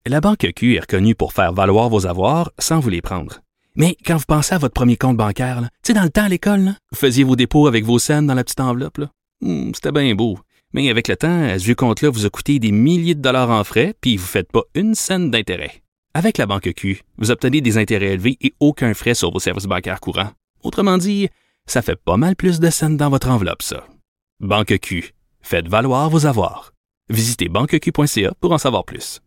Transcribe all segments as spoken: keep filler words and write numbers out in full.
La Banque Q est reconnue pour faire valoir vos avoirs sans vous les prendre. Mais quand vous pensez à votre premier compte bancaire, tu sais, dans le temps à l'école, là, vous faisiez vos dépôts avec vos scènes dans la petite enveloppe. Là. Hum, c'était bien beau. Mais avec le temps, ce vieux compte-là vous a coûté des milliers de dollars en frais, puis vous ne faites pas une scène d'intérêt. Avec la Banque Q, vous obtenez des intérêts élevés et aucun frais sur vos services bancaires courants. Autrement dit, ça fait pas mal plus de scènes dans votre enveloppe, ça. Banque Q. Faites valoir vos avoirs. Visitez banque q point c a pour en savoir plus.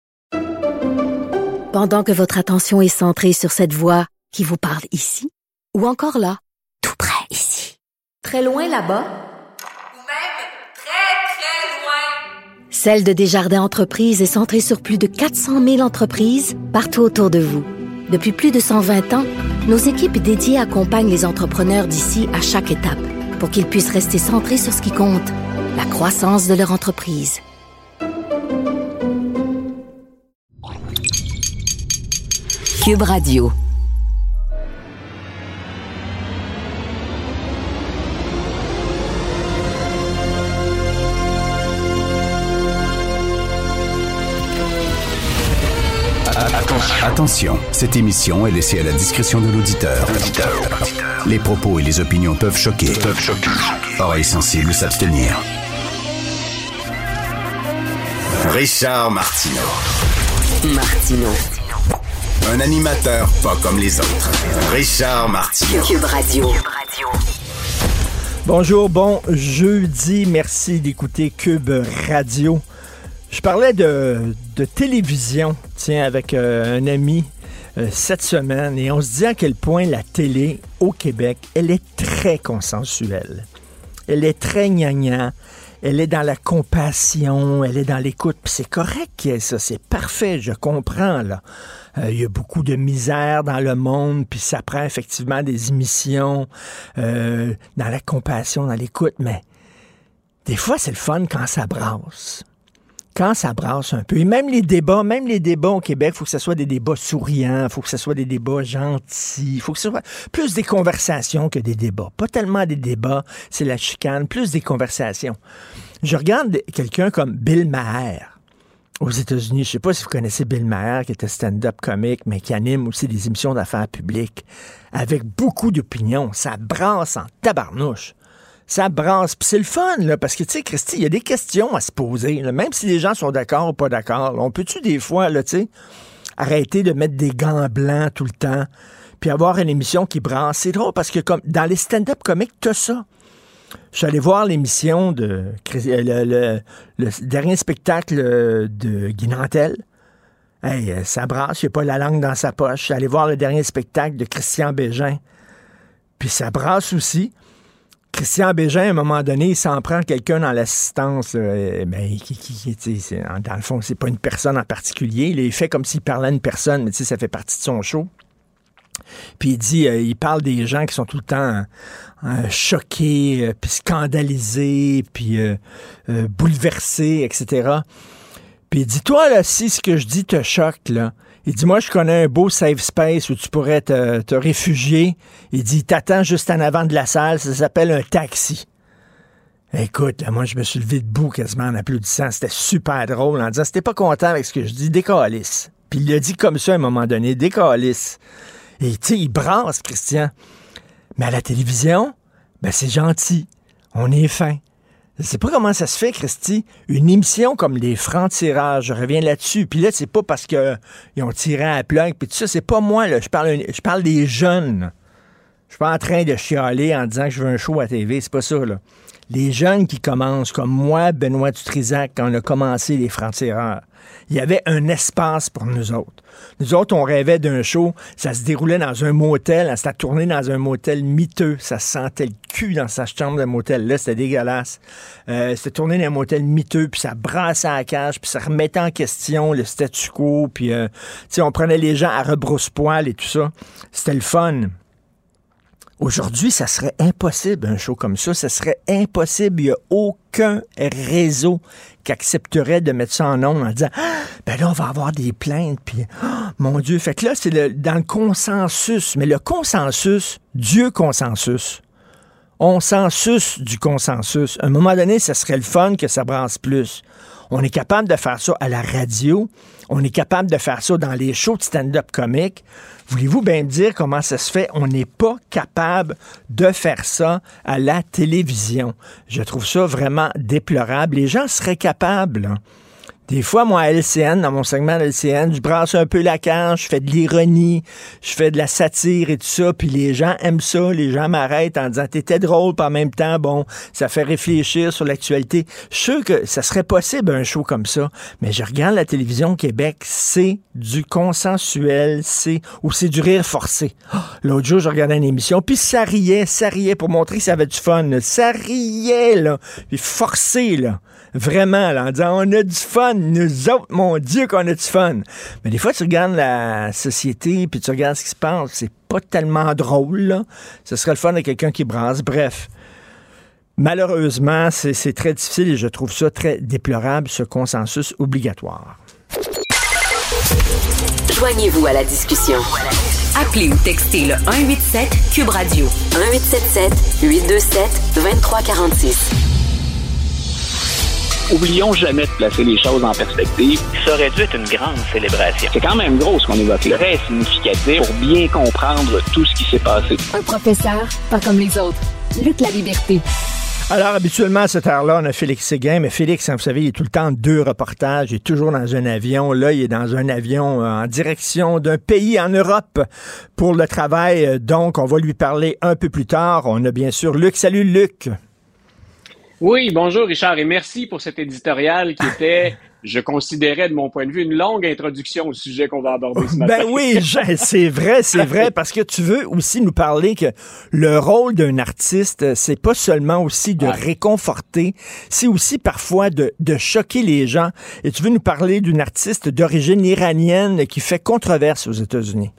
Pendant que votre attention est centrée sur cette voix qui vous parle ici, ou encore là, tout près ici, très loin là-bas, ou même très, très loin, Celle de Desjardins Entreprises est centrée sur plus de quatre cent mille entreprises partout autour de vous. Depuis plus de cent vingt ans, nos équipes dédiées accompagnent les entrepreneurs d'ici à chaque étape pour qu'ils puissent rester centrés sur ce qui compte, la croissance de leur entreprise. Cube Radio. Attention, cette émission est laissée à la discrétion de l'auditeur. Les propos et les opinions peuvent choquer. Peuvent choquer. Oreilles sensibles s'abstenir. Richard Martineau. Martineau. Un animateur pas comme les autres. Richard Martineau. Cube Radio. Bonjour, bon jeudi. Merci d'écouter Cube Radio. Je parlais de, de télévision, tiens, avec euh, un ami euh, cette semaine, et on se dit à quel point la télé au Québec, elle est très consensuelle. Elle est très gnangnan. Elle est dans la compassion, elle est dans l'écoute. Puis c'est correct, ça, c'est parfait, je comprends, là. Euh, il y a beaucoup de misère dans le monde, puis ça prend effectivement des émissions euh, dans la compassion, dans l'écoute, mais des fois, c'est le fun quand ça brasse. Quand ça brasse un peu. Et même les débats, même les débats au Québec, il faut que ce soit des débats souriants, il faut que ce soit des débats gentils, il faut que ce soit plus des conversations que des débats. Pas tellement des débats, c'est la chicane, plus des conversations. Je regarde quelqu'un comme Bill Maher aux États-Unis. Je ne sais pas si vous connaissez Bill Maher, qui était stand-up comique, mais qui anime aussi des émissions d'affaires publiques, avec beaucoup d'opinions. Ça brasse en tabarnouche. Ça brasse. Puis c'est le fun, là, parce que, tu sais, Christy, il y a des questions à se poser, là, même si les gens sont d'accord ou pas d'accord. Là, on peut-tu, des fois, là, tu sais, arrêter de mettre des gants blancs tout le temps, puis avoir une émission qui brasse? C'est drôle, parce que comme dans les stand-up comiques, t'as ça. Je suis allé voir l'émission de... Le, le, le dernier spectacle de Guy Nantel. Hey, ça brasse, il n'a pas la langue dans sa poche. Je suis allé voir le dernier spectacle de Christian Bégin. Puis ça brasse aussi. Christian Bégin, à un moment donné, il s'en prend quelqu'un dans l'assistance. Euh, ben, qui, qui, qui, c'est, dans le fond, c'est pas une personne en particulier. Il fait comme s'il parlait à une personne, mais ça fait partie de son show. Puis il dit, euh, il parle des gens qui sont tout le temps euh, choqués, euh, puis scandalisés, puis euh, euh, bouleversés, et cetera. Puis il dit, toi, là, si ce que je dis te choque, là, il dit, moi, je connais un beau safe space où tu pourrais te, te réfugier. Il dit, t'attends juste en avant de la salle, ça s'appelle un taxi. Écoute, là, moi, je me suis levé debout quasiment en applaudissant. C'était super drôle en disant, si t'es pas content avec ce que je dis, décalisse. Puis il l'a dit comme ça à un moment donné, décalisse. Et tu sais, il brasse, Christian. Mais à la télévision, ben c'est gentil. On est fin. Je sais pas comment ça se fait, Christy. Une émission comme Les Francs-Tireurs, je reviens là-dessus. Puis là, c'est pas parce qu'ils ont tiré à la plug, puis tout ça, c'est pas moi, là. Je parle, je parle des jeunes. Je suis pas en train de chialer en disant que je veux un show à T V, c'est pas ça, là. Les jeunes qui commencent, comme moi, Benoît Dutrisac, quand on a commencé Les Francs-Tireurs, il y avait un espace pour nous autres. Nous autres, on rêvait d'un show, ça se déroulait dans un motel, ça tournait dans un motel miteux, ça sentait le cul dans sa chambre de motel. Là, c'était dégueulasse. Euh, c'était tourné dans un motel miteux, puis ça brassait à la cage, puis ça remettait en question le statu quo, puis euh, tu sais, on prenait les gens à rebrousse-poil et tout ça. C'était le fun. Aujourd'hui, ça serait impossible, un show comme ça. Ça serait impossible. Il n'y a aucun réseau qui accepterait de mettre ça en ondes en disant ah, « ben là, on va avoir des plaintes. » Puis, oh, mon Dieu. Fait que là, c'est le, dans le consensus. Mais le consensus, Dieu consensus. On s'en suce du consensus. À un moment donné, ça serait le fun que ça brasse plus. On est capable de faire ça à la radio. On est capable de faire ça dans les shows de stand-up comique. Voulez-vous bien me dire comment ça se fait? On n'est pas capable de faire ça à la télévision. Je trouve ça vraiment déplorable. Les gens seraient capables, là. Des fois, moi, à L C N, dans mon segment de L C N, je brasse un peu la cage, je fais de l'ironie, je fais de la satire et tout ça, puis les gens aiment ça, les gens m'arrêtent en disant « T'étais drôle », puis en même temps, bon, ça fait réfléchir sur l'actualité. Je suis sûr que ça serait possible un show comme ça, mais je regarde la télévision au Québec, c'est du consensuel, c'est ou c'est du rire forcé. Oh, l'autre jour, je regardais une émission, puis ça riait, ça riait pour montrer que ça avait du fun, là. Ça riait, là, puis forcé, là. Vraiment, là, en disant, on a du fun, nous autres, mon Dieu, qu'on a du fun. Mais des fois, tu regardes la société, puis tu regardes ce qui se passe, c'est pas tellement drôle, là. Ce serait le fun de quelqu'un qui brasse. Bref, malheureusement, c'est, c'est très difficile et je trouve ça très déplorable, ce consensus obligatoire. Joignez-vous à la discussion. Appelez ou textez le un huit sept Cube Radio. un huit sept sept huit deux sept deux trois quatre six. Oublions jamais de placer les choses en perspective. Ça aurait dû être une grande célébration. C'est quand même gros ce qu'on évoque là. Très significatif pour bien comprendre tout ce qui s'est passé. Un professeur, pas comme les autres. Lutte la liberté. Alors, habituellement, à cette heure-là, on a Félix Séguin, mais Félix, vous savez, il est tout le temps en deux reportages, il est toujours dans un avion. Là, il est dans un avion en direction d'un pays en Europe pour le travail. Donc, on va lui parler un peu plus tard. On a bien sûr Luc. Salut, Luc. Oui, bonjour Richard, et merci pour cet éditorial qui était, je considérais de mon point de vue, une longue introduction au sujet qu'on va aborder ce matin. Ben oui, je, c'est vrai, c'est vrai, parce que tu veux aussi nous parler que le rôle d'un artiste, c'est pas seulement aussi de ouais. réconforter, c'est aussi parfois de, de choquer les gens. Et tu veux nous parler d'une artiste d'origine iranienne qui fait controverse aux États-Unis.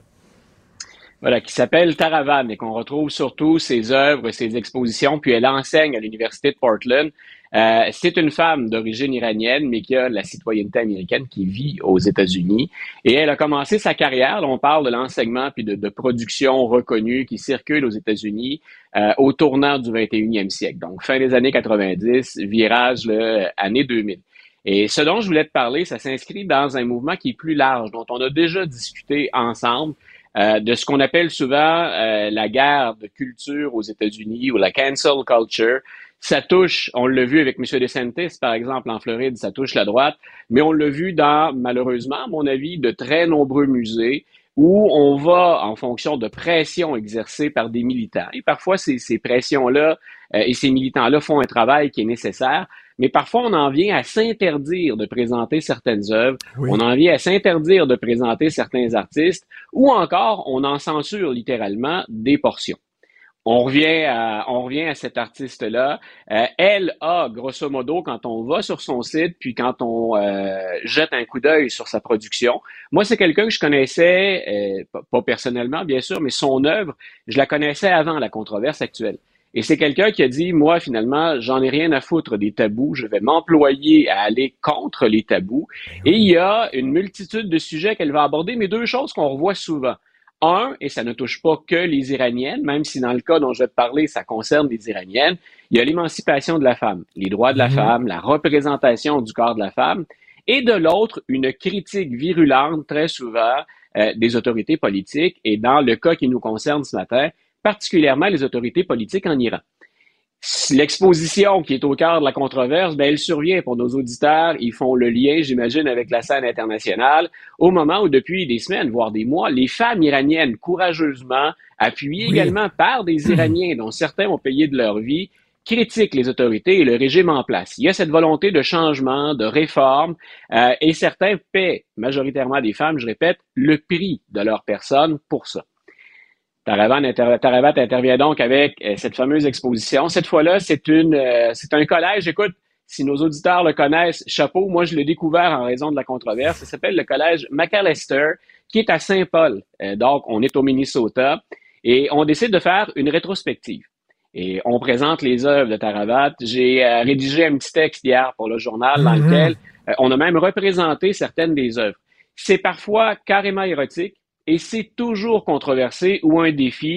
Voilà, qui s'appelle Tara Van et qu'on retrouve surtout ses œuvres, ses expositions, puis elle enseigne à l'Université de Portland. Euh, c'est une femme d'origine iranienne, mais qui a la citoyenneté américaine, qui vit aux États-Unis. Et elle a commencé sa carrière, là, on parle de l'enseignement puis de, de production reconnue qui circule aux États-Unis euh, au tournant du vingt et unième siècle. Donc, fin des années quatre-vingt-dix, virage, là, année deux mille. Et ce dont je voulais te parler, ça s'inscrit dans un mouvement qui est plus large, dont on a déjà discuté ensemble, Euh, de ce qu'on appelle souvent euh, la guerre de culture aux États-Unis ou la cancel culture. Ça touche, on l'a vu avec M. DeSantis, par exemple, en Floride, ça touche la droite, mais on l'a vu dans, malheureusement, à mon avis, de très nombreux musées où on va, en fonction de pressions exercées par des militants. Et parfois, ces, ces pressions-là euh, et ces militants-là font un travail qui est nécessaire, mais parfois, on en vient à s'interdire de présenter certaines œuvres, oui. on en vient à s'interdire de présenter certains artistes, ou encore, on en censure littéralement des portions. On revient à, on revient à cette artiste-là. Euh, elle a, grosso modo, quand on va sur son site, puis quand on euh, jette un coup d'œil sur sa production, moi, c'est quelqu'un que je connaissais, euh, pas personnellement, bien sûr, mais son œuvre, je la connaissais avant la controverse actuelle. Et c'est quelqu'un qui a dit, moi, finalement, j'en ai rien à foutre des tabous, je vais m'employer à aller contre les tabous. Et il y a une multitude de sujets qu'elle va aborder, mais deux choses qu'on revoit souvent. Un, et ça ne touche pas que les Iraniennes, même si dans le cas dont je vais te parler, ça concerne les Iraniennes, il y a l'émancipation de la femme, les droits de la mmh. femme, la représentation du corps de la femme, et de l'autre, une critique virulente, très souvent, euh, des autorités politiques, et dans le cas qui nous concerne ce matin, particulièrement les autorités politiques en Iran. L'exposition qui est au cœur de la controverse, ben, elle survient pour nos auditeurs. Ils font le lien, j'imagine, avec la scène internationale, au moment où, depuis des semaines, voire des mois, les femmes iraniennes, courageusement, appuyées oui. également par des Iraniens dont certains ont payé de leur vie, critiquent les autorités et le régime en place. Il y a cette volonté de changement, de réforme, euh, et certains paient, majoritairement des femmes, je répète, le prix de leur personne pour ça. Tara Van inter- Tara Van intervient donc avec euh, cette fameuse exposition. Cette fois-là, c'est une, euh, c'est un collège. Écoute, si nos auditeurs le connaissent, chapeau. Moi, je l'ai découvert en raison de la controverse. Ça s'appelle le collège Macalester, qui est à Saint-Paul. Euh, donc, on est au Minnesota et on décide de faire une rétrospective. Et on présente les œuvres de Tara Van. J'ai euh, rédigé un petit texte hier pour le journal dans mm-hmm. lequel euh, on a même représenté certaines des œuvres. C'est parfois carrément érotique. Et c'est toujours controversé ou un défi.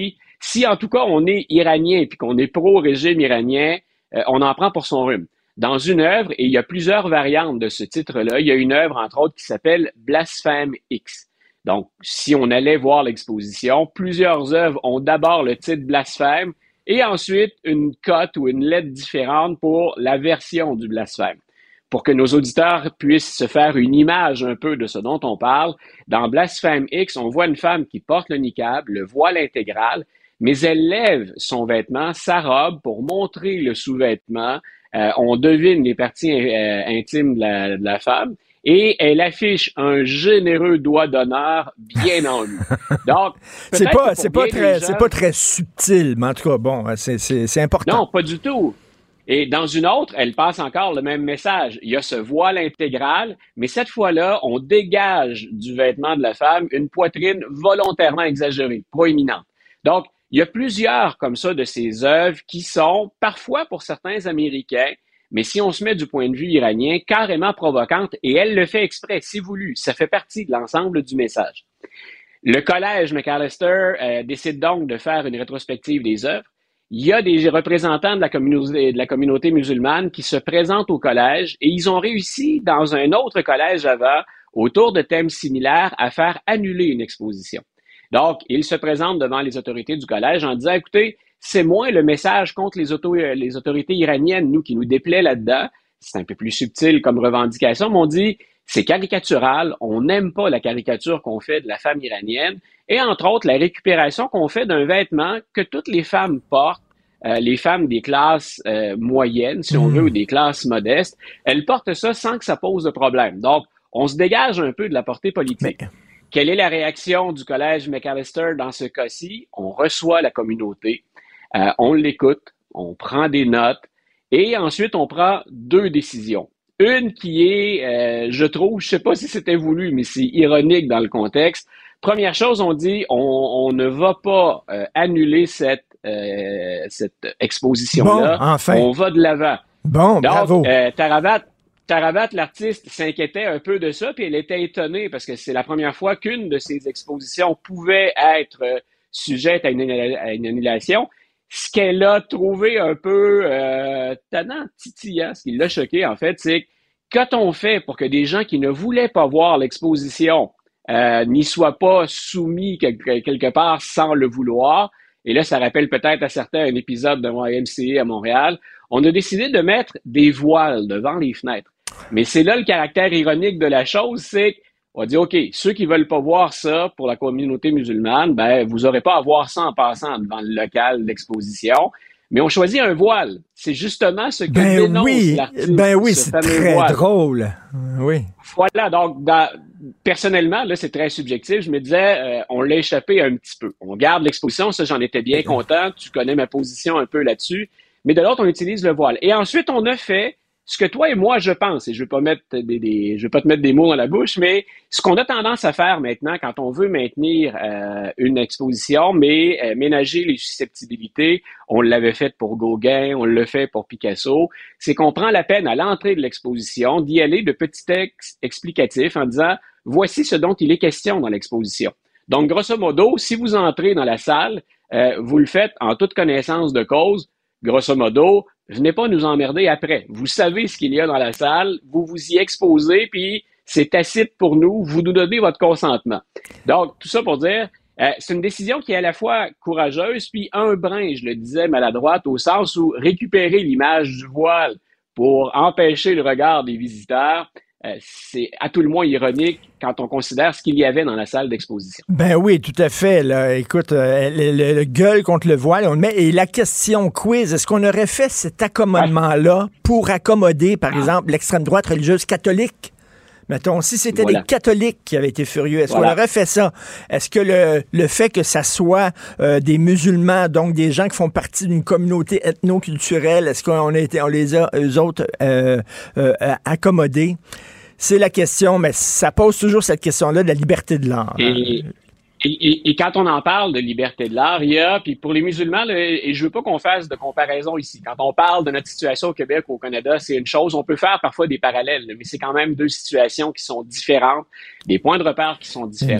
Si en tout cas on est iranien puis qu'on est pro-régime iranien, euh, on en prend pour son rhume. Dans une œuvre, et il y a plusieurs variantes de ce titre-là, il y a une œuvre entre autres qui s'appelle Blasphème X. Donc, si on allait voir l'exposition, plusieurs œuvres ont d'abord le titre blasphème et ensuite une cote ou une lettre différente pour la version du blasphème. Pour que nos auditeurs puissent se faire une image un peu de ce dont on parle, dans Blasphème X, on voit une femme qui porte le niqab, le voile intégral, mais elle lève son vêtement, sa robe, pour montrer le sous-vêtement. Euh, on devine les parties euh, intimes de la, de la femme. Et elle affiche un généreux doigt d'honneur bien en lui. Donc, c'est pas, c'est pas très, gens, c'est pas très subtil, mais en tout cas, bon, c'est, c'est, c'est important. Non, pas du tout. Et dans une autre, elle passe encore le même message. Il y a ce voile intégral, mais cette fois-là, on dégage du vêtement de la femme une poitrine volontairement exagérée, proéminente. Donc, il y a plusieurs comme ça de ces œuvres qui sont, parfois pour certains Américains, mais si on se met du point de vue iranien, carrément provocante, et elle le fait exprès, si voulu. Ça fait partie de l'ensemble du message. Le collège Macalester euh, décide donc de faire une rétrospective des œuvres. Il y a des représentants de la communauté, de la communauté musulmane qui se présentent au collège et ils ont réussi, dans un autre collège avant, autour de thèmes similaires, à faire annuler une exposition. Donc, ils se présentent devant les autorités du collège en disant, écoutez, c'est moins le message contre les, auto- les autorités iraniennes, nous, qui nous déplaît là-dedans. C'est un peu plus subtil comme revendication, mais on dit, c'est caricatural, on n'aime pas la caricature qu'on fait de la femme iranienne, et entre autres, la récupération qu'on fait d'un vêtement que toutes les femmes portent, euh, les femmes des classes euh, moyennes, si on veut, ou des classes modestes, elles portent ça sans que ça pose de problème. Donc, on se dégage un peu de la portée politique. Mais... Quelle est la réaction du collège Macalester dans ce cas-ci? On reçoit la communauté. Euh, on l'écoute, on prend des notes et ensuite on prend deux décisions. Une qui est, euh, je trouve, je sais pas si c'était voulu, mais c'est ironique dans le contexte. Première chose, on dit, on, on ne va pas euh, annuler cette, euh, cette exposition-là. Bon, enfin. On va de l'avant. Bon, Donc, bravo. Euh, Tarabat, Tarabat, l'artiste, s'inquiétait un peu de ça, puis elle était étonnée parce que c'est la première fois qu'une de ses expositions pouvait être euh, sujette à une, à une annulation. Ce qu'elle a trouvé un peu euh, tannant, titillant, ce qui l'a choqué en fait, c'est que qu'a-t-on fait pour que des gens qui ne voulaient pas voir l'exposition euh, n'y soient pas soumis quelque, quelque part sans le vouloir? Et là, ça rappelle peut-être à certains un épisode de Y M C A à Montréal. On a décidé de mettre des voiles devant les fenêtres. Mais c'est là le caractère ironique de la chose, c'est on va dire, OK, ceux qui veulent pas voir ça pour la communauté musulmane, ben, vous aurez pas à voir ça en passant devant le local d'exposition. Mais on choisit un voile. C'est justement ce que ben dénonce oui, l'artiste. Ben oui, c'est très voile. drôle. Oui. Voilà, donc, dans, personnellement, là, c'est très subjectif. Je me disais, euh, on l'a échappé un petit peu. On garde l'exposition, ça, j'en étais bien content. Tu connais ma position un peu là-dessus. Mais de l'autre, on utilise le voile. Et ensuite, on a fait ce que toi et moi, je pense, et je veux pas mettre des, des je veux pas te mettre des mots dans la bouche, mais ce qu'on a tendance à faire maintenant quand on veut maintenir euh, une exposition, mais euh, ménager les susceptibilités, on l'avait fait pour Gauguin, on le fait pour Picasso, c'est qu'on prend la peine à l'entrée de l'exposition d'y aller de petits textes explicatifs en disant « Voici ce dont il est question dans l'exposition ». Donc, grosso modo, si vous entrez dans la salle, euh, vous le faites en toute connaissance de cause. Grosso modo, venez pas nous emmerder après. Vous savez ce qu'il y a dans la salle, vous vous y exposez, puis c'est tacite pour nous, vous nous donnez votre consentement. Donc, tout ça pour dire, euh, c'est une décision qui est à la fois courageuse, puis un brin, je le disais, maladroite, au sens où récupérer l'image du voile pour empêcher le regard des visiteurs, euh, c'est à tout le moins ironique quand on considère ce qu'il y avait dans la salle d'exposition. Ben oui, tout à fait. Là. Écoute, euh, le, le, le gueule contre le voile, on le met. Et la question quiz, est-ce qu'on aurait fait cet accommodement-là pour accommoder, par ah. exemple, l'extrême droite religieuse catholique? Mettons, si c'était voilà. des catholiques qui avaient été furieux, est-ce voilà. qu'on aurait fait ça? Est-ce que le, le fait que ça soit euh, des musulmans, donc des gens qui font partie d'une communauté ethno-culturelle, est-ce qu'on a été, on les a, eux autres, euh, euh, accommodés? C'est la question, mais ça pose toujours cette question-là de la liberté de l'art. Et, et, et, et quand on en parle de liberté de l'art, il y a, puis pour les musulmans, là, et je veux pas qu'on fasse de comparaison ici. Quand on parle de notre situation au Québec ou au Canada, c'est une chose, on peut faire parfois des parallèles, mais c'est quand même deux situations qui sont différentes, des points de repère qui sont différents.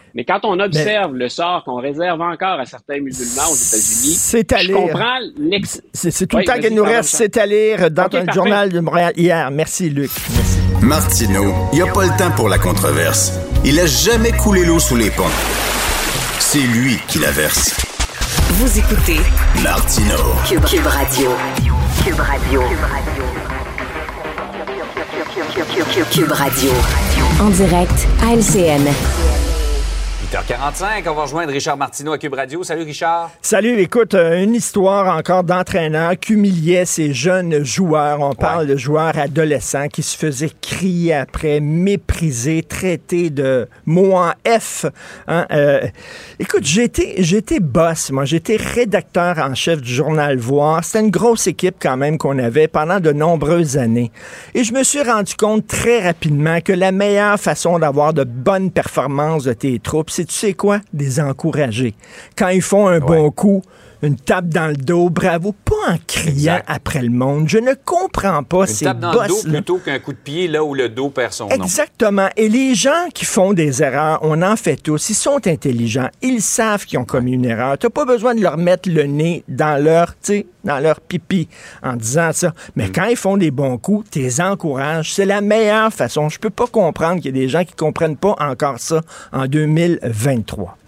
Mais quand on observe mais, le sort qu'on réserve encore à certains musulmans aux États-Unis, c'est à je lire. comprends l'ex... C'est, c'est tout oui, le temps qu'il nous reste, c'est à lire dans okay, un parfait. Journal de Montréal hier. Merci, Luc. Merci. Martineau, il n'y a pas le temps pour la controverse. Il a jamais coulé l'eau sous les ponts. C'est lui qui la verse. Vous écoutez Martineau. Cube, Cube Radio. Cube Radio. Cube Radio. En direct à L C N. huit heures quarante-cinq, on va rejoindre Richard Martineau à Cube Radio. Salut Richard. Salut, écoute, une histoire encore d'entraîneur qui humiliait ces jeunes joueurs. On parle ouais. de joueurs adolescents qui se faisaient crier après, mépriser, traiter de mots en F. Hein? Euh, écoute, j'ai été, j'ai été boss, moi, j'étais rédacteur en chef du journal Voir. C'était une grosse équipe quand même qu'on avait pendant de nombreuses années. Et je me suis rendu compte très rapidement que la meilleure façon d'avoir de bonnes performances de tes troupes, c'est, tu sais quoi, des encourager. Quand ils font un ouais. bon coup, une tape dans le dos, bravo, pas en criant exact. Après le monde. Je ne comprends pas une ces tape dans boss, le dos plutôt qu'un coup de pied là où le dos perd son nom. Exactement. Et les gens qui font des erreurs, on en fait tous, ils sont intelligents, ils savent qu'ils ont commis une erreur. T'as pas besoin de leur mettre le nez dans leur, tu sais, dans leur pipi en disant ça. Mais mm. quand ils font des bons coups, tu les encourages. C'est la meilleure façon. Je peux pas comprendre qu'il y ait des gens qui comprennent pas encore ça en deux mille vingt-trois.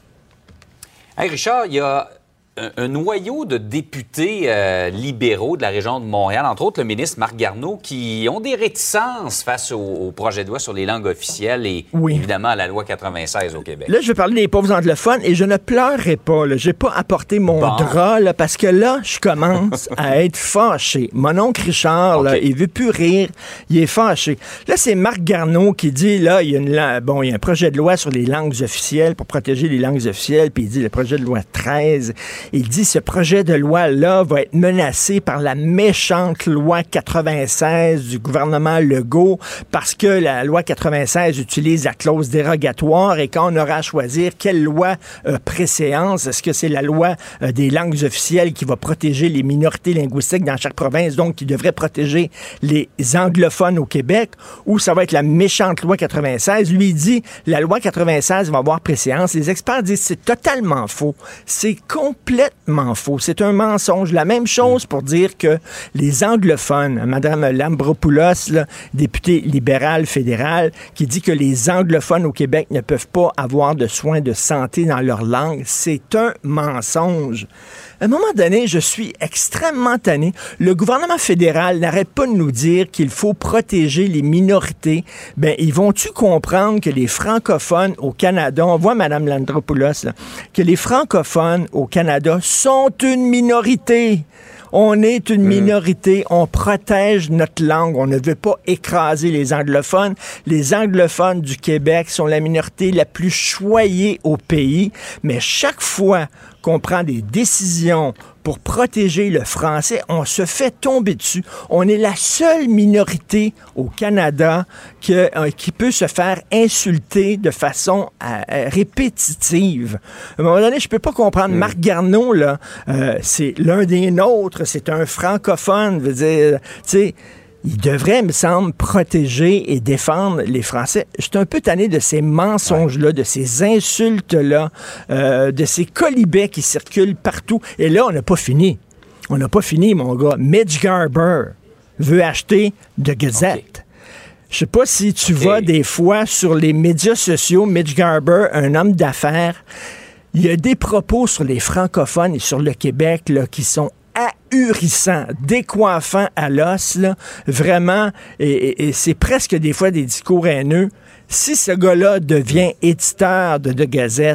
Hey Richard, il y a un, un noyau de députés euh, libéraux de la région de Montréal, entre autres le ministre Marc Garneau, qui ont des réticences face au, au projet de loi sur les langues officielles et oui. évidemment à la loi quatre-vingt-seize au Québec. Là, je vais parler des pauvres anglophones et je ne pleurerai pas. Je n'ai pas apporté mon bon. drap là, parce que là, je commence à être fâché. Mon oncle Richard, okay. là, il veut plus rire, il est fâché. Là, c'est Marc Garneau qui dit, là, il y a une, bon, il y a un projet de loi sur les langues officielles pour protéger les langues officielles, puis il dit le projet de loi treize. Il dit ce projet de loi-là va être menacé par la méchante loi quatre-vingt-seize du gouvernement Legault parce que la loi quatre-vingt-seize utilise la clause dérogatoire et quand on aura à choisir quelle loi euh, préséance, est-ce que c'est la loi euh, des langues officielles qui va protéger les minorités linguistiques dans chaque province, donc qui devrait protéger les anglophones au Québec, ou ça va être la méchante loi quatre-vingt-seize? Lui, il dit la loi quatre-vingt-seize va avoir préséance. Les experts disent c'est totalement faux. C'est complètement faux. C'est un mensonge. La même chose pour dire que les anglophones, Mme Lambropoulos, là, députée libérale fédérale, qui dit que les anglophones au Québec ne peuvent pas avoir de soins de santé dans leur langue, c'est un mensonge. À un moment donné, je suis extrêmement tanné. Le gouvernement fédéral n'arrête pas de nous dire qu'il faut protéger les minorités. Ben, ils vont-tu comprendre que les francophones au Canada, on voit Mme Lambropoulos, là, que les francophones au Canada sont une minorité. On est une minorité, on protège notre langue, on ne veut pas écraser les anglophones. Les anglophones du Québec sont la minorité la plus choyée au pays, mais chaque fois qu'on prend des décisions pour protéger le français, on se fait tomber dessus. On est la seule minorité au Canada que, euh, qui peut se faire insulter de façon euh, répétitive. À un moment donné, je peux pas comprendre. Mmh. Marc Garneau, là, euh, c'est l'un des nôtres, c'est un francophone, veut dire, tu sais, il devrait, me semble, protéger et défendre les Français. Je suis un peu tanné de ces mensonges-là, de ces insultes-là, euh, de ces colibets qui circulent partout. Et là, on n'a pas fini. On n'a pas fini, mon gars. Mitch Garber veut acheter The Gazette. Okay. Je sais pas si tu okay. vas des fois sur les médias sociaux, Mitch Garber, un homme d'affaires, il y a des propos sur les francophones et sur le Québec là, qui sont ahurissant, décoiffant à l'os, là, vraiment, et, et, et c'est presque des fois des discours haineux. Si ce gars-là devient éditeur de The Gazette,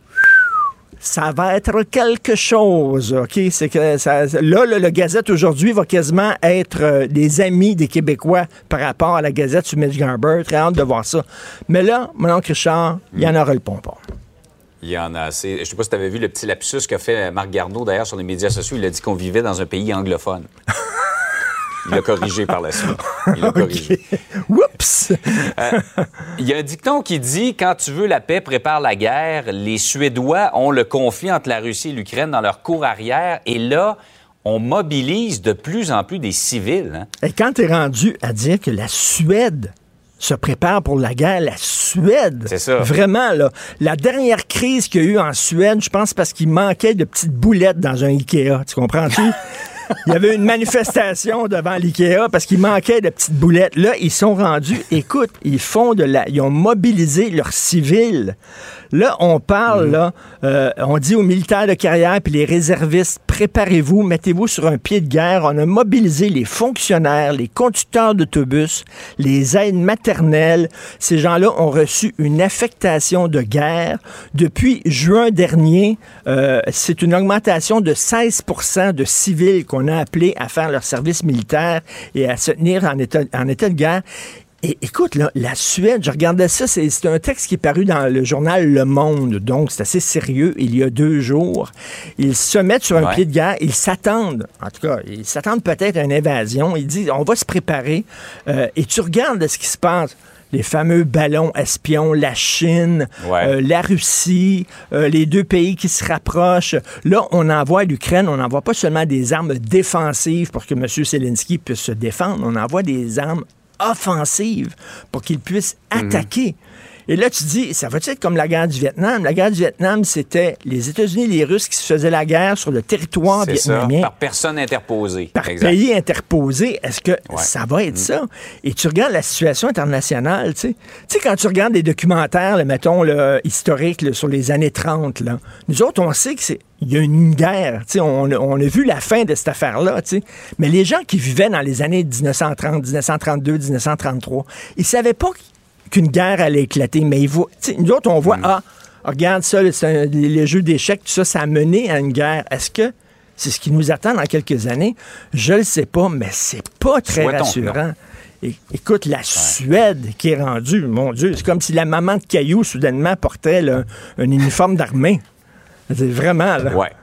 ça va être quelque chose, OK? C'est que ça, là, là, le Gazette aujourd'hui va quasiment être euh, des amis des Québécois par rapport à la Gazette sur Mitch Garber. Très hâte de voir ça. Mais là, mon oncle Richard, il y en aura le pompon. Il y en a assez. Je ne sais pas si tu avais vu le petit lapsus qu'a fait Marc Garneau, d'ailleurs, sur les médias sociaux. Il a dit qu'on vivait dans un pays anglophone. Il l'a corrigé par la suite. Il l'a corrigé. Okay. Oups! euh, il y a un dicton qui dit « Quand tu veux la paix, prépare la guerre ». Les Suédois ont le conflit entre la Russie et l'Ukraine dans leur cour arrière. Et là, on mobilise de plus en plus des civils. Hein? Et quand tu es rendu à dire que la Suède se prépare pour la guerre. La Suède, c'est ça. Vraiment, là. La dernière crise qu'il y a eu en Suède, je pense parce qu'il manquait de petites boulettes dans un Ikea. Tu comprends-tu? Il y avait une manifestation devant l'Ikea parce qu'il manquait de petites boulettes. Là, ils sont rendus, écoute, ils font de la... Ils ont mobilisé leurs civils. Là, on parle, mmh. là, euh, on dit aux militaires de carrière puis les réservistes, préparez-vous, mettez-vous sur un pied de guerre. On a mobilisé les fonctionnaires, les conducteurs d'autobus, les aides maternelles. Ces gens-là ont reçu une affectation de guerre. Depuis juin dernier, euh, c'est une augmentation de seize pour cent de civils qu'on a appelés à faire leur service militaire et à se tenir en état, en état de guerre. Et écoute, là, la Suède, je regardais ça, c'est, c'est un texte qui est paru dans le journal Le Monde, donc c'est assez sérieux, il y a deux jours. Ils se mettent sur un ouais. pied de guerre, ils s'attendent, en tout cas, ils s'attendent peut-être à une invasion, ils disent, on va se préparer, euh, et tu regardes ce qui se passe. Les fameux ballons espions, la Chine, ouais. euh, la Russie, euh, les deux pays qui se rapprochent. Là, on envoie à l'Ukraine, on n'envoie pas seulement des armes défensives pour que M. Zelensky puisse se défendre, on envoie des armes offensive pour qu'ils puissent attaquer. Mm-hmm. Et là, tu dis, ça va-tu être comme la guerre du Vietnam? La guerre du Vietnam, c'était les États-Unis et les Russes qui se faisaient la guerre sur le territoire c'est vietnamien. Ça, par personne interposée. Par exact. pays interposé. Est-ce que ouais. ça va être mm-hmm. ça? Et tu regardes la situation internationale, tu sais. Tu sais, quand tu regardes des documentaires, là, mettons, là, historiques là, sur les années trente, là, nous autres, on sait que c'est il y a une guerre. On, on a vu la fin de cette affaire-là. T'sais. Mais les gens qui vivaient dans les années dix-neuf cent trente, dix-neuf cent trente-deux, dix-neuf cent trente-trois, ils ne savaient pas qu'une guerre allait éclater. Mais ils voient, nous autres, on voit, mm. ah, regarde ça, c'est un, les, les jeux d'échecs, tout ça, ça a mené à une guerre. Est-ce que c'est ce qui nous attend dans quelques années? Je ne le sais pas, mais c'est pas très Souhaitons, rassurant. Et, écoute, la ouais. Suède qui est rendue, mon Dieu, c'est comme si la maman de Caillou, soudainement, portait là, un uniforme d'armée. C'est vraiment, là. Oui,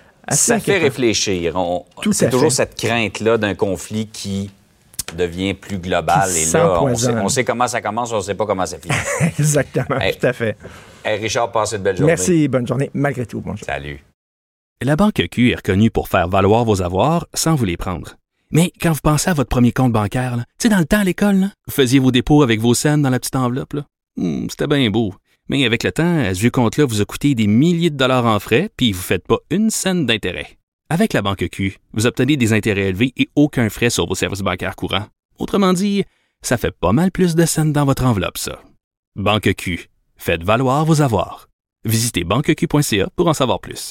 ça fait réfléchir. On, c'est toujours fait. Cette crainte-là d'un conflit qui devient plus global. Qui et là, on sait, on sait comment ça commence, on ne sait pas comment ça finit. Exactement, hey, tout à fait. Hey Richard, passez une belle journée. Merci, bonne journée, malgré tout. Bonjour. Salut. La Banque Q est reconnue pour faire valoir vos avoirs sans vous les prendre. Mais quand vous pensez à votre premier compte bancaire, tu sais, dans le temps à l'école, là, vous faisiez vos dépôts avec vos scènes dans la petite enveloppe. Là. Hum, c'était bien beau. Mais avec le temps, ce vieux compte-là vous a coûté des milliers de dollars en frais, puis vous ne faites pas une scène d'intérêt. Avec la Banque Q, vous obtenez des intérêts élevés et aucun frais sur vos services bancaires courants. Autrement dit, ça fait pas mal plus de scènes dans votre enveloppe, ça. Banque Q, faites valoir vos avoirs. Visitez banque q point c a pour en savoir plus.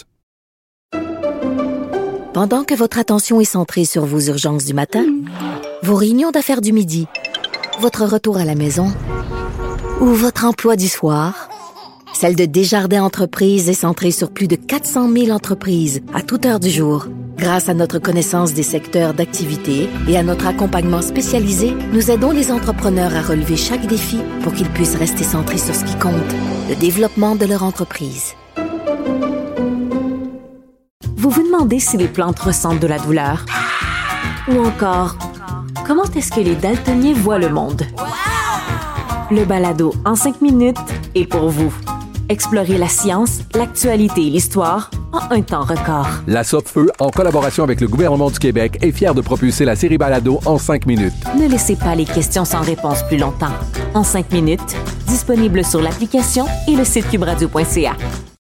Pendant que votre attention est centrée sur vos urgences du matin, vos réunions d'affaires du midi, votre retour à la maison ou votre emploi du soir, celle de Desjardins Entreprises est centrée sur plus de quatre cent mille entreprises à toute heure du jour. Grâce à notre connaissance des secteurs d'activité et à notre accompagnement spécialisé, nous aidons les entrepreneurs à relever chaque défi pour qu'ils puissent rester centrés sur ce qui compte, le développement de leur entreprise. Vous vous demandez si les plantes ressentent de la douleur? Ou encore, comment est-ce que les daltoniens voient le monde? Le balado en cinq minutes est pour vous. Explorez la science, l'actualité et l'histoire en un temps record. La Sopfeu, en collaboration avec le gouvernement du Québec, est fière de propulser la série balado en cinq minutes. Ne laissez pas les questions sans réponse plus longtemps. En cinq minutes, disponible sur l'application et le site cube radio point c a.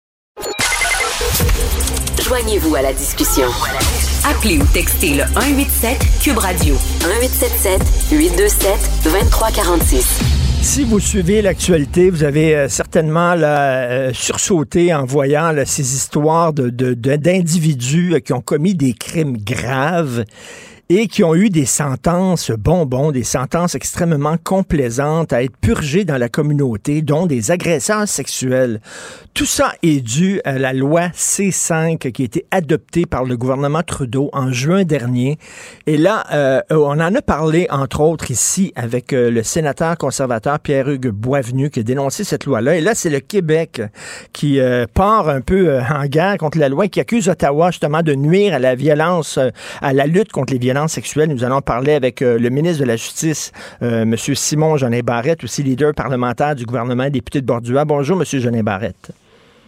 Joignez-vous à la discussion. Appelez ou textez le un huit sept cube radio un huit sept sept huit deux sept deux trois quatre six. Si vous suivez l'actualité, vous avez euh, certainement là, euh, sursauté en voyant là, ces histoires de, de, de, d'individus euh, qui ont commis des crimes graves et qui ont eu des sentences bonbons, des sentences extrêmement complaisantes à être purgées dans la communauté, dont des agresseurs sexuels. Tout ça est dû à la loi C cinq qui a été adoptée par le gouvernement Trudeau en juin dernier. Et là, euh, on en a parlé, entre autres, ici, avec euh, le sénateur conservateur Pierre-Hugues Boisvenu qui a dénoncé cette loi-là. Et là, c'est le Québec qui euh, part un peu euh, en guerre contre la loi, qui accuse Ottawa, justement, de nuire à la violence, euh, à la lutte contre les violences sexuelles. Nous allons parler avec euh, le ministre de la Justice, euh, M. Simon Jolin Barrette, aussi leader parlementaire du gouvernement, député de Bordua. Bonjour, M. Jolin Barrette.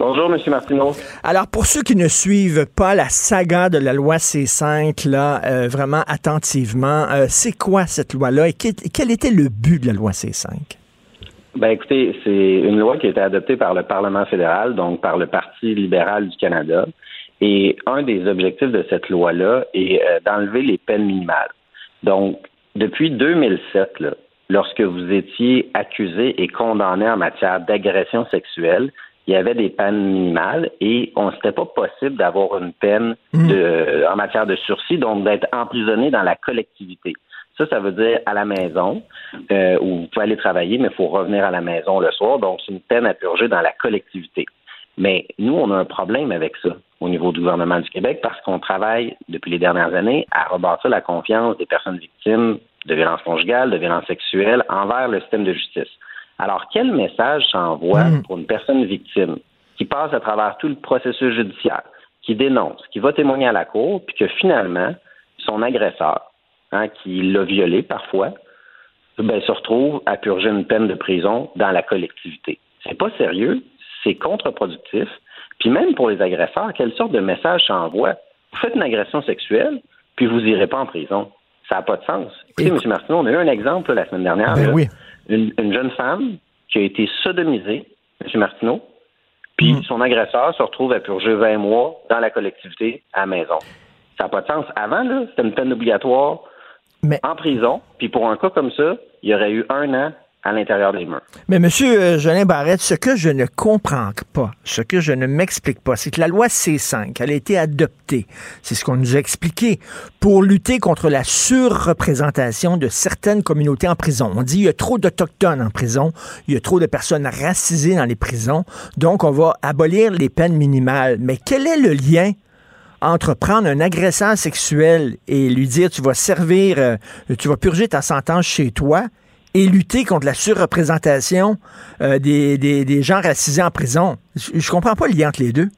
Bonjour, M. Martineau. Alors, pour ceux qui ne suivent pas la saga de la loi C cinq, là, euh, vraiment attentivement, euh, c'est quoi cette loi-là et quel, quel était le but de la loi C cinq? Ben, écoutez, c'est une loi qui a été adoptée par le Parlement fédéral, donc par le Parti libéral du Canada. Et un des objectifs de cette loi-là est euh, d'enlever les peines minimales. Donc, depuis deux mille sept, là, lorsque vous étiez accusé et condamné en matière d'agression sexuelle, il y avait des peines minimales et on c'était pas possible d'avoir une peine de, en matière de sursis, donc d'être emprisonné dans la collectivité. Ça, ça veut dire à la maison, euh, où vous pouvez aller travailler, mais il faut revenir à la maison le soir. Donc, c'est une peine à purger dans la collectivité. Mais nous, on a un problème avec ça au niveau du gouvernement du Québec parce qu'on travaille depuis les dernières années à rebâtir la confiance des personnes victimes de violences conjugales, de violences sexuelles envers le système de justice. Alors, quel message s'envoie mmh. pour une personne victime qui passe à travers tout le processus judiciaire, qui dénonce, qui va témoigner à la cour, puis que finalement, son agresseur, hein, qui l'a violé parfois, ben, se retrouve à purger une peine de prison dans la collectivité. C'est pas sérieux, c'est contre-productif. Puis même pour les agresseurs, quelle sorte de message s'envoie? Vous faites une agression sexuelle, puis vous irez pas en prison. Ça n'a pas de sens. Écoutez, M. Martineau, on a eu un exemple là, la semaine dernière. Ben là, oui. une, une jeune femme qui a été sodomisée, M. Martineau, puis mm. son agresseur se retrouve à purger vingt mois dans la collectivité à la maison. Ça n'a pas de sens. Avant, là, c'était une peine obligatoire Mais... en prison, puis pour un cas comme ça, il y aurait eu un an à l'intérieur des murs. Mais M. Jolin Barrette, ce que je ne comprends pas, ce que je ne m'explique pas, c'est que la loi C cinq, elle a été adoptée, c'est ce qu'on nous a expliqué, pour lutter contre la surreprésentation de certaines communautés en prison. On dit qu'il y a trop d'Autochtones en prison, il y a trop de personnes racisées dans les prisons, donc on va abolir les peines minimales. Mais quel est le lien entre prendre un agresseur sexuel et lui dire tu vas servir, euh, tu vas purger ta sentence chez toi, et lutter contre la surreprésentation euh, des, des, des gens racisés en prison? Je, je comprends pas le lien entre les deux.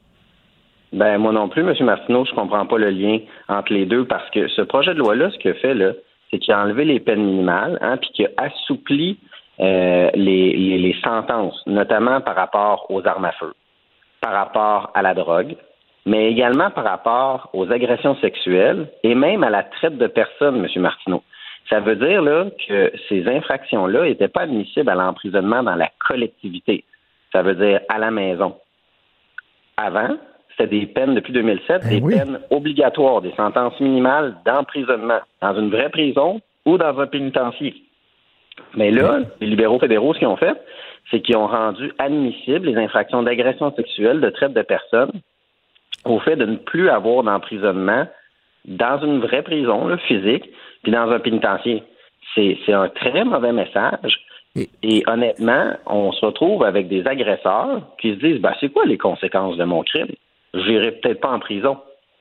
Ben moi non plus, M. Martineau, je comprends pas le lien entre les deux parce que ce projet de loi-là, ce qu'il a fait, là, c'est qu'il a enlevé les peines minimales, hein, puis qu'il a assoupli euh, les, les, les sentences, notamment par rapport aux armes à feu, par rapport à la drogue, mais également par rapport aux agressions sexuelles et même à la traite de personnes, M. Martineau. Ça veut dire là que ces infractions-là n'étaient pas admissibles à l'emprisonnement dans la collectivité. Ça veut dire à la maison. Avant, c'était des peines depuis deux mille sept, ben des oui. peines obligatoires, des sentences minimales d'emprisonnement dans une vraie prison ou dans un pénitencier. Mais là, les libéraux fédéraux, ce qu'ils ont fait, c'est qu'ils ont rendu admissibles les infractions d'agression sexuelle, de traite de personnes, au fait de ne plus avoir d'emprisonnement dans une vraie prison là, physique, puis dans un pénitencier. C'est, c'est un très mauvais message. Et, et honnêtement, on se retrouve avec des agresseurs qui se disent, ben, c'est quoi les conséquences de mon crime? J'irai peut-être pas en prison.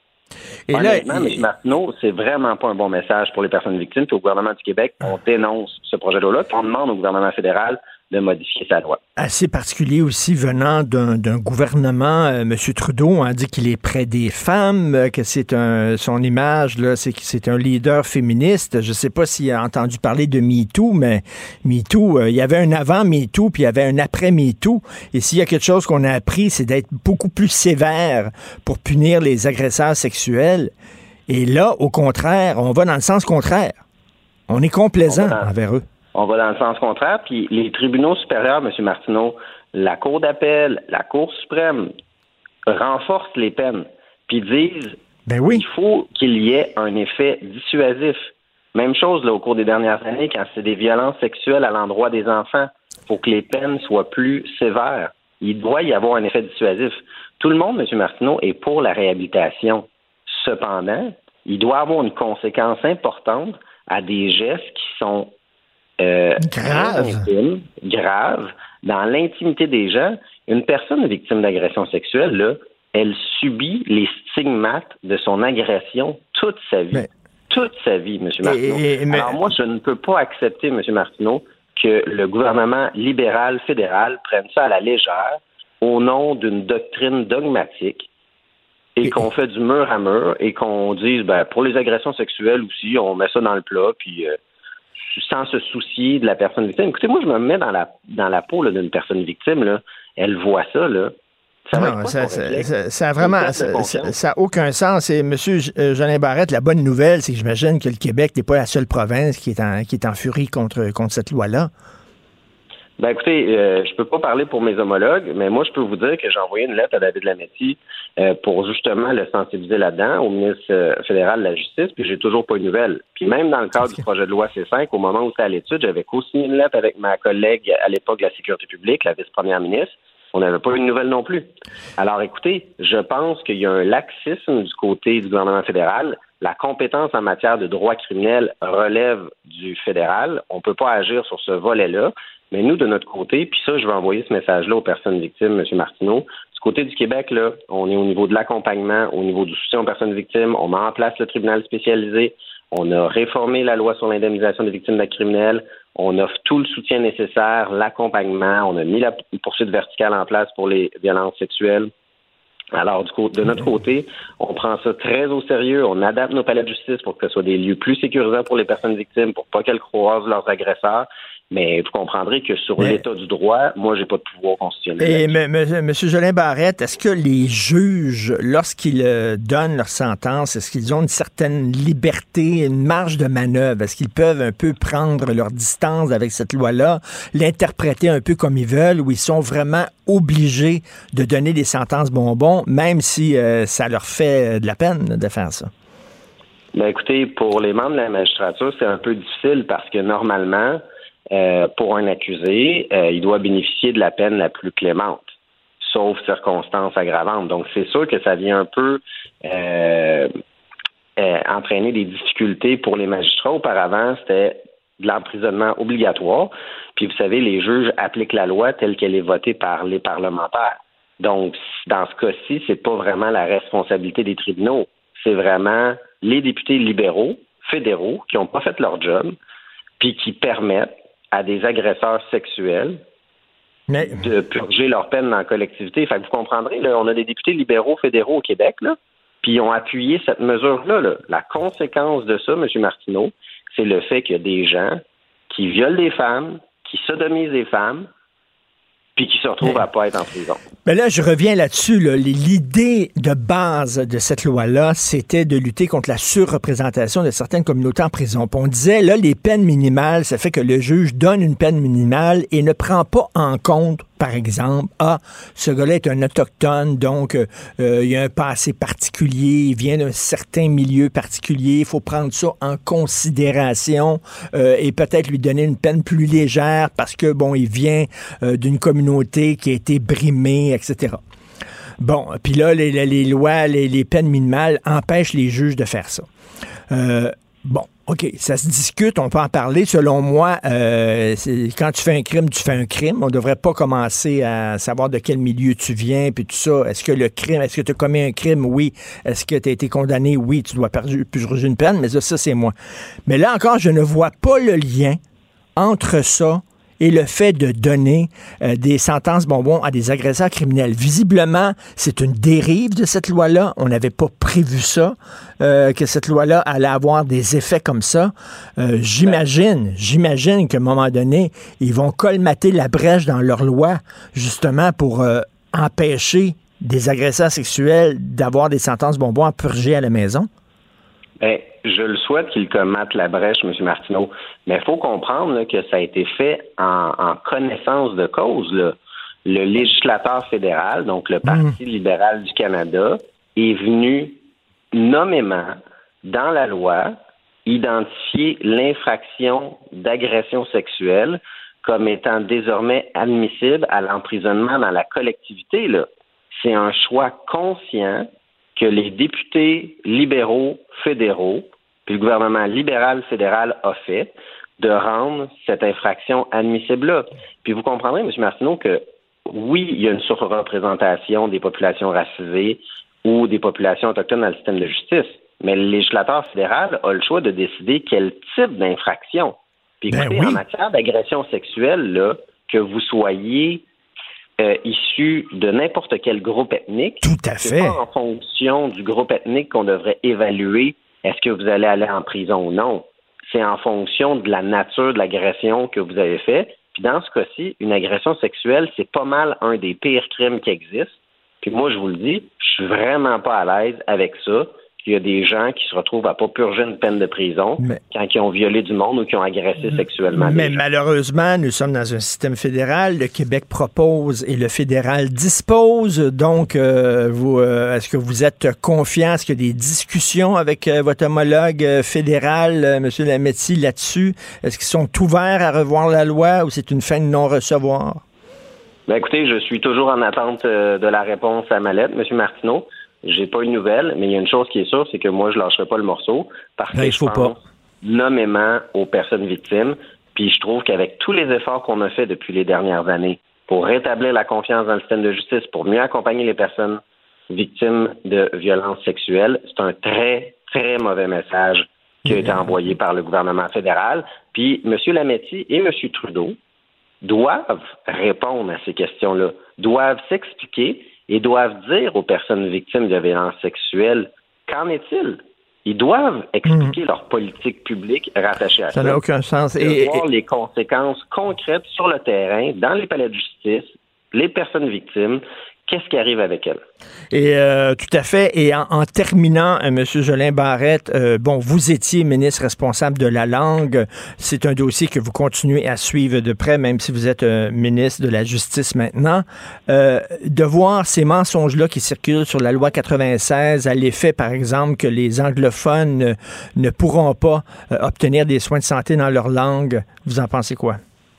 Et honnêtement, là, et... M. Martineau, c'est vraiment pas un bon message pour les personnes victimes. Puis au gouvernement du Québec, on dénonce ce projet de loi-là, puis on demande au gouvernement fédéral de modifier sa loi. Assez particulier aussi venant d'un, d'un gouvernement. Euh, M. Trudeau a dit qu'il est près des femmes, euh, que c'est un son image, là, c'est que c'est un leader féministe. Je ne sais pas s'il a entendu parler de MeToo, mais MeToo, euh, il y avait un avant MeToo, puis il y avait un après MeToo. Et s'il y a quelque chose qu'on a appris, c'est d'être beaucoup plus sévère pour punir les agresseurs sexuels. Et là, au contraire, on va dans le sens contraire. On est complaisant on envers eux. On va dans le sens contraire, puis les tribunaux supérieurs, M. Martineau, la Cour d'appel, la Cour suprême, renforcent les peines, puis disent ben oui. qu'il faut qu'il y ait un effet dissuasif. Même chose là, au cours des dernières années, quand c'est des violences sexuelles à l'endroit des enfants, il faut que les peines soient plus sévères. Il doit y avoir un effet dissuasif. Tout le monde, M. Martineau, est pour la réhabilitation. Cependant, il doit y avoir une conséquence importante à des gestes qui sont Euh, grave. Intime, grave, dans l'intimité des gens. Une personne victime d'agression sexuelle, là, elle subit les stigmates de son agression toute sa vie. Mais... Toute sa vie, M. Martineau. Et, et, mais... Alors moi, je ne peux pas accepter, M. Martineau, que le gouvernement libéral fédéral prenne ça à la légère au nom d'une doctrine dogmatique et, et qu'on fait du mur à mur et qu'on dise, ben, pour les agressions sexuelles aussi, on met ça dans le plat, puis... Euh, sans se soucier de la personne victime. Écoutez, moi, je me mets dans la dans la peau là, d'une personne victime. Là. Elle voit ça, là. Ça non, ça, ça, ça, ça a vraiment, ça, ça, ça a aucun sens. Et M. Jolin Barrette, la bonne nouvelle, c'est que j'imagine que le Québec n'est pas la seule province qui est en, qui est en furie contre, contre cette loi-là. Ben écoutez, euh, je peux pas parler pour mes homologues, mais moi je peux vous dire que j'ai envoyé une lettre à David Lametti euh, pour justement le sensibiliser là-dedans au ministre euh, fédéral de la Justice, puis j'ai toujours pas eu de nouvelles. Puis même dans le cadre okay. du projet de loi C cinq, au moment où c'était à l'étude, j'avais co-signé une lettre avec ma collègue à l'époque de la Sécurité publique, la vice-première ministre. On n'avait pas eu de nouvelles non plus. Alors écoutez, je pense qu'il y a un laxisme du côté du gouvernement fédéral. La compétence en matière de droit criminel relève du fédéral. On ne peut pas agir sur ce volet-là. Mais nous, de notre côté, puis ça, je vais envoyer ce message-là aux personnes victimes, M. Martineau. Du côté du Québec, là, on est au niveau de l'accompagnement, au niveau du soutien aux personnes victimes. On met en place le tribunal spécialisé. On a réformé la loi sur l'indemnisation des victimes d'actes criminels. On offre tout le soutien nécessaire, l'accompagnement. On a mis la poursuite verticale en place pour les violences sexuelles. Alors, du coup, de notre côté, on prend ça très au sérieux. On adapte nos palais de justice pour que ce soit des lieux plus sécurisants pour les personnes victimes, pour pas qu'elles croisent leurs agresseurs. Mais vous comprendrez que sur mais, l'état du droit, moi, j'ai pas de pouvoir constitutionnel. Et M. M. Jolin Barrette, est-ce que les juges, lorsqu'ils euh, donnent leur sentence, est-ce qu'ils ont une certaine liberté, une marge de manœuvre? Est-ce qu'ils peuvent un peu prendre leur distance avec cette loi-là, l'interpréter un peu comme ils veulent, ou ils sont vraiment obligés de donner des sentences bonbons, même si euh, ça leur fait de la peine de faire ça? Ben, écoutez, pour les membres de la magistrature, c'est un peu difficile parce que normalement, Euh, pour un accusé, euh, il doit bénéficier de la peine la plus clémente, sauf circonstances aggravantes. Donc, c'est sûr que ça vient un peu euh, euh, entraîner des difficultés pour les magistrats. Auparavant, c'était de l'emprisonnement obligatoire. Puis, vous savez, les juges appliquent la loi telle qu'elle est votée par les parlementaires. Donc, dans ce cas-ci, c'est pas vraiment la responsabilité des tribunaux. C'est vraiment les députés libéraux, fédéraux, qui n'ont pas fait leur job, puis qui permettent à des agresseurs sexuels Mais... de purger leur peine dans la collectivité. Fait que vous comprendrez, là, on a des députés libéraux fédéraux au Québec, là, puis ils ont appuyé cette mesure-là. Là. La conséquence de ça, M. Martineau, c'est le fait qu'il y a des gens qui violent des femmes, qui sodomisent des femmes, puis qui se retrouvent à pas être en prison. Mais là, je reviens là-dessus. Là. L'idée de base de cette loi-là, c'était de lutter contre la surreprésentation de certaines communautés en prison. Puis on disait, là, les peines minimales, ça fait que le juge donne une peine minimale et ne prend pas en compte, par exemple, ah, ce gars-là est un autochtone, donc euh, il y a un passé particulier, il vient d'un certain milieu particulier, il faut prendre ça en considération euh, et peut-être lui donner une peine plus légère parce que, bon, il vient euh, d'une communauté qui a été brimée, et cetera. Bon, puis là, les, les, les lois, les, les peines minimales empêchent les juges de faire ça. Euh, bon, OK, ça se discute, on peut en parler. Selon moi, euh, c'est, quand tu fais un crime, tu fais un crime. On ne devrait pas commencer à savoir de quel milieu tu viens, puis tout ça. Est-ce que le crime, est-ce que tu as commis un crime? Oui. Est-ce que tu as été condamné? Oui, tu dois purger une peine, mais ça, ça, c'est moi. Mais là encore, je ne vois pas le lien entre ça et le fait de donner euh, des sentences bonbons à des agresseurs criminels. Visiblement, c'est une dérive de cette loi-là. On n'avait pas prévu ça, euh, que cette loi-là allait avoir des effets comme ça. Euh, j'imagine, j'imagine qu'à un moment donné, ils vont colmater la brèche dans leur loi, justement pour euh, empêcher des agresseurs sexuels d'avoir des sentences bonbons à purger à la maison. Bien, je le souhaite qu'il commate la brèche, M. Martineau, mais il faut comprendre là, que ça a été fait en, en connaissance de cause. Là. Le législateur fédéral, donc le Parti mmh. libéral du Canada, est venu nommément, dans la loi, identifier l'infraction d'agression sexuelle comme étant désormais admissible à l'emprisonnement dans la collectivité. Là. C'est un choix conscient que les députés libéraux fédéraux, puis le gouvernement libéral fédéral a fait, de rendre cette infraction admissible-là. Puis vous comprendrez, M. Martineau, que oui, il y a une surreprésentation des populations racisées ou des populations autochtones dans le système de justice, mais le législateur fédéral a le choix de décider quel type d'infraction. Puis écoutez, ben oui. En matière d'agression sexuelle, là, que vous soyez Euh, issus de n'importe quel groupe ethnique. Tout à fait. C'est pas en fonction du groupe ethnique qu'on devrait évaluer est-ce que vous allez aller en prison ou non. C'est en fonction de la nature de l'agression que vous avez fait. Puis dans ce cas-ci, une agression sexuelle, c'est pas mal un des pires crimes qui existent. Puis moi, je vous le dis, je suis vraiment pas à l'aise avec ça. Il y a des gens qui se retrouvent à pas purger une peine de prison mais, quand ils ont violé du monde ou qui ont agressé sexuellement. Mais malheureusement, nous sommes dans un système fédéral. Le Québec propose et le fédéral dispose. Donc, euh, vous, euh, est-ce que vous êtes confiant? Est-ce qu'il y a des discussions avec euh, votre homologue euh, fédéral, euh, M. Lametti, là-dessus? Est-ce qu'ils sont ouverts à revoir la loi ou c'est une fin de non-recevoir? Ben écoutez, je suis toujours en attente euh, de la réponse à ma lettre, M. Martineau. J'ai pas eu de nouvelles, mais il y a une chose qui est sûre, c'est que moi, je lâcherai pas le morceau parce que ben, je pense pas. nommément aux personnes victimes. Puis je trouve qu'avec tous les efforts qu'on a fait depuis les dernières années pour rétablir la confiance dans le système de justice, pour mieux accompagner les personnes victimes de violences sexuelles, c'est un très, très mauvais message qui a été envoyé par le gouvernement fédéral. Puis M. Lametti et M. Trudeau doivent répondre à ces questions-là, doivent s'expliquer et doivent dire aux personnes victimes de violences sexuelles, qu'en est-il? Ils doivent expliquer mmh. leur politique publique rattachée à ça. Ça n'a aucun sens. Et voir et... les conséquences concrètes sur le terrain, dans les palais de justice, les personnes victimes, qu'est-ce qui arrive avec elles? Et euh, tout à fait. Et en, en terminant, euh, M. Jolin Barrette, euh, bon, vous étiez ministre responsable de la langue. C'est un dossier que vous continuez à suivre de près, même si vous êtes euh, ministre de la Justice maintenant. Euh, de voir ces mensonges-là qui circulent sur la loi quatre-vingt-seize à l'effet, par exemple, que les anglophones ne, ne pourront pas euh, obtenir des soins de santé dans leur langue, vous en pensez quoi?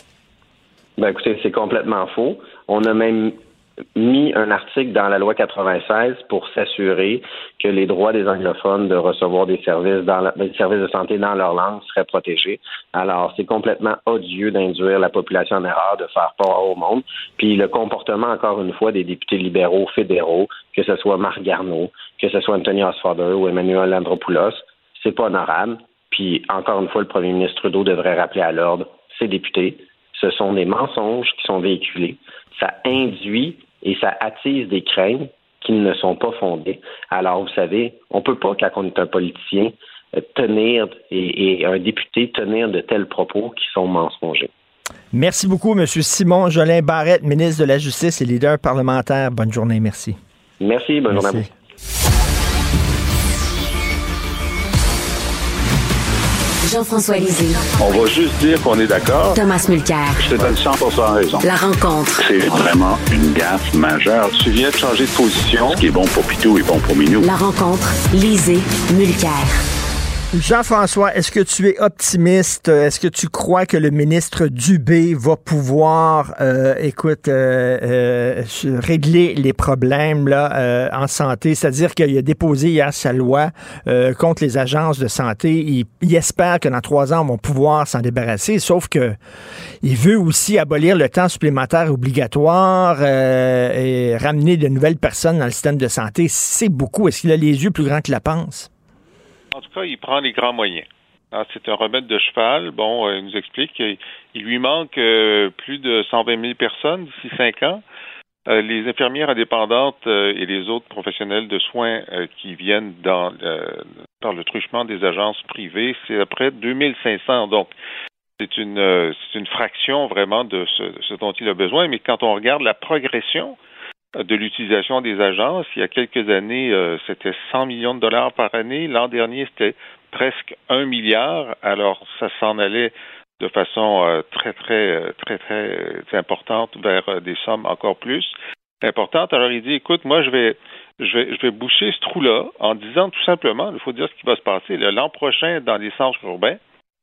Ben écoutez, c'est complètement faux. On a même mis un article dans la loi quatre-vingt-seize pour s'assurer que les droits des anglophones de recevoir des services dans la, des services de santé dans leur langue seraient protégés. Alors, c'est complètement odieux d'induire la population en erreur, de faire peur au monde. Puis le comportement, encore une fois, des députés libéraux fédéraux, que ce soit Marc Garneau, que ce soit Anthony Hofstadter ou Emmanuel Andropoulos, c'est pas honorable. Puis, encore une fois, le premier ministre Trudeau devrait rappeler à l'ordre ses députés. Ce sont des mensonges qui sont véhiculés. Ça induit et ça attise des craintes qui ne sont pas fondées. Alors, vous savez, on ne peut pas, quand on est un politicien, tenir, et, et un député, tenir de tels propos qui sont mensongers. Merci beaucoup, M. Simon Jolin Barrette, ministre de la Justice et leader parlementaire. Bonne journée, merci. Merci, bonne merci. journée à vous. Jean-François Lisée. On va juste dire qu'on est d'accord. Thomas Mulcair. Je te donne cent pour cent raison. La rencontre. C'est vraiment une gaffe majeure. Tu viens de changer de position. Ce qui est bon pour Pitou est bon pour Minou. La rencontre. Lisée. Mulcair. Jean-François, est-ce que tu es optimiste? Est-ce que tu crois que le ministre Dubé va pouvoir, euh, écoute, euh, euh, régler les problèmes là euh, en santé? C'est-à-dire qu'il a déposé hier sa loi euh, contre les agences de santé. Il, il espère que dans trois ans, on va pouvoir s'en débarrasser, sauf que il veut aussi abolir le temps supplémentaire obligatoire euh, et ramener de nouvelles personnes dans le système de santé. C'est beaucoup. Est-ce qu'il a les yeux plus grands qu'il la pense? En tout cas, il prend les grands moyens. Alors, c'est un remède de cheval. Bon, euh, il nous explique qu'il lui manque euh, plus de cent vingt mille personnes d'ici cinq ans. Euh, les infirmières indépendantes euh, et les autres professionnels de soins euh, qui viennent dans, euh, par le truchement des agences privées, c'est à près de deux mille cinq cents. Donc, c'est une, euh, c'est une fraction vraiment de ce, de ce dont il a besoin. Mais quand on regarde la progression de l'utilisation des agences, il y a quelques années, euh, c'était cent millions de dollars par année. L'an dernier, c'était presque un milliard. Alors, ça s'en allait de façon euh, très, très, très, très, très importante vers euh, des sommes encore plus importantes. Alors, il dit, écoute, moi, je vais, je vais, je vais boucher ce trou-là en disant tout simplement, il faut dire ce qui va se passer. Là, l'an prochain, dans les centres urbains,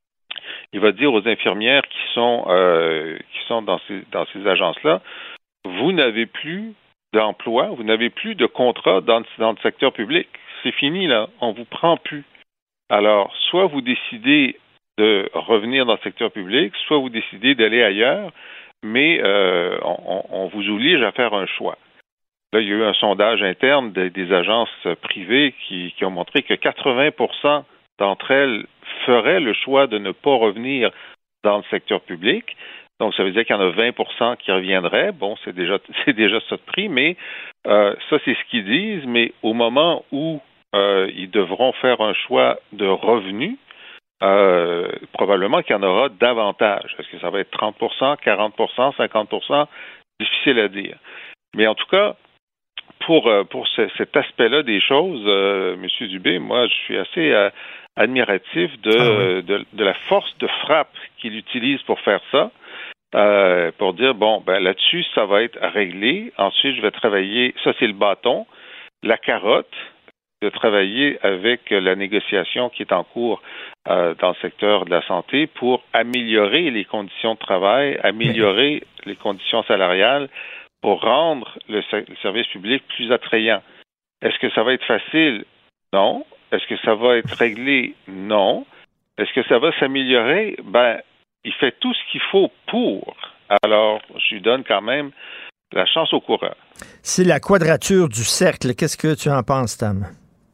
il va dire aux infirmières qui sont, euh, qui sont dans ces, dans ces agences-là, vous n'avez plus d'emploi, vous n'avez plus de contrat dans, dans le secteur public. C'est fini, là. On vous prend plus. Alors, soit vous décidez de revenir dans le secteur public, soit vous décidez d'aller ailleurs, mais euh, on, on vous oblige à faire un choix. Là, il y a eu un sondage interne des, des agences privées qui, qui ont montré que quatre-vingts pour cent d'entre elles feraient le choix de ne pas revenir dans le secteur public. Donc, ça veut dire qu'il y en a vingt pour cent qui reviendraient. Bon, c'est déjà c'est déjà ça de prix, mais euh, ça, c'est ce qu'ils disent. Mais au moment où euh, ils devront faire un choix de revenus, euh, probablement qu'il y en aura davantage. Est-ce que ça va être trente pour cent, quarante pour cent, cinquante pour cent? Difficile à dire. Mais en tout cas, pour, euh, pour ce, cet aspect-là des choses, euh, M. Dubé, moi, je suis assez euh, admiratif de, ah oui. de, de la force de frappe qu'il utilise pour faire ça. Euh, pour dire, bon, ben là-dessus, ça va être réglé. Ensuite, je vais travailler, ça c'est le bâton, la carotte, de travailler avec la négociation qui est en cours euh, dans le secteur de la santé pour améliorer les conditions de travail, améliorer les conditions salariales pour rendre le, le service public plus attrayant. Est-ce que ça va être facile? Non. Est-ce que ça va être réglé? Non. Est-ce que ça va s'améliorer? Ben, il fait tout ce qu'il faut pour. Alors, je lui donne quand même la chance au coureur. C'est la quadrature du cercle. Qu'est-ce que tu en penses, Tam?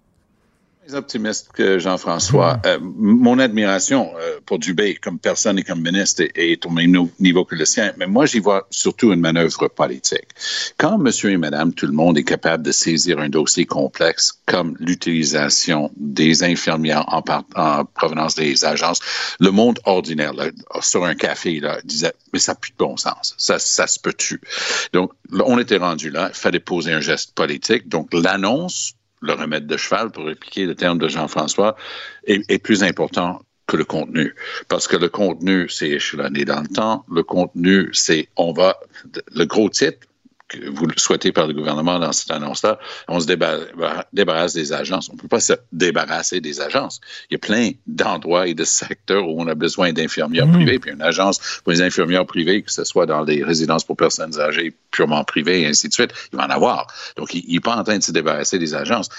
Optimiste que Jean-François. Mmh. Euh, mon admiration euh, pour Dubé comme personne et comme ministre est, est au même niveau que le sien, mais moi j'y vois surtout une manœuvre politique. Quand monsieur et madame tout le monde est capable de saisir un dossier complexe comme l'utilisation des infirmières en, par- en provenance des agences, le monde ordinaire là, sur un café là, disait mais ça n'a plus de bon sens, ça, ça se peut-tu. Donc on était rendu là, il fallait poser un geste politique, donc l'annonce le remède de cheval, pour répliquer le terme de Jean-François, est, est plus important que le contenu. Parce que le contenu, c'est échelonné dans le temps. Le contenu, c'est, on va, le gros titre que vous le souhaitez par le gouvernement dans cette annonce-là, on se débarrasse, débarrasse des agences. On ne peut pas se débarrasser des agences. Il y a plein d'endroits et de secteurs où on a besoin d'infirmières mmh. privées, puis une agence pour les infirmières privées, que ce soit dans les résidences pour personnes âgées purement privées et ainsi de suite, il va en avoir. Donc, il n'est pas en train de se débarrasser des agences.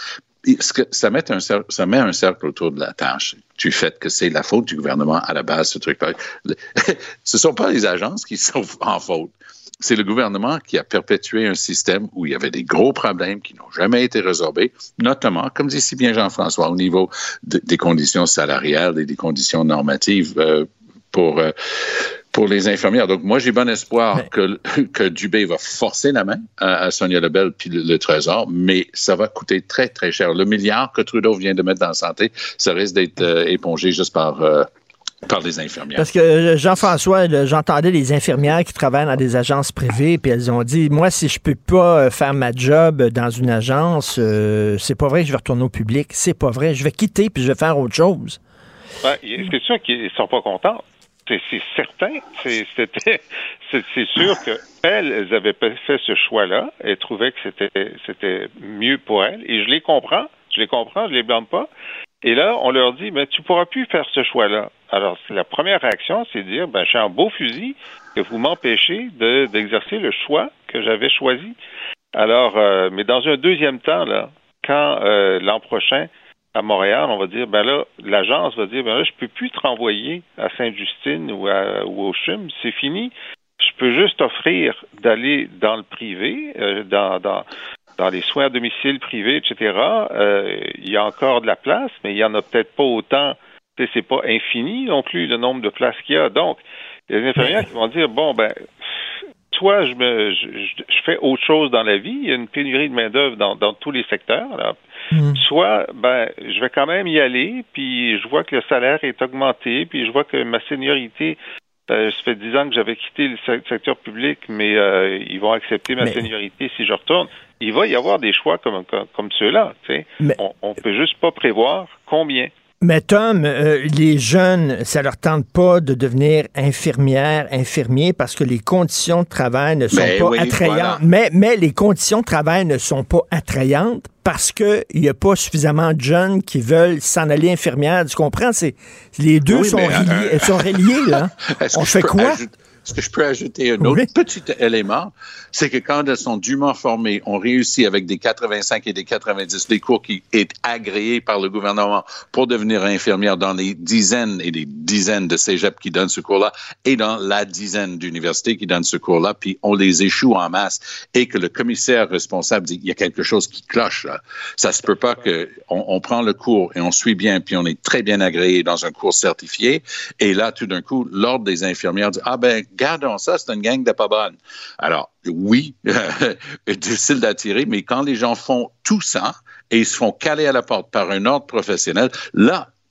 Ça met, un cercle, ça met un cercle autour de la tâche du fait que c'est la faute du gouvernement à la base, ce truc-là. Ce ne sont pas les agences qui sont en faute. C'est le gouvernement qui a perpétué un système où il y avait des gros problèmes qui n'ont jamais été résorbés, notamment, comme dit si bien Jean-François, au niveau de, des conditions salariales et des conditions normatives euh, pour, euh, pour les infirmières. Donc, moi, j'ai bon espoir mais... que, que Dubé va forcer la main à, à Sonia Lebel puis le, le Trésor, mais ça va coûter très, très cher. Le milliard que Trudeau vient de mettre dans la santé, ça risque d'être euh, épongé juste par... Euh, par les infirmières. Parce que Jean-François, j'entendais les infirmières qui travaillent dans des agences privées, puis elles ont dit, moi, si je peux pas faire ma job dans une agence, euh, c'est pas vrai que je vais retourner au public. C'est pas vrai. Je vais quitter puis je vais faire autre chose. Ben, c'est sûr qu'ils sont pas contents. C'est, c'est certain. C'est, c'était, c'est, c'est sûr qu'elles, elles avaient fait ce choix-là. Elles trouvaient que c'était, c'était mieux pour elles. Et je les comprends. Je les comprends. Je les blâme pas. Et là, on leur dit, ben, tu pourras plus faire ce choix-là. Alors, la première réaction, c'est de dire, ben, je suis un beau fusil que vous m'empêchez de, d'exercer le choix que j'avais choisi. Alors, euh, mais dans un deuxième temps, là, quand euh, l'an prochain, à Montréal, on va dire, ben là, l'agence va dire, ben là, je peux plus te renvoyer à Sainte-Justine ou, à, ou au C H U M, c'est fini. Je peux juste offrir d'aller dans le privé, euh, dans, dans dans les soins à domicile privés, et cetera, euh, il y a encore de la place, mais il n'y en a peut-être pas autant. C'est pas infini non plus le nombre de places qu'il y a. Donc, il y a des infirmières qui vont dire, bon, ben, soit je, me, je, je fais autre chose dans la vie, il y a une pénurie de main-d'œuvre dans, dans tous les secteurs, là. Mmh. Soit, ben, je vais quand même y aller, puis je vois que le salaire est augmenté, puis je vois que ma seniorité, euh, ça fait dix ans que j'avais quitté le secteur public, mais euh, ils vont accepter ma mais... seniorité si je retourne. Il va y avoir des choix comme, comme, comme ceux-là. Tu sais. Mais... On ne peut juste pas prévoir combien. Mais Tom, euh, les jeunes, ça leur tente pas de devenir infirmière, infirmier, parce que les conditions de travail ne sont mais pas oui, attrayantes. Voilà. Mais, mais les conditions de travail ne sont pas attrayantes parce qu'il n'y a pas suffisamment de jeunes qui veulent s'en aller infirmière. Tu comprends? C'est, les deux oui, sont, reliés, euh, sont reliés, là. On fait quoi? Ajouter... Est-ce que je peux ajouter un autre oui. petit élément? C'est que quand elles sont dûment formées, on réussit avec des quatre-vingt-cinq et des quatre-vingt-dix, des cours qui est agréés par le gouvernement pour devenir infirmière dans les dizaines et des dizaines de cégeps qui donnent ce cours-là et dans la dizaine d'universités qui donnent ce cours-là, puis on les échoue en masse et que le commissaire responsable dit, il y a quelque chose qui cloche là. Ça se peut pas que on, on prend le cours et on suit bien, puis on est très bien agréé dans un cours certifié et là, tout d'un coup, l'ordre des infirmières dit, ah ben, gardons ça, c'est une gang de pas bonnes. Alors, oui, difficile d'attirer, mais quand les gens font tout ça et ils se font caler à la porte par un ordre professionnel, là,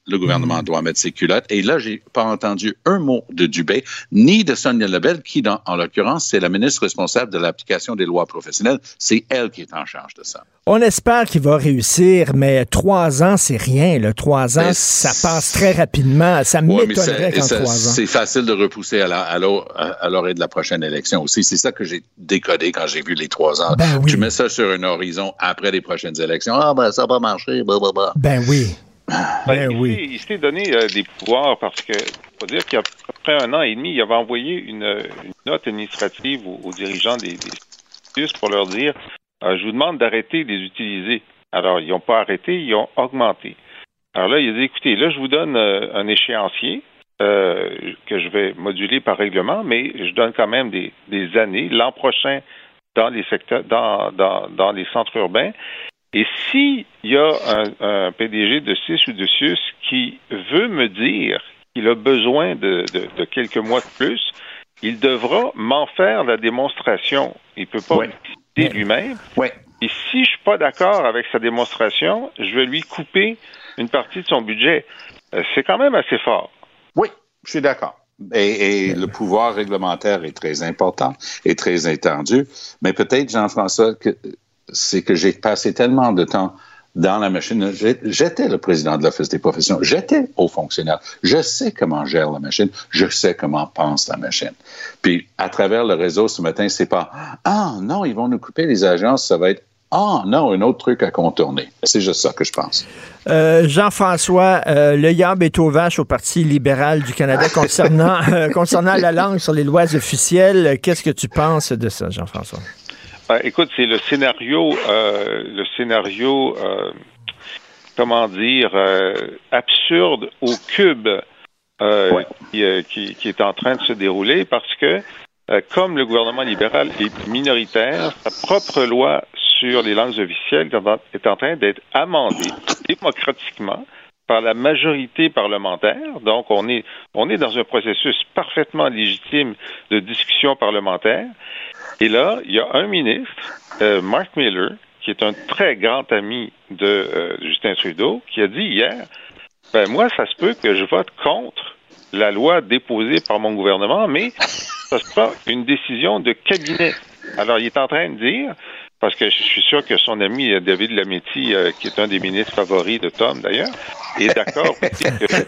le gouvernement doit mettre ses culottes. Et là, j'ai pas entendu un mot de Dubé, ni de Sonia Lebel, qui, dans, en l'occurrence, c'est la ministre responsable de l'application des lois professionnelles. C'est elle qui est en charge de ça. On espère qu'il va réussir, mais trois ans, c'est rien. Là. Trois ans, mais ça passe très rapidement. Ça ouais, m'étonnerait qu'en ça, trois ans. C'est facile de repousser à, la, à, à l'orée de la prochaine élection aussi. C'est ça que j'ai décodé quand j'ai vu les trois ans. Ben oui. Tu mets ça sur un horizon après les prochaines élections. Ah, ben ça va marcher. Blablabla. Ben oui. Ben, ben oui. Il, il s'est donné euh, des pouvoirs parce que, faut dire qu'après un an et demi, il avait envoyé une, une note administrative aux, aux dirigeants des, des pour leur dire euh, je vous demande d'arrêter de les utiliser. Alors, ils n'ont pas arrêté, ils ont augmenté. Alors là, il a dit, écoutez, là, je vous donne euh, un échéancier euh, que je vais moduler par règlement, mais je donne quand même des, des années. L'an prochain, dans les secteurs, dans, dans, dans les centres urbains. Et s'il y a un, un P D G de C I S ou de C I U S qui veut me dire qu'il a besoin de, de, de quelques mois de plus, il devra m'en faire la démonstration. Il ne peut pas ouais. décider lui-même. Ouais. Et si je suis pas d'accord avec sa démonstration, je vais lui couper une partie de son budget. Euh, c'est quand même assez fort. Oui, je suis d'accord. Et, et le pouvoir réglementaire est très important et très étendu. Mais peut-être, Jean-François, que c'est que j'ai passé tellement de temps dans la machine. J'étais le président de l'Office des professions. J'étais haut fonctionnaire. Je sais comment gère la machine. Je sais comment pense la machine. Puis, à travers le réseau ce matin, c'est pas « Ah, non, ils vont nous couper les agences. Ça va être Ah, non, un autre truc à contourner. » C'est juste ça que je pense. Euh, Jean-François, euh, le yab est aux vaches au Parti libéral du Canada concernant, euh, concernant la langue sur les lois officielles. Qu'est-ce que tu penses de ça, Jean-François? Ben, écoute, c'est le scénario, euh, le scénario, euh, comment dire, euh, absurde au cube euh, ouais. qui, euh, qui, qui est en train de se dérouler parce que, euh, comme le gouvernement libéral est minoritaire, sa propre loi sur les langues officielles est en train d'être amendée démocratiquement par la majorité parlementaire. Donc, on est, on est dans un processus parfaitement légitime de discussion parlementaire. Et là, il y a un ministre, euh, Mark Miller, qui est un très grand ami de euh, Justin Trudeau, qui a dit hier, ben moi, ça se peut que je vote contre la loi déposée par mon gouvernement, mais ça sera une décision de cabinet. Alors, il est en train de dire, parce que je suis sûr que son ami David Lametti, euh, qui est un des ministres favoris de Tom d'ailleurs, est d'accord aussi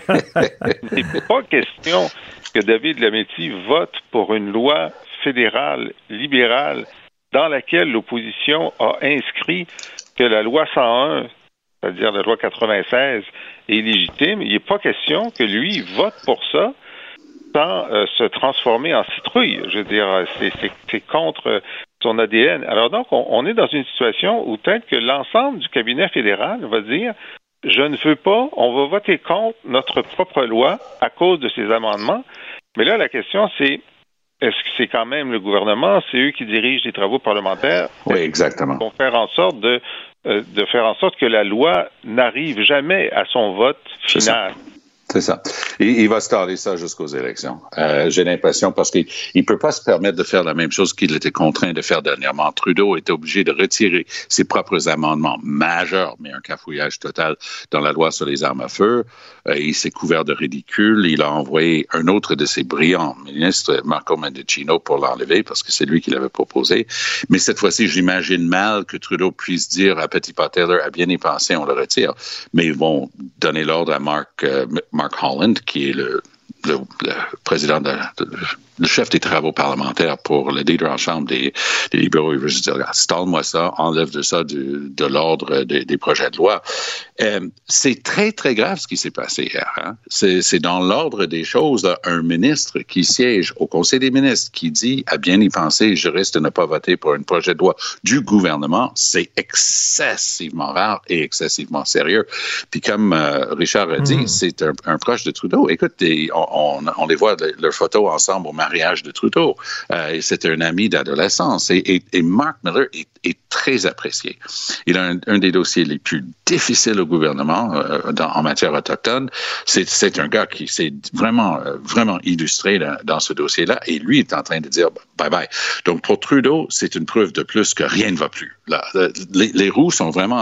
que il n'est pas question que David Lametti vote pour une loi fédérale, libérale, dans laquelle l'opposition a inscrit que la loi cent un, c'est-à-dire la loi quatre-vingt-seize, est légitime. Il n'est pas question que lui vote pour ça sans euh, se transformer en citrouille. Je veux dire, c'est, c'est, c'est contre son A D N. Alors donc, on, on est dans une situation où peut-être que l'ensemble du cabinet fédéral va dire « Je ne veux pas, on va voter contre notre propre loi à cause de ces amendements. » Mais là, la question, c'est est-ce que c'est quand même le gouvernement, c'est eux qui dirigent les travaux parlementaires? Oui, exactement. Pour faire en sorte de, euh, de faire en sorte que la loi n'arrive jamais à son vote final. C'est ça. Il, il va staller ça jusqu'aux élections. Euh, j'ai l'impression parce qu'il ne peut pas se permettre de faire la même chose qu'il était contraint de faire dernièrement. Trudeau était obligé de retirer ses propres amendements majeurs, mais un cafouillage total dans la loi sur les armes à feu. Euh, il s'est couvert de ridicule. Il a envoyé un autre de ses brillants ministres, Marco Mendicino, pour l'enlever parce que c'est lui qui l'avait proposé. Mais cette fois-ci, j'imagine mal que Trudeau puisse dire à Petit Pot Taylor, à bien y penser, on le retire. Mais ils vont donner l'ordre à Mark, euh, Mark Holland, qui est le, le, le président, de, de, le chef des travaux parlementaires pour le leader en chambre des, des libéraux. Il veut juste dire, installe-moi ça, enlève de ça du, de l'ordre des, des projets de loi. Euh, c'est très, très grave ce qui s'est passé hier. Hein? C'est, c'est dans l'ordre des choses, là, un ministre qui siège au Conseil des ministres qui dit, à bien y penser, je risque de ne pas voter pour un projet de loi du gouvernement. C'est excessivement rare et excessivement sérieux. Puis comme euh, Richard a dit, mmh. c'est un, un proche de Trudeau. Écoute, on, on, on les voit, leurs photos ensemble au mariage de Trudeau. Euh, c'est un ami d'adolescence. Et, et, et Mark Miller est, est très apprécié. Il a un, un des dossiers les plus difficiles au gouvernement euh, dans, en matière autochtone. C'est, c'est un gars qui s'est vraiment, euh, vraiment illustré dans, dans ce dossier-là. Et lui est en train de dire bye-bye. Donc, pour Trudeau, c'est une preuve de plus que rien ne va plus. Là, les, les roues sont vraiment en train de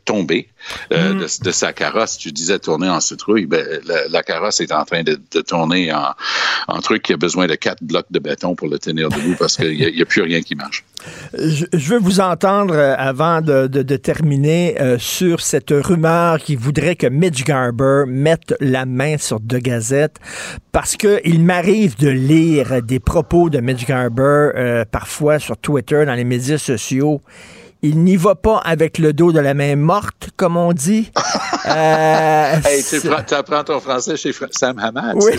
tomber euh, mm. de, de sa carrosse. Tu disais tourner en citrouille. Ben, la, la carrosse est en train de, de tourner en, en truc qui a besoin de quatre blocs de béton pour le tenir debout parce qu'il n'y a, a plus rien qui marche. Je, je veux vous entendre euh, avant de, de, de terminer euh, sur cette rumeur qui voudrait que Mitch Garber mette la main sur The Gazette parce que il m'arrive de lire des propos de Mitch Garber euh, parfois sur Twitter, dans les médias sociaux. Il n'y va pas avec le dos de la main morte, comme on dit. Euh, hey, tu, prends, tu apprends ton français chez Sam Hamad. Oui.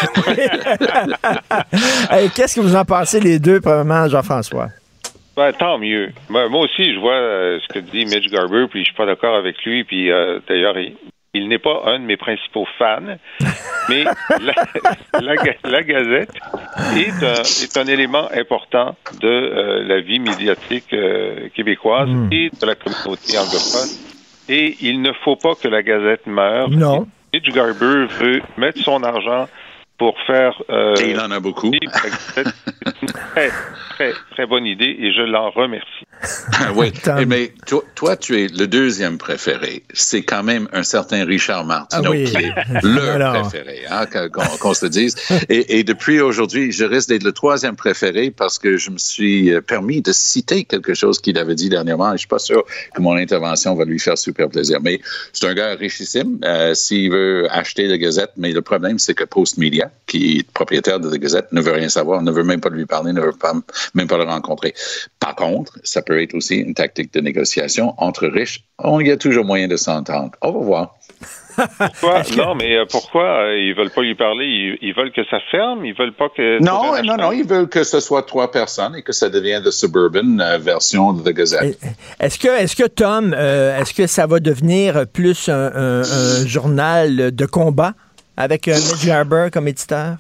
Hey, qu'est-ce que vous en pensez les deux, premièrement, Jean-François? Ben, tant mieux. Ben, moi aussi, je vois euh, ce que dit Mitch Garber, puis je suis pas d'accord avec lui. Puis euh, d'ailleurs, il, il n'est pas un de mes principaux fans, mais la, la, la Gazette est un, est un élément important de euh, la vie médiatique euh, québécoise mmh. et de la communauté anglophone. Et il ne faut pas que la Gazette meure. Non. Mitch Garber veut mettre son argent pour faire... Euh, et il en a beaucoup. C'est une très, très, très bonne idée et je l'en remercie. Oui, mais toi, toi, tu es le deuxième préféré. C'est quand même un certain Richard Martineau ah oui. qui est le Alors. préféré, hein, qu'on, qu'on se le dise. Et, et depuis aujourd'hui, je risque d'être le troisième préféré parce que je me suis permis de citer quelque chose qu'il avait dit dernièrement et je suis pas sûr que mon intervention va lui faire super plaisir. Mais c'est un gars richissime euh, s'il veut acheter la Gazette, mais le problème, c'est que Postmedia, qui est propriétaire de la Gazette, ne veut rien savoir, ne veut même pas lui parler, ne veut pas, même pas le rencontrer. Par contre, ça peut être aussi une tactique de négociation entre riches. Il y a toujours moyen de s'entendre. On va voir. Pourquoi? Non, mais euh, pourquoi? Euh, ils veulent pas lui parler. Ils, ils veulent que ça ferme. Ils veulent pas que... Non, non, non. Ils veulent que ce soit trois personnes et que ça devienne la Suburban euh, version de The Gazette. Est-ce que, est-ce que Tom, euh, est-ce que ça va devenir plus un, un, un journal de combat avec euh, Mitch Garber comme éditeur?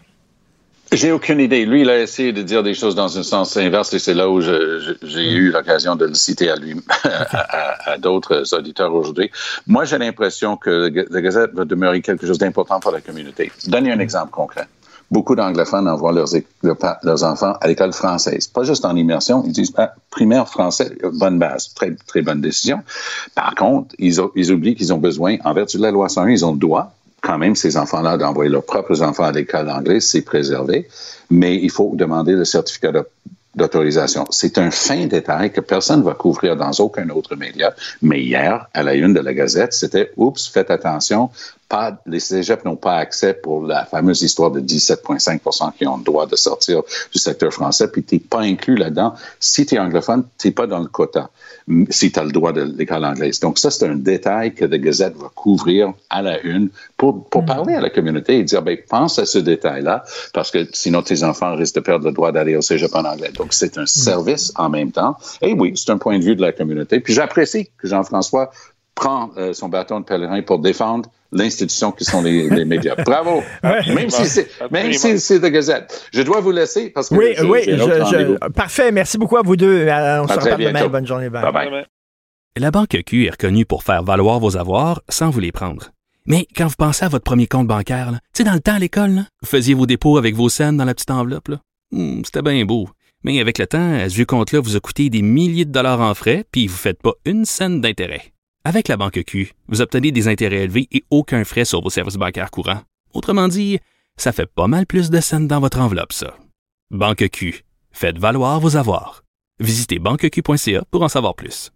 J'ai aucune idée. Lui, il a essayé de dire des choses dans un sens inverse et c'est là où je, je, j'ai mmh. eu l'occasion de le citer à lui, à, à, à d'autres auditeurs aujourd'hui. Moi, j'ai l'impression que la Gazette va demeurer quelque chose d'important pour la communauté. Donnez un exemple concret. Beaucoup d'anglophones envoient leurs, leurs enfants à l'école française. Pas juste en immersion, ils disent ah, primaire français, bonne base, très, très bonne décision. Par contre, ils, ont, ils oublient qu'ils ont besoin, en vertu de la loi cent un, ils ont le droit quand même, ces enfants-là, d'envoyer leurs propres enfants à l'école anglaise, c'est préservé, mais il faut demander le certificat de, d'autorisation. C'est un fin détail que personne ne va couvrir dans aucun autre média, mais hier, à la une de la Gazette, c'était « Oups, faites attention ». Pas, les cégeps n'ont pas accès pour la fameuse histoire de dix-sept virgule cinq pour cent qui ont le droit de sortir du secteur français, puis tu n'es pas inclus là-dedans. Si tu es anglophone, tu n'es pas dans le quota, si tu as le droit de l'école anglaise. Donc ça, c'est un détail que The Gazette va couvrir à la une pour, pour mmh. parler à la communauté et dire, ben pense à ce détail-là, parce que sinon tes enfants risquent de perdre le droit d'aller au cégep en anglais. Donc c'est un mmh. service en même temps. Et oui, c'est un point de vue de la communauté. Puis j'apprécie que Jean-François prend euh, son bâton de pèlerin pour défendre l'institution qui sont les, les médias. Bravo! Ouais, même si c'est, même si c'est The Gazette. Je dois vous laisser parce que oui, je, oui, j'ai je, je, parfait. Merci beaucoup à vous deux. On se reparle demain. Bonne journée. Bye. Bye bye. La Banque Q est reconnue pour faire valoir vos avoirs sans vous les prendre. Mais quand vous pensez à votre premier compte bancaire, tu sais, dans le temps à l'école, là, vous faisiez vos dépôts avec vos scènes dans la petite enveloppe. Là. Hum, c'était bien beau. Mais avec le temps, ce vieux compte-là vous a coûté des milliers de dollars en frais, puis vous ne faites pas une scène d'intérêt. Avec la Banque Q, vous obtenez des intérêts élevés et aucun frais sur vos services bancaires courants. Autrement dit, ça fait pas mal plus de scènes dans votre enveloppe, ça. Banque Q. Faites valoir vos avoirs. Visitez banque q point c a pour en savoir plus.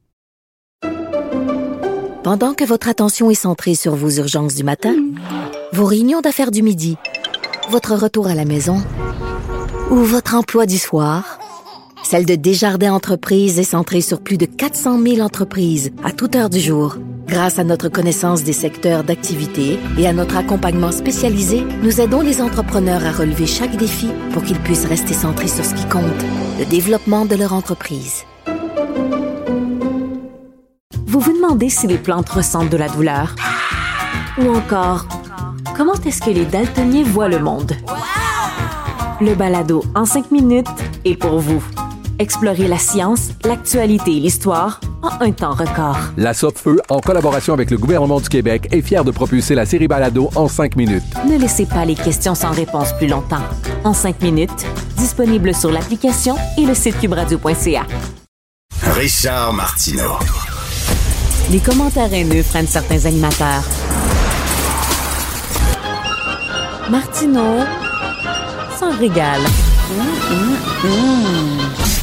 Pendant que votre attention est centrée sur vos urgences du matin, vos réunions d'affaires du midi, votre retour à la maison ou votre emploi du soir, celle de Desjardins Entreprises est centrée sur plus de quatre cent mille entreprises à toute heure du jour. Grâce à notre connaissance des secteurs d'activité et à notre accompagnement spécialisé, nous aidons les entrepreneurs à relever chaque défi pour qu'ils puissent rester centrés sur ce qui compte, le développement de leur entreprise. Vous vous demandez si les plantes ressentent de la douleur? Ou encore, comment est-ce que les daltoniens voient le monde? Le balado en cinq minutes est pour vous. Explorez la science, l'actualité et l'histoire en un temps record. La Sopfeu, en collaboration avec le gouvernement du Québec, est fière de propulser la série Balado en cinq minutes. Ne laissez pas les questions sans réponse plus longtemps. En cinq minutes, disponible sur l'application et le site cube radio point c a. Richard Martineau. Les commentaires haineux freinent certains animateurs. Martineau s'en régale. Mmh, mmh, mmh.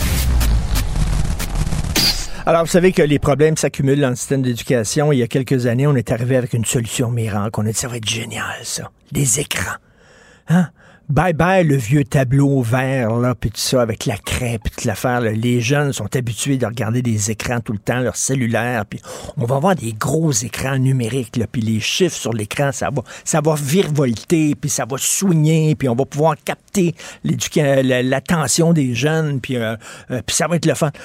Alors, vous savez que les problèmes s'accumulent dans le système d'éducation. Il y a quelques années, on est arrivé avec une solution miracle. On a dit, ça va être génial, ça. Des écrans. Hein? Bye bye le vieux tableau vert, là, puis tout ça, avec la craie, puis toute l'affaire. Là. Les jeunes sont habitués de regarder des écrans tout le temps, leur cellulaire, puis on va avoir des gros écrans numériques, là, puis les chiffres sur l'écran, ça va, ça va virevolter, puis ça va soigner, puis on va pouvoir capter l'attention des jeunes, puis, euh, euh, puis ça va être le fun.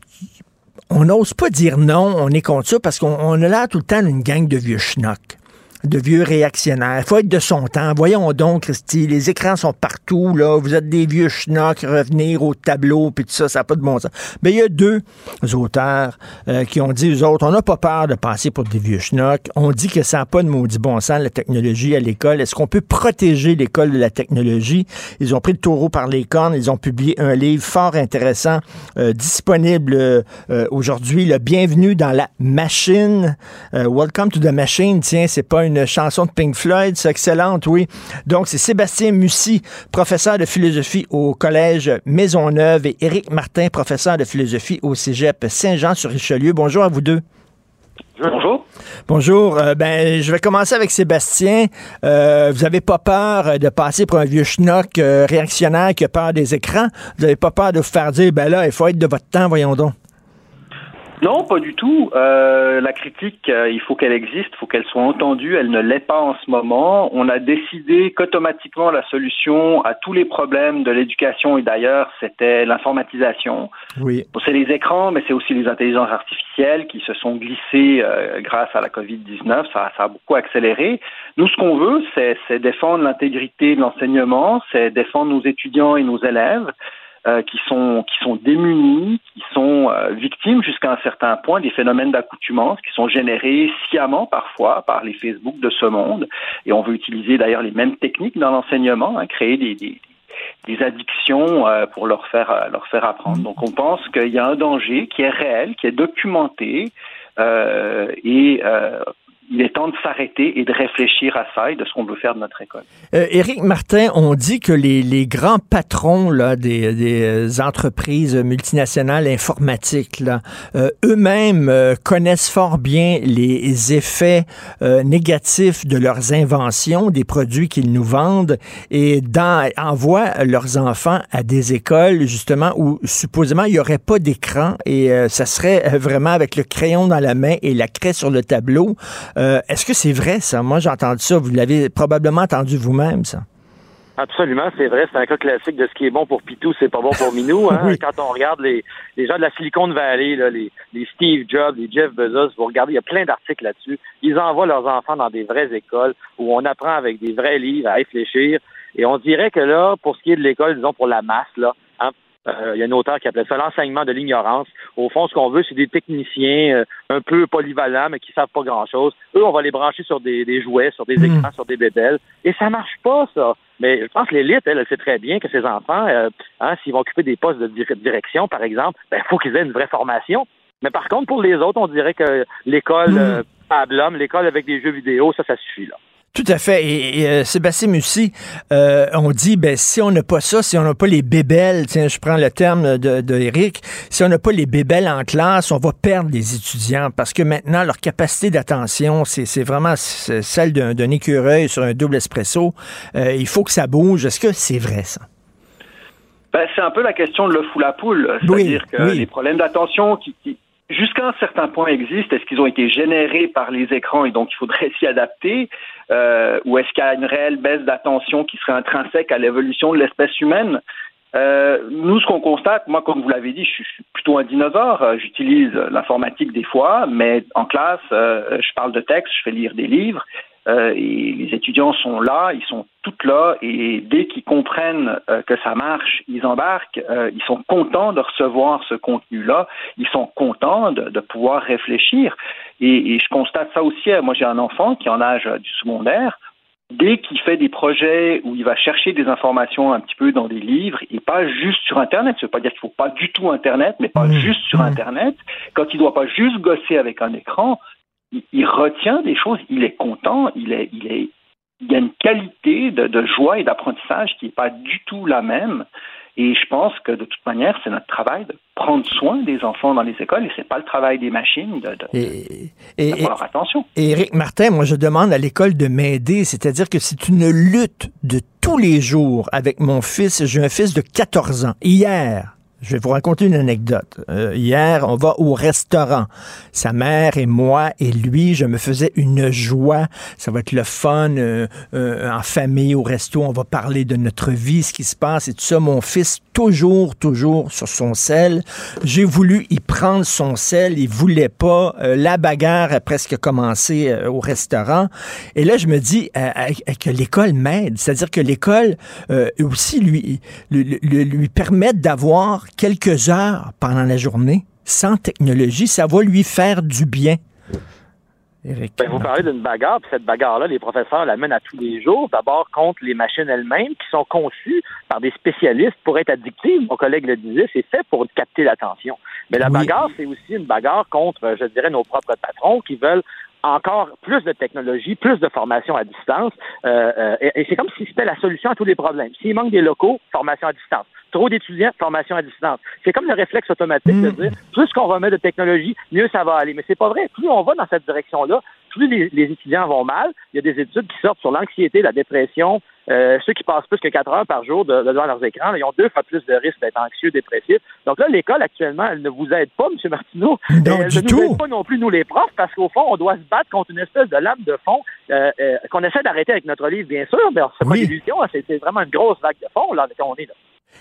On n'ose pas dire non, on est contre ça, parce qu'on on a l'air tout le temps d'une gang de vieux schnocks, de vieux réactionnaires. Il faut être de son temps. Voyons donc, Christy, les écrans sont partout, là. Vous êtes des vieux schnocks, revenir au tableau, puis tout ça, ça n'a pas de bon sens. Mais il y a deux auteurs euh, qui ont dit, eux autres, on n'a pas peur de passer pour des vieux schnocks. On dit que ça n'a pas de maudit bon sens, la technologie à l'école. Est-ce qu'on peut protéger l'école de la technologie? Ils ont pris le taureau par les cornes. Ils ont publié un livre fort intéressant, euh, disponible euh, aujourd'hui. Le Bienvenue dans la machine. Euh, Welcome to the machine. Tiens, c'est pas une Une chanson de Pink Floyd, c'est excellente, oui. Donc, c'est Sébastien Mussy, professeur de philosophie au Collège Maisonneuve, et Éric Martin, professeur de philosophie au Cégep Saint-Jean-sur-Richelieu. Bonjour à vous deux. Bonjour. Bonjour. Euh, ben, je vais commencer avec Sébastien. Euh, vous avez pas peur de passer pour un vieux schnock euh, réactionnaire qui a peur des écrans? Vous avez pas peur de vous faire dire, ben là, il faut être de votre temps, voyons donc. Non, pas du tout. Euh, la critique, euh, il faut qu'elle existe, il faut qu'elle soit entendue. Elle ne l'est pas en ce moment. On a décidé qu'automatiquement la solution à tous les problèmes de l'éducation et d'ailleurs, c'était l'informatisation. Oui. Bon, c'est les écrans, mais c'est aussi les intelligences artificielles qui se sont glissées euh, grâce à la covid dix-neuf. Ça, ça a beaucoup accéléré. Nous, ce qu'on veut, c'est, c'est défendre l'intégrité de l'enseignement, c'est défendre nos étudiants et nos élèves. Euh, qui sont qui sont démunis, qui sont euh, victimes jusqu'à un certain point des phénomènes d'accoutumance qui sont générés sciemment parfois par les Facebook de ce monde. Et on veut utiliser d'ailleurs les mêmes techniques dans l'enseignement, hein, créer des, des, des addictions euh, pour leur faire euh, leur faire apprendre. Donc on pense qu'il y a un danger qui est réel, qui est documenté euh, et euh, il est temps de s'arrêter et de réfléchir à ça et de ce qu'on veut faire de notre école. Euh, Éric Martin, on dit que les, les grands patrons là, des, des entreprises multinationales informatiques, là, euh, eux-mêmes euh, connaissent fort bien les effets euh, négatifs de leurs inventions, des produits qu'ils nous vendent, et dans, envoient leurs enfants à des écoles, justement, où supposément il n'y aurait pas d'écran et euh, ça serait vraiment avec le crayon dans la main et la craie sur le tableau. Euh, est-ce que c'est vrai, ça? Moi, j'ai entendu ça. Vous l'avez probablement entendu vous-même, ça. Absolument, c'est vrai. C'est un cas classique de ce qui est bon pour Pitou, c'est pas bon pour Minou. Hein? Oui. Quand on regarde les, les gens de la Silicon Valley, là, les, les Steve Jobs, les Jeff Bezos, vous regardez, il y a plein d'articles là-dessus. Ils envoient leurs enfants dans des vraies écoles où on apprend avec des vrais livres à réfléchir. Et on dirait que là, pour ce qui est de l'école, disons pour la masse, là, hein, Euh, il y a un auteur qui appelait ça l'enseignement de l'ignorance. Au fond, ce qu'on veut, c'est des techniciens euh, un peu polyvalents, mais qui savent pas grand-chose. Eux, on va les brancher sur des, des jouets, sur des écrans, mmh. sur des bébelles. Et ça marche pas, ça. Mais je pense que l'élite, elle, elle sait très bien que ces enfants, euh, hein, s'ils vont occuper des postes de direction, par exemple, ben, il faut qu'ils aient une vraie formation. Mais par contre, pour les autres, on dirait que l'école mmh. euh, à l'homme, l'école avec des jeux vidéo, ça, ça suffit, là. Tout à fait. Et, et euh, Sébastien Mussy, euh, on dit, ben si on n'a pas ça, si on n'a pas les bébelles, tiens, je prends le terme de, de Éric, si on n'a pas les bébelles en classe, on va perdre les étudiants parce que maintenant, leur capacité d'attention, c'est, c'est vraiment celle d'un, d'un écureuil sur un double espresso. Euh, il faut que ça bouge. Est-ce que c'est vrai, ça? Ben, c'est un peu la question de l'œuf ou la poule. C'est-à-dire oui, que oui. les problèmes d'attention qui... qui... jusqu'à un certain point existent. Est-ce qu'ils ont été générés par les écrans et donc il faudrait s'y adapter euh, ou est-ce qu'il y a une réelle baisse d'attention qui serait intrinsèque à l'évolution de l'espèce humaine? Euh, nous, ce qu'on constate, moi, comme vous l'avez dit, je suis plutôt un dinosaure. J'utilise l'informatique des fois, mais en classe, euh, je parle de texte, je fais lire des livres. Euh, et les étudiants sont là, ils sont toutes là, et dès qu'ils comprennent euh, que ça marche, ils embarquent, euh, ils sont contents de recevoir ce contenu-là, ils sont contents de, de pouvoir réfléchir. Et, et je constate ça aussi, moi j'ai un enfant qui est en âge du secondaire, dès qu'il fait des projets où il va chercher des informations un petit peu dans des livres et pas juste sur Internet, ça veut pas dire qu'il faut pas du tout Internet, mais pas mmh. juste sur Internet, quand il doit pas juste gosser avec un écran, il, il retient des choses, il est content, il est, il est, il y a une qualité de, de joie et d'apprentissage qui n'est pas du tout la même. Et je pense que de toute manière, c'est notre travail de prendre soin des enfants dans les écoles et c'est pas le travail des machines de, de, et, et, de leur attention. Et Éric Martin, moi je demande à l'école de m'aider, c'est-à-dire que c'est une lutte de tous les jours avec mon fils. J'ai un fils de quatorze ans. Hier, je vais vous raconter une anecdote. Euh, hier, on va au restaurant. Sa mère et moi et lui, je me faisais une joie. Ça va être le fun euh, euh, en famille au resto. On va parler de notre vie, ce qui se passe et tout ça. Mon fils, toujours, toujours sur son sel. J'ai voulu y prendre son sel. Il voulait pas. Euh, la bagarre a presque commencé euh, au restaurant. Et là, je me dis euh, euh, que l'école m'aide. C'est-à-dire que l'école euh, aussi lui, lui, lui, lui permet d'avoir quelques heures pendant la journée sans technologie, ça va lui faire du bien. Éric. Ben, vous parlez d'une bagarre, puis cette bagarre-là, les professeurs la mènent à tous les jours, d'abord contre les machines elles-mêmes, qui sont conçues par des spécialistes pour être addictives. Mon collègue le disait, c'est fait pour capter l'attention. Mais la oui. bagarre, c'est aussi une bagarre contre, je dirais, nos propres patrons qui veulent encore plus de technologie, plus de formation à distance. Euh, euh, et, et c'est comme si c'était la solution à tous les problèmes. S'il manque des locaux, formation à distance. Trop d'étudiants, formation à distance. C'est comme le réflexe automatique mmh. de dire, plus qu'on va mettre de technologie, mieux ça va aller. Mais c'est pas vrai. Plus on va dans cette direction-là, plus les, les étudiants vont mal. Il y a des études qui sortent sur l'anxiété, la dépression. Euh, ceux qui passent plus que quatre heures par jour de, de devant leurs écrans, là, ils ont deux fois plus de risques d'être anxieux, dépressifs. Donc là, l'école, actuellement, elle ne vous aide pas, M. Martineau. Non, elle du ne tout. nous aide pas non plus, nous, les profs, parce qu'au fond, on doit se battre contre une espèce de lame de fond euh, euh, qu'on essaie d'arrêter avec notre livre, bien sûr, mais c'est oui. pas d'illusion. C'est, c'est vraiment une grosse vague de fond, là, on est là.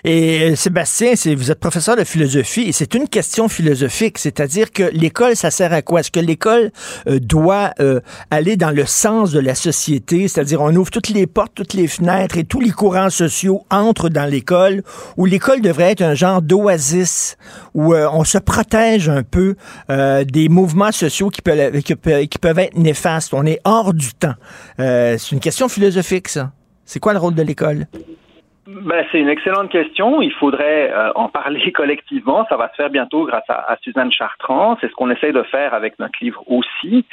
Et Sébastien, c'est, vous êtes professeur de philosophie et c'est une question philosophique, c'est-à-dire que l'école, ça sert à quoi? Est-ce que l'école euh, doit euh, aller dans le sens de la société, c'est-à-dire on ouvre toutes les portes, toutes les fenêtres et tous les courants sociaux entrent dans l'école, ou l'école devrait être un genre d'oasis où euh, on se protège un peu euh, des mouvements sociaux qui peuvent, qui, peuvent, qui peuvent être néfastes. On est hors du temps. Euh, c'est une question philosophique, ça. C'est quoi le rôle de l'école? Ben, c'est une excellente question. Il faudrait euh, en parler collectivement. Ça va se faire bientôt grâce à, à Suzanne Chartrand. C'est ce qu'on essaye de faire avec notre livre aussi.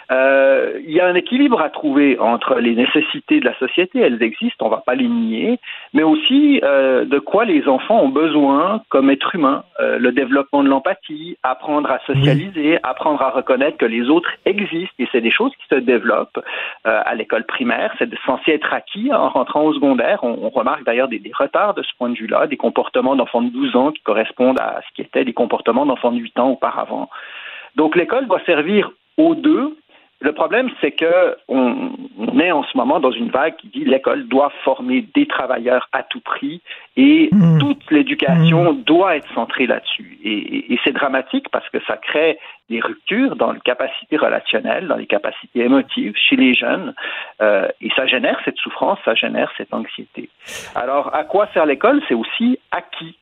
Euh, il y a un équilibre à trouver entre les nécessités de la société, elles existent, on ne va pas les nier, mais aussi euh, de quoi les enfants ont besoin comme êtres humains. Euh, le développement de l'empathie, apprendre à socialiser, apprendre à reconnaître que les autres existent, et c'est des choses qui se développent euh, à l'école primaire. C'est censé être acquis en rentrant au secondaire. On, on remarque d'ailleurs des, des retards de ce point de vue-là, des comportements d'enfants de douze ans qui correspondent à ce qui était des comportements d'enfants de huit ans auparavant. Donc l'école doit servir aux deux. Le problème, c'est que on, on est en ce moment dans une vague qui dit l'école doit former des travailleurs à tout prix et mmh. toute l'éducation mmh. doit être centrée là-dessus. Et, et, et c'est dramatique parce que ça crée des ruptures dans les capacités relationnelles, dans les capacités émotives chez les jeunes, euh, et ça génère cette souffrance, ça génère cette anxiété. Alors, à quoi sert l'école? C'est aussi à qui?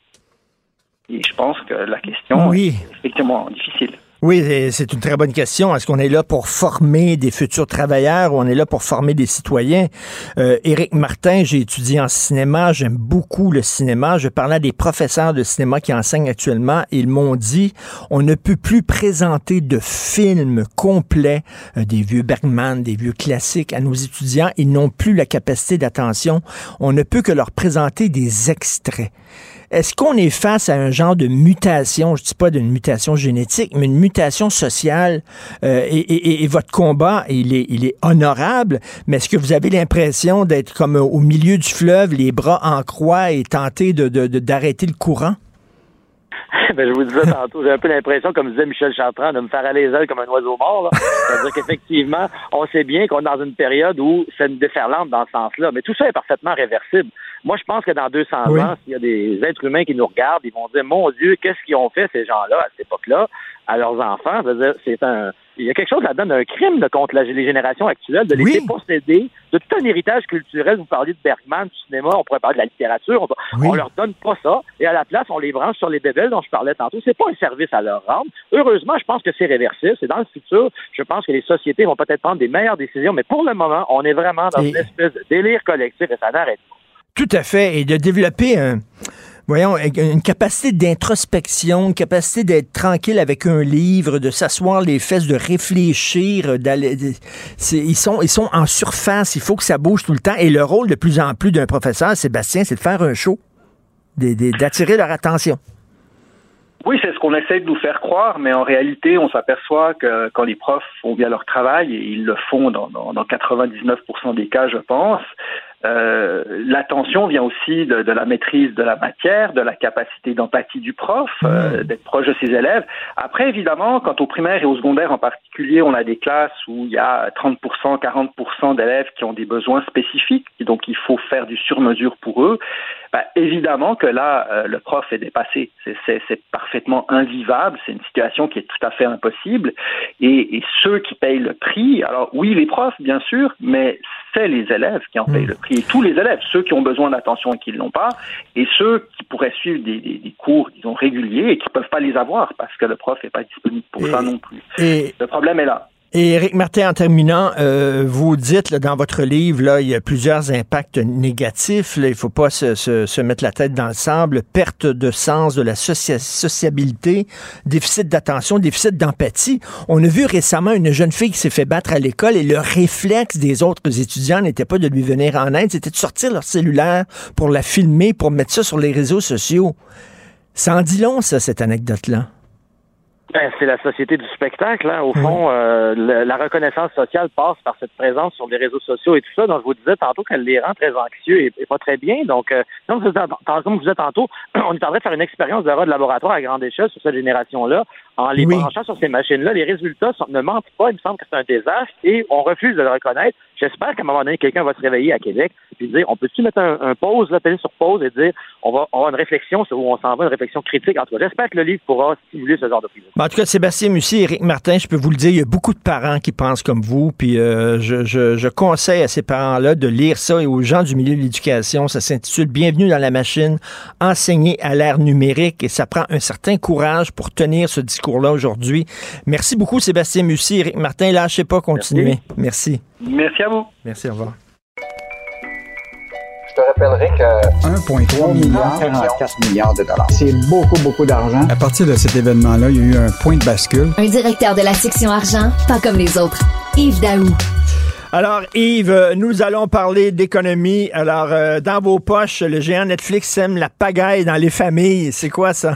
Et je pense que la question oui. est effectivement difficile. Oui, c'est une très bonne question. Est-ce qu'on est là pour former des futurs travailleurs ou on est là pour former des citoyens? Euh, Éric Martin, j'ai étudié en cinéma, j'aime beaucoup le cinéma. Je parlais à des professeurs de cinéma qui enseignent actuellement et ils m'ont dit on ne peut plus présenter de films complets, euh, des vieux Bergman, des vieux classiques à nos étudiants. Ils n'ont plus la capacité d'attention. On ne peut que leur présenter des extraits. Est-ce qu'on est face à un genre de mutation, je ne dis pas d'une mutation génétique, mais une mutation sociale euh, et, et, et votre combat, il est, il est honorable, mais est-ce que vous avez l'impression d'être comme au milieu du fleuve, les bras en croix et tenter de, de, de, d'arrêter le courant? Ben, je vous disais tantôt, j'ai un peu l'impression, comme disait Michel Chartrand, de me faire aller les ailes comme un oiseau mort. Là. C'est-à-dire qu'effectivement, on sait bien qu'on est dans une période où c'est une déferlante dans ce sens-là, mais tout ça est parfaitement réversible. Moi, je pense que dans deux cents oui. ans, s'il y a des êtres humains qui nous regardent, ils vont dire, mon Dieu, qu'est-ce qu'ils ont fait, ces gens-là, à cette époque-là, à leurs enfants? C'est-à-dire, c'est un... Il y a quelque chose là-dedans d'un crime là, contre la, les générations actuelles, de laisser oui. posséder de tout un héritage culturel. Vous parliez de Bergman, du cinéma, on pourrait parler de la littérature. On, oui. on leur donne pas ça, et à la place, on les branche sur les bébelles dont je parlais parlait tantôt, c'est pas un service à leur rendre. Heureusement, je pense que c'est réversible. C'est dans le futur. Je pense que les sociétés vont peut-être prendre des meilleures décisions, mais pour le moment, on est vraiment dans et... une espèce de délire collectif et ça n'arrête pas. Tout à fait. Et de développer un... Voyons, une capacité d'introspection, une capacité d'être tranquille avec un livre, de s'asseoir les fesses, de réfléchir, d'aller. C'est, ils sont, ils sont en surface. Il faut que ça bouge tout le temps. Et le rôle de plus en plus d'un professeur, Sébastien, c'est de faire un show, d'attirer leur attention. Oui, c'est ce qu'on essaie de nous faire croire, mais en réalité, on s'aperçoit que quand les profs font bien leur travail, et ils le font dans, dans, dans quatre-vingt-dix-neuf pour cent des cas, je pense, euh, l'attention vient aussi de, de la maîtrise de la matière, de la capacité d'empathie du prof, euh, d'être proche de ses élèves. Après, évidemment, quant au primaire et au secondaire en particulier, on a des classes où il y a trente pour cent, quarante pour cent d'élèves qui ont des besoins spécifiques, et donc il faut faire du sur-mesure pour eux. Ben, évidemment que là, euh, le prof est dépassé. C'est, c'est, c'est parfaitement invivable. C'est une situation qui est tout à fait impossible. Et, et ceux qui payent le prix, alors oui, les profs, bien sûr, mais c'est les élèves qui en payent le prix. Et tous les élèves, ceux qui ont besoin d'attention et qui ne l'ont pas, et ceux qui pourraient suivre des, des, des cours, disons, réguliers et qui ne peuvent pas les avoir parce que le prof n'est pas disponible pour et, ça non plus. Et... Le problème est là. Et Éric Martin, en terminant, euh, vous dites là, dans votre livre, là, il y a plusieurs impacts négatifs. Là, il ne faut pas se, se, se mettre la tête dans le sable. Perte de sens de la socia- sociabilité, déficit d'attention, déficit d'empathie. On a vu récemment une jeune fille qui s'est fait battre à l'école et le réflexe des autres étudiants n'était pas de lui venir en aide, c'était de sortir leur cellulaire pour la filmer, pour mettre ça sur les réseaux sociaux. Ça en dit long, ça, cette anecdote-là. Ben, c'est la société du spectacle, hein. Au fond, euh, le, la reconnaissance sociale passe par cette présence sur les réseaux sociaux et tout ça. Donc, je vous disais tantôt qu'elle les rend très anxieux et, et pas très bien. Donc, euh, comme, je vous disais, comme je vous disais tantôt, on est en train de faire une expérience de laboratoire à grande échelle sur cette génération-là. En les oui. branchant sur ces machines-là, les résultats sont, ne mentent pas. Il me semble que c'est un désastre et on refuse de le reconnaître. J'espère qu'à un moment donné, quelqu'un va se réveiller à Québec et dire, on peut-tu mettre un, un pause, là, peser sur pause et dire, on va avoir une réflexion sur où on s'en va, une réflexion critique. En tout cas, j'espère que le livre pourra stimuler ce genre de prise. En tout cas, Sébastien Mussy, Éric Martin, je peux vous le dire, il y a beaucoup de parents qui pensent comme vous, puis euh, je, je, je conseille à ces parents-là de lire ça et aux gens du milieu de l'éducation. Ça s'intitule « Bienvenue dans la machine, enseigner à l'ère numérique » et ça prend un certain courage pour tenir ce discours-là aujourd'hui. Merci beaucoup, Sébastien Mussy, Éric Martin. Lâchez pas, continuez. Merci. Merci. Merci à vous. Merci, au revoir. Je te rappellerai que un virgule trois milliard, quarante-quatre milliards de dollars. C'est beaucoup, beaucoup d'argent. À partir de cet événement-là, il y a eu un point de bascule. Un directeur de la section argent, pas comme les autres. Yves Daou. Alors, Yves, nous allons parler d'économie. Alors, euh, dans vos poches, le géant Netflix aime la pagaille dans les familles. C'est quoi ça?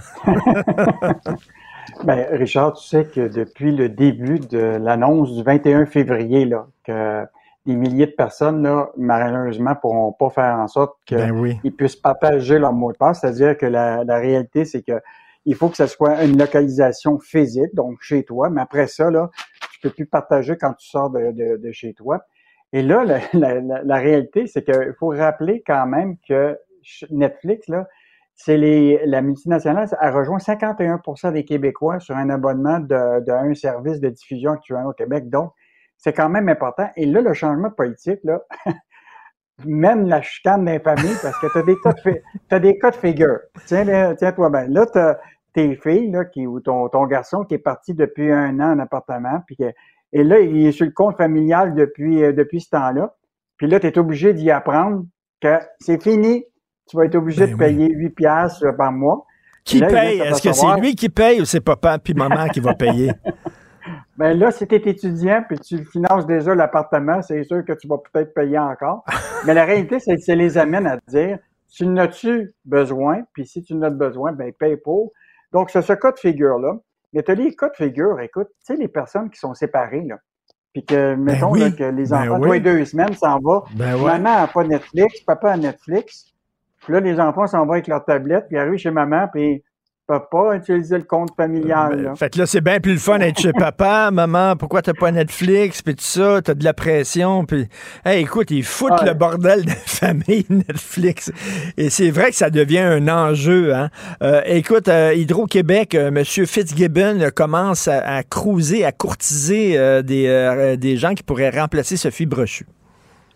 Ben, Richard, tu sais que depuis le début de l'annonce du vingt et un février, là, que des milliers de personnes, là, malheureusement, pourront pas faire en sorte qu'ils ben oui. puissent partager leur mot de passe. C'est-à-dire que la, la réalité, c'est que il faut que ce soit une localisation physique, donc chez toi, mais après ça, là, tu peux plus partager quand tu sors de, de, de chez toi. Et là, la, la, la, la réalité, c'est qu'il faut rappeler quand même que Netflix, là, c'est les, la multinationale a rejoint cinquante et un pour cent des Québécois sur un abonnement de, de un service de diffusion actuel au Québec. Donc, c'est quand même important. Et là, le changement de politique, là, même la chicane des familles, parce que t'as des cas de, t'as des cas de figure. Tiens, tiens-toi bien. Là, t'as tes filles, là, qui, ou ton, ton garçon qui est parti depuis un an en appartement, puis que, et là, il est sur le compte familial depuis, euh, depuis ce temps-là. Puis là, t'es obligé d'y apprendre que c'est fini. Tu vas être obligé ben de payer oui. huit piastres par mois. Qui là, paye? Est-ce que c'est lui qui paye ou c'est papa puis maman qui va payer? Ben là, si tu es étudiant puis tu finances déjà l'appartement, c'est sûr que tu vas peut-être payer encore. Mais la réalité, c'est que ça les amène à dire, tu n'as-tu besoin? Puis si tu n'as besoin, ben paye pour. Donc, c'est ce cas de figure-là. Mais tu as les cas de figure, écoute, tu sais, les personnes qui sont séparées, là. Puis que, mettons, ben oui. là, que les enfants, ben oui. toi, deux semaines, s'en va. Ben ouais. Maman n'a pas Netflix, papa a Netflix. Puis là, les enfants s'en vont avec leur tablette, puis arrivent chez maman, puis papa a utilisé le compte familial. Là. Fait que là, c'est bien plus le fun d'être chez papa, maman, pourquoi t'as pas Netflix, puis tout ça, t'as de la pression, puis hey, écoute, ils foutent ouais. le bordel de famille Netflix. Et c'est vrai que ça devient un enjeu. Hein. Euh, écoute, euh, Hydro-Québec, euh, M. Fitzgibbon euh, commence à, à cruiser, à courtiser euh, des, euh, des gens qui pourraient remplacer Sophie Brochu.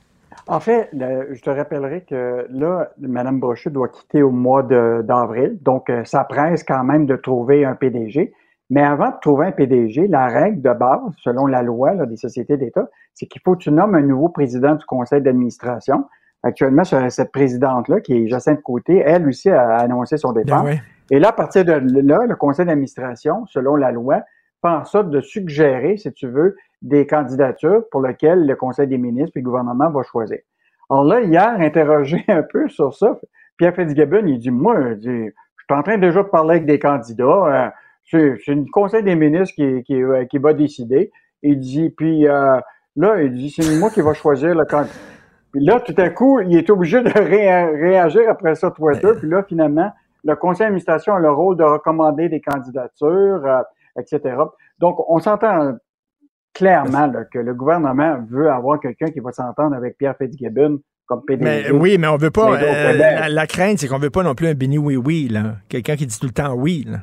En fait, le, je te rappellerai que là, Mme Brochu doit quitter au mois de, d'avril, donc euh, ça presse quand même de trouver un P D G. Mais avant de trouver un P D G, la règle de base, selon la loi là, des sociétés d'État, c'est qu'il faut que tu nommes un nouveau président du conseil d'administration. Actuellement, cette présidente-là, qui est Jacinthe Côté, elle aussi a annoncé son départ. Ben oui. Et là, à partir de là, le conseil d'administration, selon la loi, fait en sorte de suggérer, si tu veux, des candidatures pour lesquelles le conseil des ministres et le gouvernement va choisir. Alors là, hier, interrogé un peu sur ça, Pierre Fitzgibbon, il dit, moi, il dit, je suis en train déjà de parler avec des candidats, euh, c'est, c'est le conseil des ministres qui, qui, qui va décider. Il dit, puis euh, là, il dit, c'est moi qui va choisir le candidat. Puis là, tout à coup, il est obligé de ré- réagir après ça, Twitter. Puis là, finalement, le conseil d'administration a le rôle de recommander des candidatures, euh, et cetera. Donc, on s'entend clairement là, que le gouvernement veut avoir quelqu'un qui va s'entendre avec Pierre Fitzgibbon comme P D G. Mais, oui, mais on veut pas... Euh, la, la crainte, c'est qu'on veut pas non plus un béni oui-oui, là. Quelqu'un qui dit tout le temps oui, là.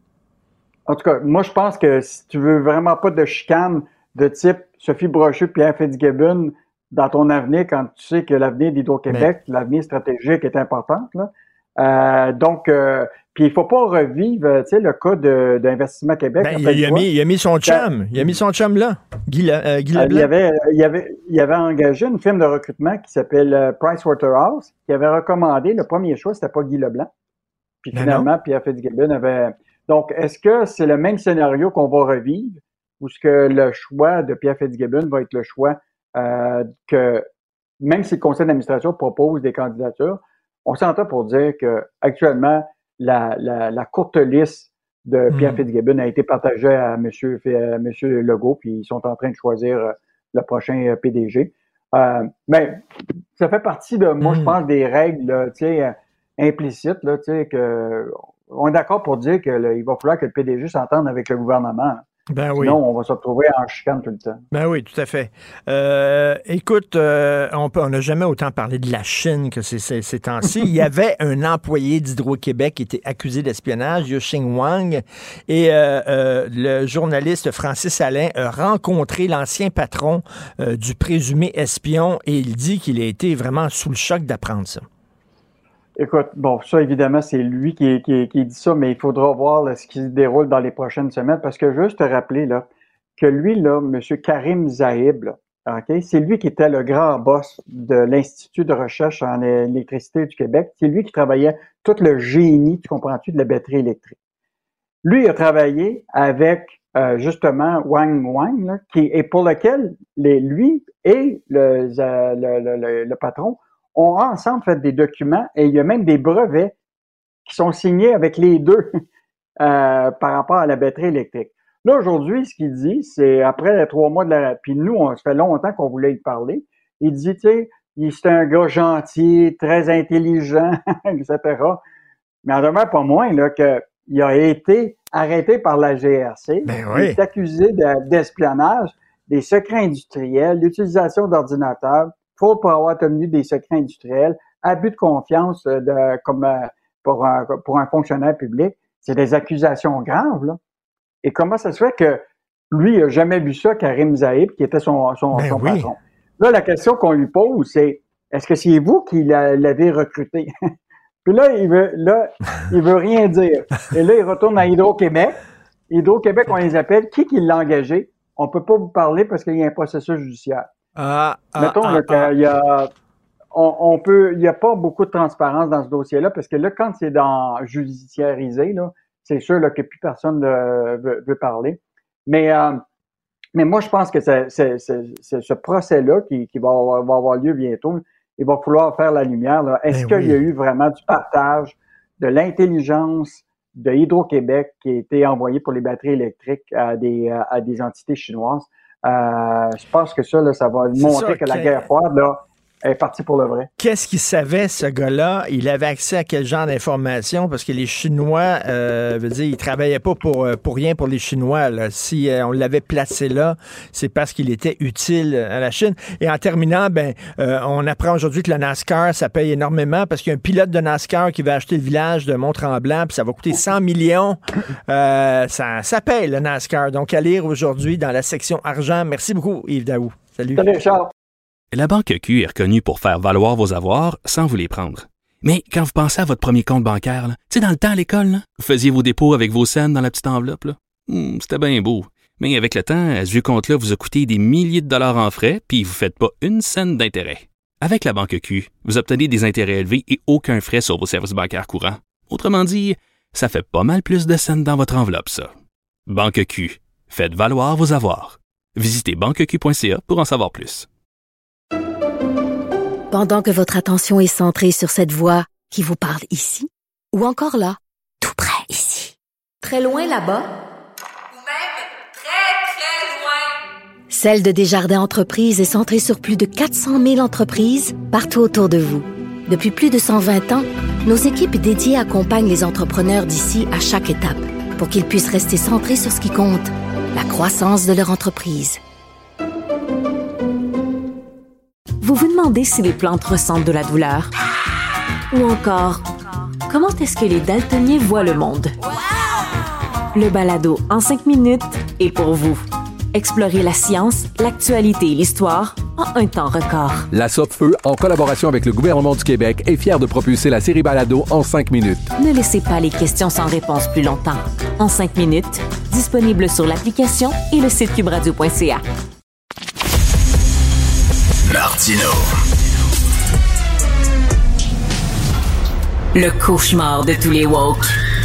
En tout cas, moi, je pense que si tu veux vraiment pas de chicane de type Sophie Brochu, Pierre Fitzgibbon dans ton avenir, quand tu sais que l'avenir d'Hydro-Québec, mais... l'avenir stratégique est important, là. Euh, donc, euh, puis il faut pas revivre, tu sais, le cas de, d'Investissement Québec. Ben, il, il, a mis, il a mis son chum, il a mis son chum là, Guy, euh, Guy Leblanc. Euh, il, avait, il, avait, il avait engagé une firme de recrutement qui s'appelle euh, Pricewaterhouse, qui avait recommandé, le premier choix, c'était pas Guy Leblanc. Puis ben finalement, non. Pierre Fitzgibbon avait... Donc, est-ce que c'est le même scénario qu'on va revivre ou est-ce que le choix de Pierre Fitzgibbon va être le choix euh, que, même si le conseil d'administration propose des candidatures, on s'entend pour dire que actuellement la, la, la courte liste de Pierre mmh. Fitzgibbon a été partagée à M. à Monsieur Legault, puis ils sont en train de choisir le prochain P D G. Euh, mais ça fait partie de, moi, mmh. je pense, des règles, tu sais, implicites, là, tu sais, que on est d'accord pour dire qu'il va falloir que le P D G s'entende avec le gouvernement. Ben oui. Sinon, on va se retrouver en chicane tout le temps. Ben oui, tout à fait. Euh, écoute, euh, on n'a jamais autant parlé de la Chine que ces, ces, ces temps-ci. Il y avait un employé d'Hydro-Québec qui était accusé d'espionnage, Yuxing Wang, et euh, euh, le journaliste Francis Alain a rencontré l'ancien patron euh, du présumé espion et il dit qu'il a été vraiment sous le choc d'apprendre ça. Écoute, bon, ça, évidemment, c'est lui qui, qui, qui dit ça, mais il faudra voir là, ce qui se déroule dans les prochaines semaines, parce que juste te rappeler là, que lui, là, M. Karim Zahib, là, okay, c'est lui qui était le grand boss de l'Institut de recherche en électricité du Québec. C'est lui qui travaillait tout le génie, tu comprends-tu, de la batterie électrique. Lui, il a travaillé avec, euh, justement, Wang Wang, là, qui, et pour lequel les, lui et le, le, le, le, le patron ont ensemble fait des documents et il y a même des brevets qui sont signés avec les deux euh, par rapport à la batterie électrique. Là, aujourd'hui, ce qu'il dit, c'est après les trois mois de la... Puis nous, on, ça fait longtemps qu'on voulait y parler. Il dit, tu sais, c'est un gars gentil, très intelligent, et cetera. Mais en demeure pas moins là, qu'il a été arrêté par la G R C. Ben oui. Il est accusé de, d'espionnage, des secrets industriels, l'utilisation d'ordinateurs, faute pour avoir obtenu des secrets industriels, abus de confiance de, comme pour un, pour un fonctionnaire public. C'est des accusations graves, là. Et comment ça se fait que lui, il n'a jamais vu ça, Karim Zahib, qui était son, son, ben son oui. patron? Là, la question qu'on lui pose, c'est est-ce que c'est vous qui l'avez recruté? Puis là, il veut, là, il veut rien dire. Et là, il retourne à Hydro-Québec. Hydro-Québec, on les appelle. Qui qui l'a engagé? On peut pas vous parler parce qu'il y a un processus judiciaire. Ah, ah, Mettons ah, là, ah. qu'il y a, on, on peut, il y a pas beaucoup de transparence dans ce dossier-là parce que là, quand c'est dans judiciarisé, là, c'est sûr là, que plus personne ne veut, veut parler. Mais, euh, mais moi, je pense que c'est, c'est, c'est, c'est ce procès-là qui, qui va, avoir, va avoir lieu bientôt. Il va falloir faire la lumière. Là. Est-ce ben qu'il oui. y a eu vraiment du partage de l'intelligence de Hydro-Québec qui a été envoyée pour les batteries électriques à des, à des entités chinoises? Euh, je pense que ça, là, ça va c'est montrer ça, que, que la guerre froide, là, est partie pour le vrai. Qu'est-ce qu'il savait, ce gars-là? Il avait accès à quel genre d'informations? Parce que les Chinois, euh, veut dire, ils travaillaient pas pour, pour rien pour les Chinois. Là. Si euh, on l'avait placé là, c'est parce qu'il était utile à la Chine. Et en terminant, ben, euh, on apprend aujourd'hui que le NASCAR, ça paye énormément parce qu'il y a un pilote de NASCAR qui va acheter le village de Mont-Tremblant, puis ça va coûter cent millions. Euh, ça, ça paye, le NASCAR. Donc, à lire aujourd'hui dans la section argent. Merci beaucoup, Yves Daou. Salut. Salut, Charles. La Banque Q est reconnue pour faire valoir vos avoirs sans vous les prendre. Mais quand vous pensez à votre premier compte bancaire, tu sais, dans le temps à l'école, là, vous faisiez vos dépôts avec vos scènes dans la petite enveloppe. Là. Hum, c'était bien beau. Mais avec le temps, ce vieux compte-là vous a coûté des milliers de dollars en frais, puis vous ne faites pas une scène d'intérêt. Avec la Banque Q, vous obtenez des intérêts élevés et aucun frais sur vos services bancaires courants. Autrement dit, ça fait pas mal plus de scènes dans votre enveloppe, ça. Banque Q. Faites valoir vos avoirs. Visitez banque q point c a pour en savoir plus. Pendant que votre attention est centrée sur cette voix qui vous parle ici, ou encore là, tout près ici, très loin là-bas, ou même très, très loin, Celle de Desjardins Entreprises est centrée sur plus de quatre cent mille entreprises partout autour de vous. Depuis plus de cent vingt ans, nos équipes dédiées accompagnent les entrepreneurs d'ici à chaque étape pour qu'ils puissent rester centrés sur ce qui compte, la croissance de leur entreprise. Vous vous demandez si les plantes ressentent de la douleur? Ou encore, comment est-ce que les daltoniens voient le monde? Le balado en cinq minutes est pour vous. Explorez la science, l'actualité et l'histoire en un temps record. La Sopfeu, en collaboration avec le gouvernement du Québec, est fière de propulser la série Balado en cinq minutes. Ne laissez pas les questions sans réponse plus longtemps. En cinq minutes, disponible sur l'application et le site cube radio point c a. Martino. Le cauchemar de tous les woke.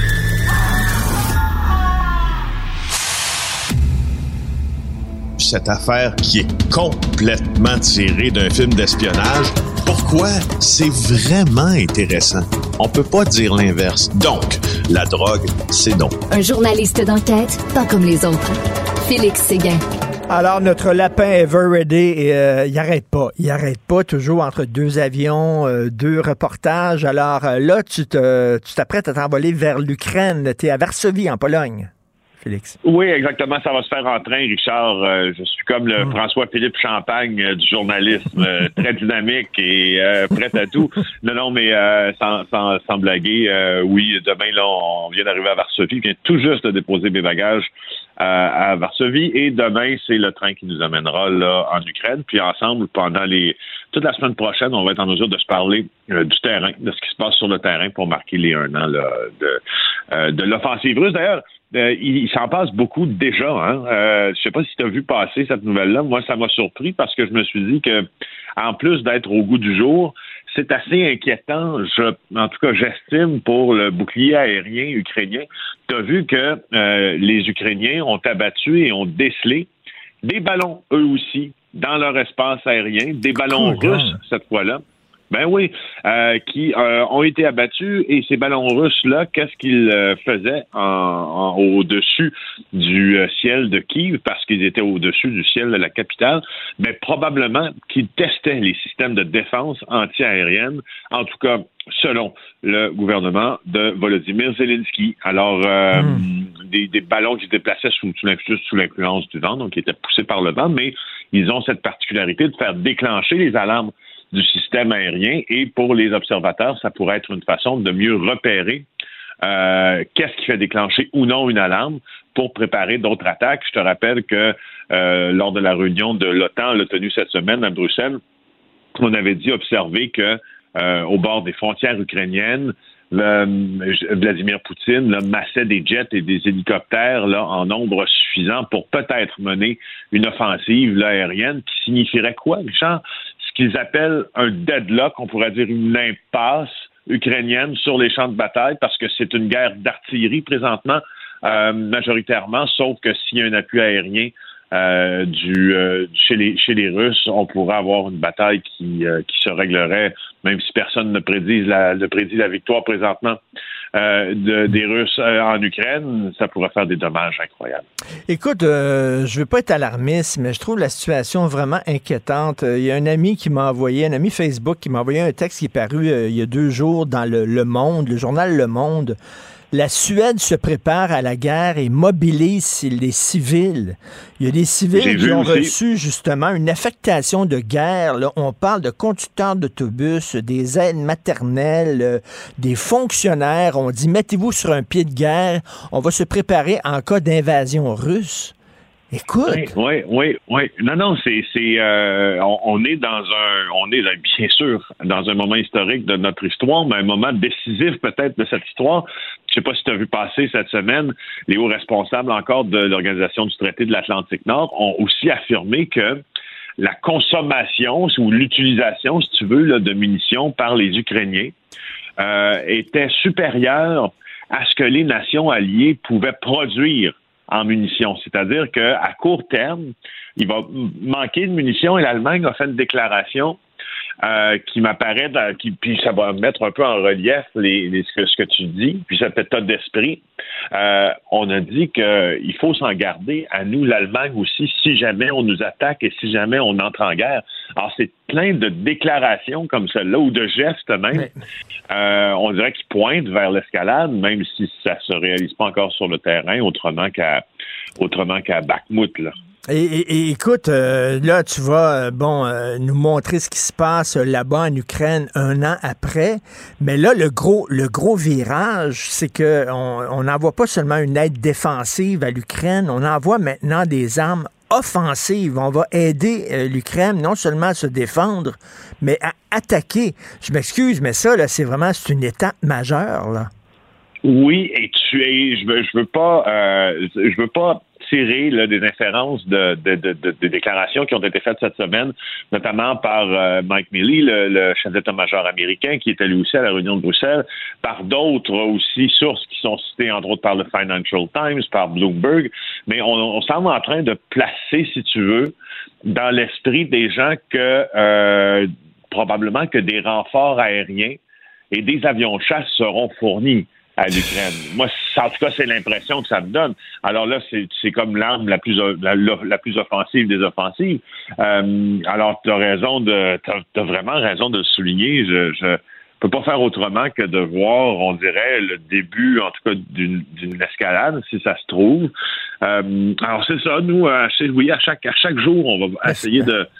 Cette affaire qui est complètement tirée d'un film d'espionnage, pourquoi? C'est vraiment intéressant. On peut pas dire l'inverse. Donc, la drogue, c'est non. Un journaliste d'enquête, pas comme les autres. Félix Séguin. Alors, notre lapin Everready, euh, il arrête pas. Il arrête pas, toujours entre deux avions, euh, deux reportages. Alors euh, là, tu te, tu t'apprêtes à t'envoler vers l'Ukraine. Tu es à Varsovie, en Pologne, Félix. Oui, exactement. Ça va se faire en train, Richard. Euh, je suis comme le mmh. François-Philippe Champagne euh, du journalisme, euh, très dynamique et euh, prêt à tout. Non, non, mais euh, sans, sans, sans blaguer, euh, oui, demain, là, on vient d'arriver à Varsovie. Je viens tout juste de déposer mes bagages à Varsovie, et demain, c'est le train qui nous amènera là en Ukraine. Puis ensemble, pendant les toute la semaine prochaine, on va être en mesure de se parler euh, du terrain, de ce qui se passe sur le terrain pour marquer les un an là, de, euh, de l'offensive russe. D'ailleurs, euh, il, il s'en passe beaucoup déjà. Hein? Euh, je sais pas si tu as vu passer cette nouvelle-là. Moi, ça m'a surpris parce que je me suis dit que, en plus d'être au goût du jour, c'est assez inquiétant, je, en tout cas, j'estime, pour le bouclier aérien ukrainien. Tu as vu que euh, les Ukrainiens ont abattu et ont décelé des ballons, eux aussi, dans leur espace aérien, des ballons oh, russes, God. Cette fois-là. Ben oui, euh, qui euh, ont été abattus, et ces ballons russes-là, qu'est-ce qu'ils euh, faisaient en, en, au-dessus du euh, ciel de Kiev, parce qu'ils étaient au-dessus du ciel de la capitale? Ben probablement qu'ils testaient les systèmes de défense anti-aérienne, en tout cas selon le gouvernement de Volodymyr Zelensky. Alors, euh, mmh. des, des ballons qui se déplaçaient sous, sous, l'influence, sous l'influence du vent, donc qui étaient poussés par le vent, mais ils ont cette particularité de faire déclencher les alarmes du système aérien, et pour les observateurs, ça pourrait être une façon de mieux repérer euh, qu'est-ce qui fait déclencher ou non une alarme pour préparer d'autres attaques. Je te rappelle que euh, lors de la réunion de l'OTAN, l'a tenue cette semaine à Bruxelles, on avait dit observer que euh, au bord des frontières ukrainiennes, le, Vladimir Poutine là, massait des jets et des hélicoptères là, en nombre suffisant pour peut-être mener une offensive là, aérienne, qui signifierait quoi, Richard? Ce qu'ils appellent un deadlock, on pourrait dire une impasse ukrainienne sur les champs de bataille, parce que c'est une guerre d'artillerie présentement, euh, majoritairement, sauf que s'il y a un appui aérien euh, du, euh, chez, les, chez les Russes, on pourrait avoir une bataille qui, euh, qui se réglerait, même si personne ne prédit la, ne prédit la victoire présentement euh, de, des Russes euh, en Ukraine. Ça pourrait faire des dommages incroyables. Écoute, euh, je veux pas être alarmiste, mais je trouve la situation vraiment inquiétante. Il y a un ami qui m'a envoyé, un ami Facebook qui m'a envoyé un texte qui est paru euh, il y a deux jours dans le, le Monde, le journal Le Monde. La Suède se prépare à la guerre et mobilise les civils. Il y a des civils qui ont aussi reçu justement une affectation de guerre. Là, on parle de conducteurs d'autobus, des aides maternelles, euh, des fonctionnaires. On dit, mettez-vous sur un pied de guerre. On va se préparer en cas d'invasion russe. Écoute. Oui, oui, oui, oui. Non, non, c'est, c'est, euh, on, on est dans un, on est bien sûr dans un moment historique de notre histoire, mais un moment décisif peut-être de cette histoire. Je sais pas si tu as vu passer cette semaine, les hauts responsables encore de l'Organisation du traité de l'Atlantique Nord ont aussi affirmé que la consommation ou l'utilisation, si tu veux, là, de munitions par les Ukrainiens euh, était supérieure à ce que les nations alliées pouvaient produire en munitions. C'est-à-dire qu'à court terme, il va manquer de munitions et l'Allemagne a fait une déclaration euh, qui m'apparaît, dans, qui, puis ça va mettre un peu en relief les, les, ce, que, ce que tu dis, puis cet état d'esprit. Euh, on a dit qu'il faut s'en garder à nous, l'Allemagne aussi, si jamais on nous attaque et si jamais on entre en guerre. Alors, c'est plein de déclarations comme celle-là, ou de gestes même, oui. euh, on dirait qu'ils pointent vers l'escalade, même si ça ne se réalise pas encore sur le terrain, autrement qu'à, autrement qu'à Bakhmut, là. Et, et, et écoute, euh, là, tu vas euh, bon euh, nous montrer ce qui se passe là-bas en Ukraine un an après. Mais là, le gros, le gros virage, c'est que on n'envoie pas seulement une aide défensive à l'Ukraine, on envoie maintenant des armes offensives. On va aider euh, l'Ukraine non seulement à se défendre, mais à attaquer. Je m'excuse, mais ça, là, c'est vraiment c'est une étape majeure, là. Oui, et tu es, je veux, je veux pas, euh, je veux pas tirer là, des inférences de, de, de, de, de déclarations qui ont été faites cette semaine, notamment par euh, Mike Milley, le, le chef d'état-major américain, qui était lui aussi à la réunion de Bruxelles, par d'autres aussi sources qui sont citées, entre autres par le Financial Times, par Bloomberg, mais on, on semble en train de placer, si tu veux, dans l'esprit des gens que euh, probablement que des renforts aériens et des avions de chasse seront fournis à l'Ukraine. Moi, en tout cas, c'est l'impression que ça me donne. Alors là, c'est, c'est comme l'arme la plus la, la plus offensive des offensives. Euh, alors, tu as raison de, t'as, t'as vraiment raison de le souligner. Je, je peux pas faire autrement que de voir, on dirait, le début, en tout cas, d'une, d'une escalade, si ça se trouve. Euh, alors, c'est ça. Nous, à, oui, à chaque à chaque jour, on va essayer de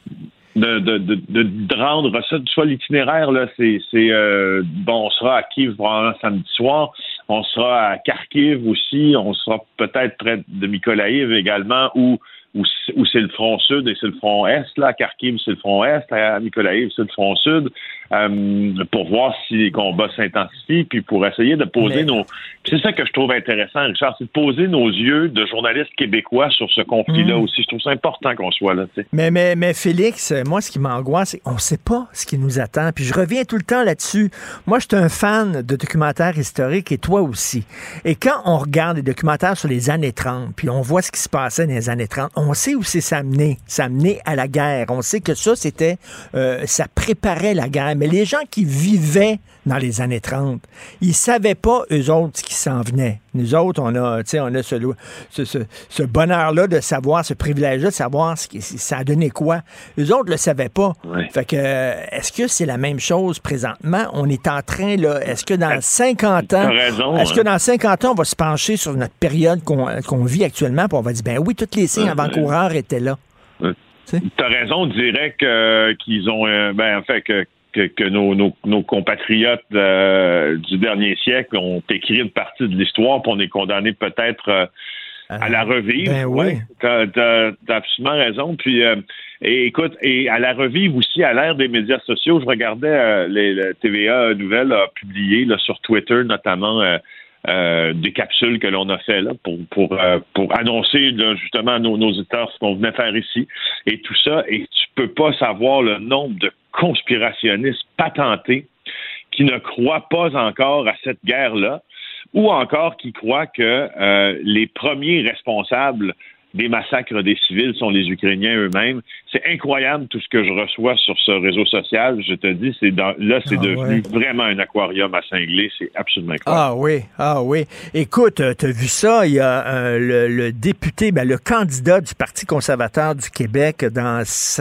De, de, de, de rendre ça, soit l'itinéraire, là, c'est, c'est euh, bon, on sera à Kiev probablement samedi soir, on sera à Kharkiv aussi, on sera peut-être près de Mykolaïv également, où, où, où c'est le front sud et c'est le front est, là, à Kharkiv, c'est le front est, à Mykolaïv, c'est le front sud, euh, pour voir si les combats s'intensifient, puis pour essayer de poser Mais... nos... C'est ça que je trouve intéressant, Richard, c'est de poser nos yeux de journalistes québécois sur ce conflit-là mmh. aussi. Je trouve ça important qu'on soit là, tu sais. Mais, mais, mais Félix, moi, ce qui m'angoisse, c'est qu'on ne sait pas ce qui nous attend. Puis je reviens tout le temps là-dessus. Moi, je suis un fan de documentaires historiques et toi aussi. Et quand on regarde des documentaires sur les années trente, puis on voit ce qui se passait dans les années trente, on sait où c'est ça amené. Ça amené à la guerre. On sait que ça, c'était... Euh, ça préparait la guerre. Mais les gens qui vivaient dans les années trente, ils savaient pas, eux autres, ce qui s'en venait. Nous autres, on a, tu sais, on a ce, ce, ce, ce bonheur-là de savoir, ce privilège-là de savoir ce qui, ça a donné quoi. Eux autres le savaient pas. Ouais. Fait que, est-ce que c'est la même chose présentement? On est en train, là, est-ce que dans cinquante ans, raison, est-ce hein? que dans cinquante ans, on va se pencher sur notre période qu'on, qu'on vit actuellement, puis on va dire, ben oui, tous les signes avant-coureurs étaient là. Ouais. Tu as raison, on dirait que, qu'ils ont, euh, ben, en fait, que que, que nos, nos, nos compatriotes euh, du dernier siècle ont écrit une partie de l'histoire, puis on est condamné peut-être euh, à la revivre. Ben oui. Ouais, t'as, t'as, t'as absolument raison. Puis, euh, et écoute, et à la revivre aussi à l'ère des médias sociaux, je regardais euh, les, le T V A Nouvelles a publié là, sur Twitter notamment euh, euh, des capsules que l'on a fait là pour pour euh, pour annoncer là, justement à nos, nos auditeurs ce qu'on venait faire ici et tout ça. Et tu peux pas savoir le nombre de conspirationnistes patentés qui ne croient pas encore à cette guerre-là, ou encore qui croient que euh, les premiers responsables des massacres des civils sont les Ukrainiens eux-mêmes. C'est incroyable tout ce que je reçois sur ce réseau social. Je te dis, c'est dans, là, c'est ah, devenu ouais. vraiment un aquarium à cingler. C'est absolument incroyable. Ah oui, ah oui. Écoute, t'as vu ça, il y a euh, le, le député, ben, le candidat du Parti conservateur du Québec dans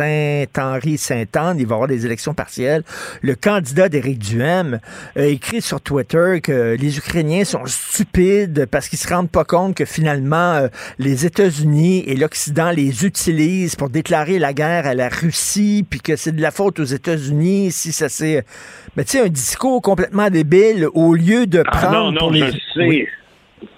Saint-Henri-Sainte-Anne, il va y avoir des élections partielles. Le candidat d'Éric Duhaime a écrit sur Twitter que les Ukrainiens sont stupides parce qu'ils se rendent pas compte que finalement, euh, les États-Unis et l'Occident les utilisent pour déclarer la guerre à la Russie, puis que c'est de la faute aux États-Unis si ça c'est... Mais tu sais, un discours complètement débile, au lieu de prendre... Ah non, non, pour je les... sais. Oui.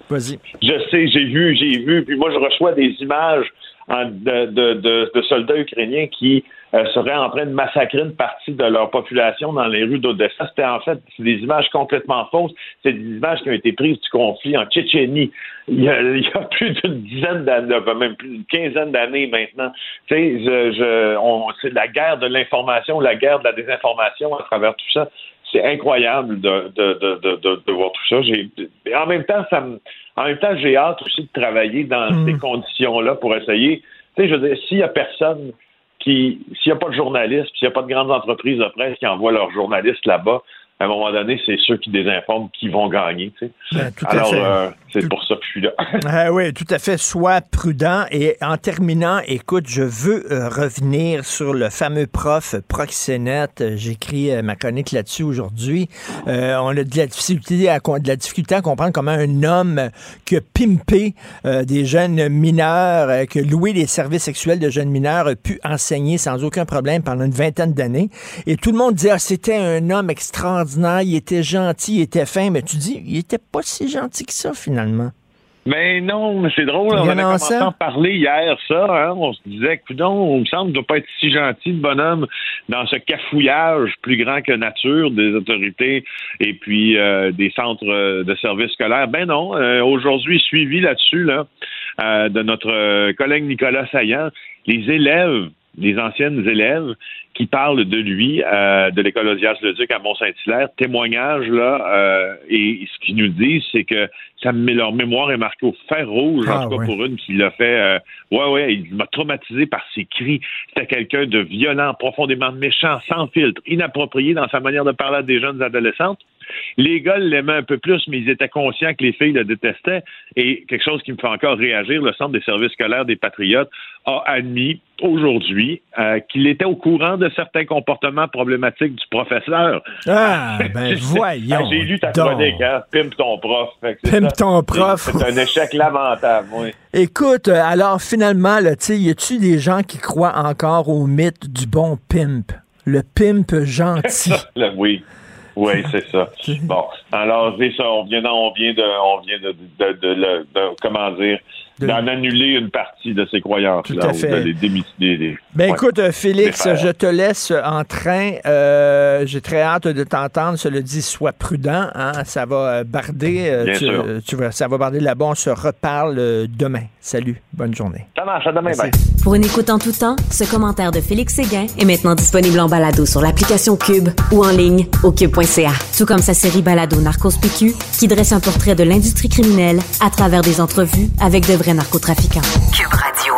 Vas-y. Je sais, j'ai vu, j'ai vu, puis moi, je reçois des images en, de, de, de, de soldats ukrainiens qui euh, seraient en train de massacrer une partie de leur population dans les rues d'Odessa. C'était en fait c'est des images complètement fausses. C'est des images qui ont été prises du conflit en Tchétchénie. Il y a, il y a plus d'une dizaine d'années, même plus d'une quinzaine d'années maintenant. Tu sais, je, je, on, c'est la guerre de l'information, la guerre de la désinformation à travers tout ça. C'est incroyable de, de, de, de, de, de voir tout ça. J'ai, en même temps, ça me, en même temps, j'ai hâte aussi de travailler dans mmh. ces conditions-là pour essayer. Tu sais, je veux dire, s'il y a personne qui, s'il n'y a pas de journalistes, s'il n'y a pas de grandes entreprises de presse qui envoient leurs journalistes là-bas, à un moment donné, c'est ceux qui désinforment qui vont gagner. Tu sais. Ben, tout Alors, à fait. euh, c'est tout... pour ça que je suis là. Ah oui, tout à fait. Sois prudent. Et en terminant, écoute, je veux euh, revenir sur le fameux prof Proxénète. J'écris euh, ma chronique là-dessus aujourd'hui. Euh, on a de la difficulté à de la difficulté à comprendre comment un homme qui a pimpé euh, des jeunes mineurs, euh, qui a loué les services sexuels de jeunes mineurs, a pu enseigner sans aucun problème pendant une vingtaine d'années. Et tout le monde dit, ah, c'était un homme extraordinaire. Il était gentil, il était fin, mais tu dis, il était pas si gentil que ça, finalement. Mais non, mais c'est drôle, on avait commencé à en parler hier, ça, hein? On se disait, coudonc, on me semble qu'il ne doit pas être si gentil, le bonhomme, dans ce cafouillage plus grand que nature des autorités et puis euh, des centres de services scolaires. Ben non, euh, aujourd'hui, suivi là-dessus, là, euh, de notre collègue Nicolas Saillant, les élèves, les anciennes élèves qui parlent de lui, euh, de l'école Odias-le-Duc à Mont-Saint-Hilaire, témoignages, là, euh, et ce qu'ils nous disent, c'est que ça met leur mémoire est marquée au fer rouge, ah, en tout cas ouais. pour une qui l'a fait. Euh, ouais, ouais, il m'a traumatisé par ses cris. C'était quelqu'un de violent, profondément méchant, sans filtre, inapproprié dans sa manière de parler à des jeunes adolescentes. Les gars l'aimaient un peu plus, mais ils étaient conscients que les filles le détestaient. Et quelque chose qui me fait encore réagir, le Centre des services scolaires des Patriotes a admis aujourd'hui euh, qu'il était au courant de certains comportements problématiques du professeur. Ah, ben voyons. J'ai lu ta donc. chronique, hein? Pimpe ton prof. Pimpe ton prof. C'est, c'est un échec lamentable, oui. Écoute, alors finalement, là, tu sais, y a-tu des gens qui croient encore au mythe du bon pimp? Le pimp gentil. Là, oui. Oui, c'est ça. Bon, alors c'est ça. On vient, on vient de, on vient de, de, de, de, de comment dire, de... d'en annuler une partie de ces croyances. Tout à fait. De les démystifier. Les... Ben ouais. écoute, Félix, je te laisse en train. Euh, j'ai très hâte de t'entendre. Cela dit, sois prudent. Hein? Ça va barder. Bien tu, sûr. Tu vas, ça va barder là-bas. On se reparle demain. Salut. Bonne journée. Ça marche. À demain. Bye. Pour une écoute en tout temps, ce commentaire de Félix Séguin est maintenant disponible en balado sur l'application Cube ou en ligne au cube point c a. Tout comme sa série balado Narcos P Q qui dresse un portrait de l'industrie criminelle à travers des entrevues avec de vrais narcotrafiquants. Cube Radio.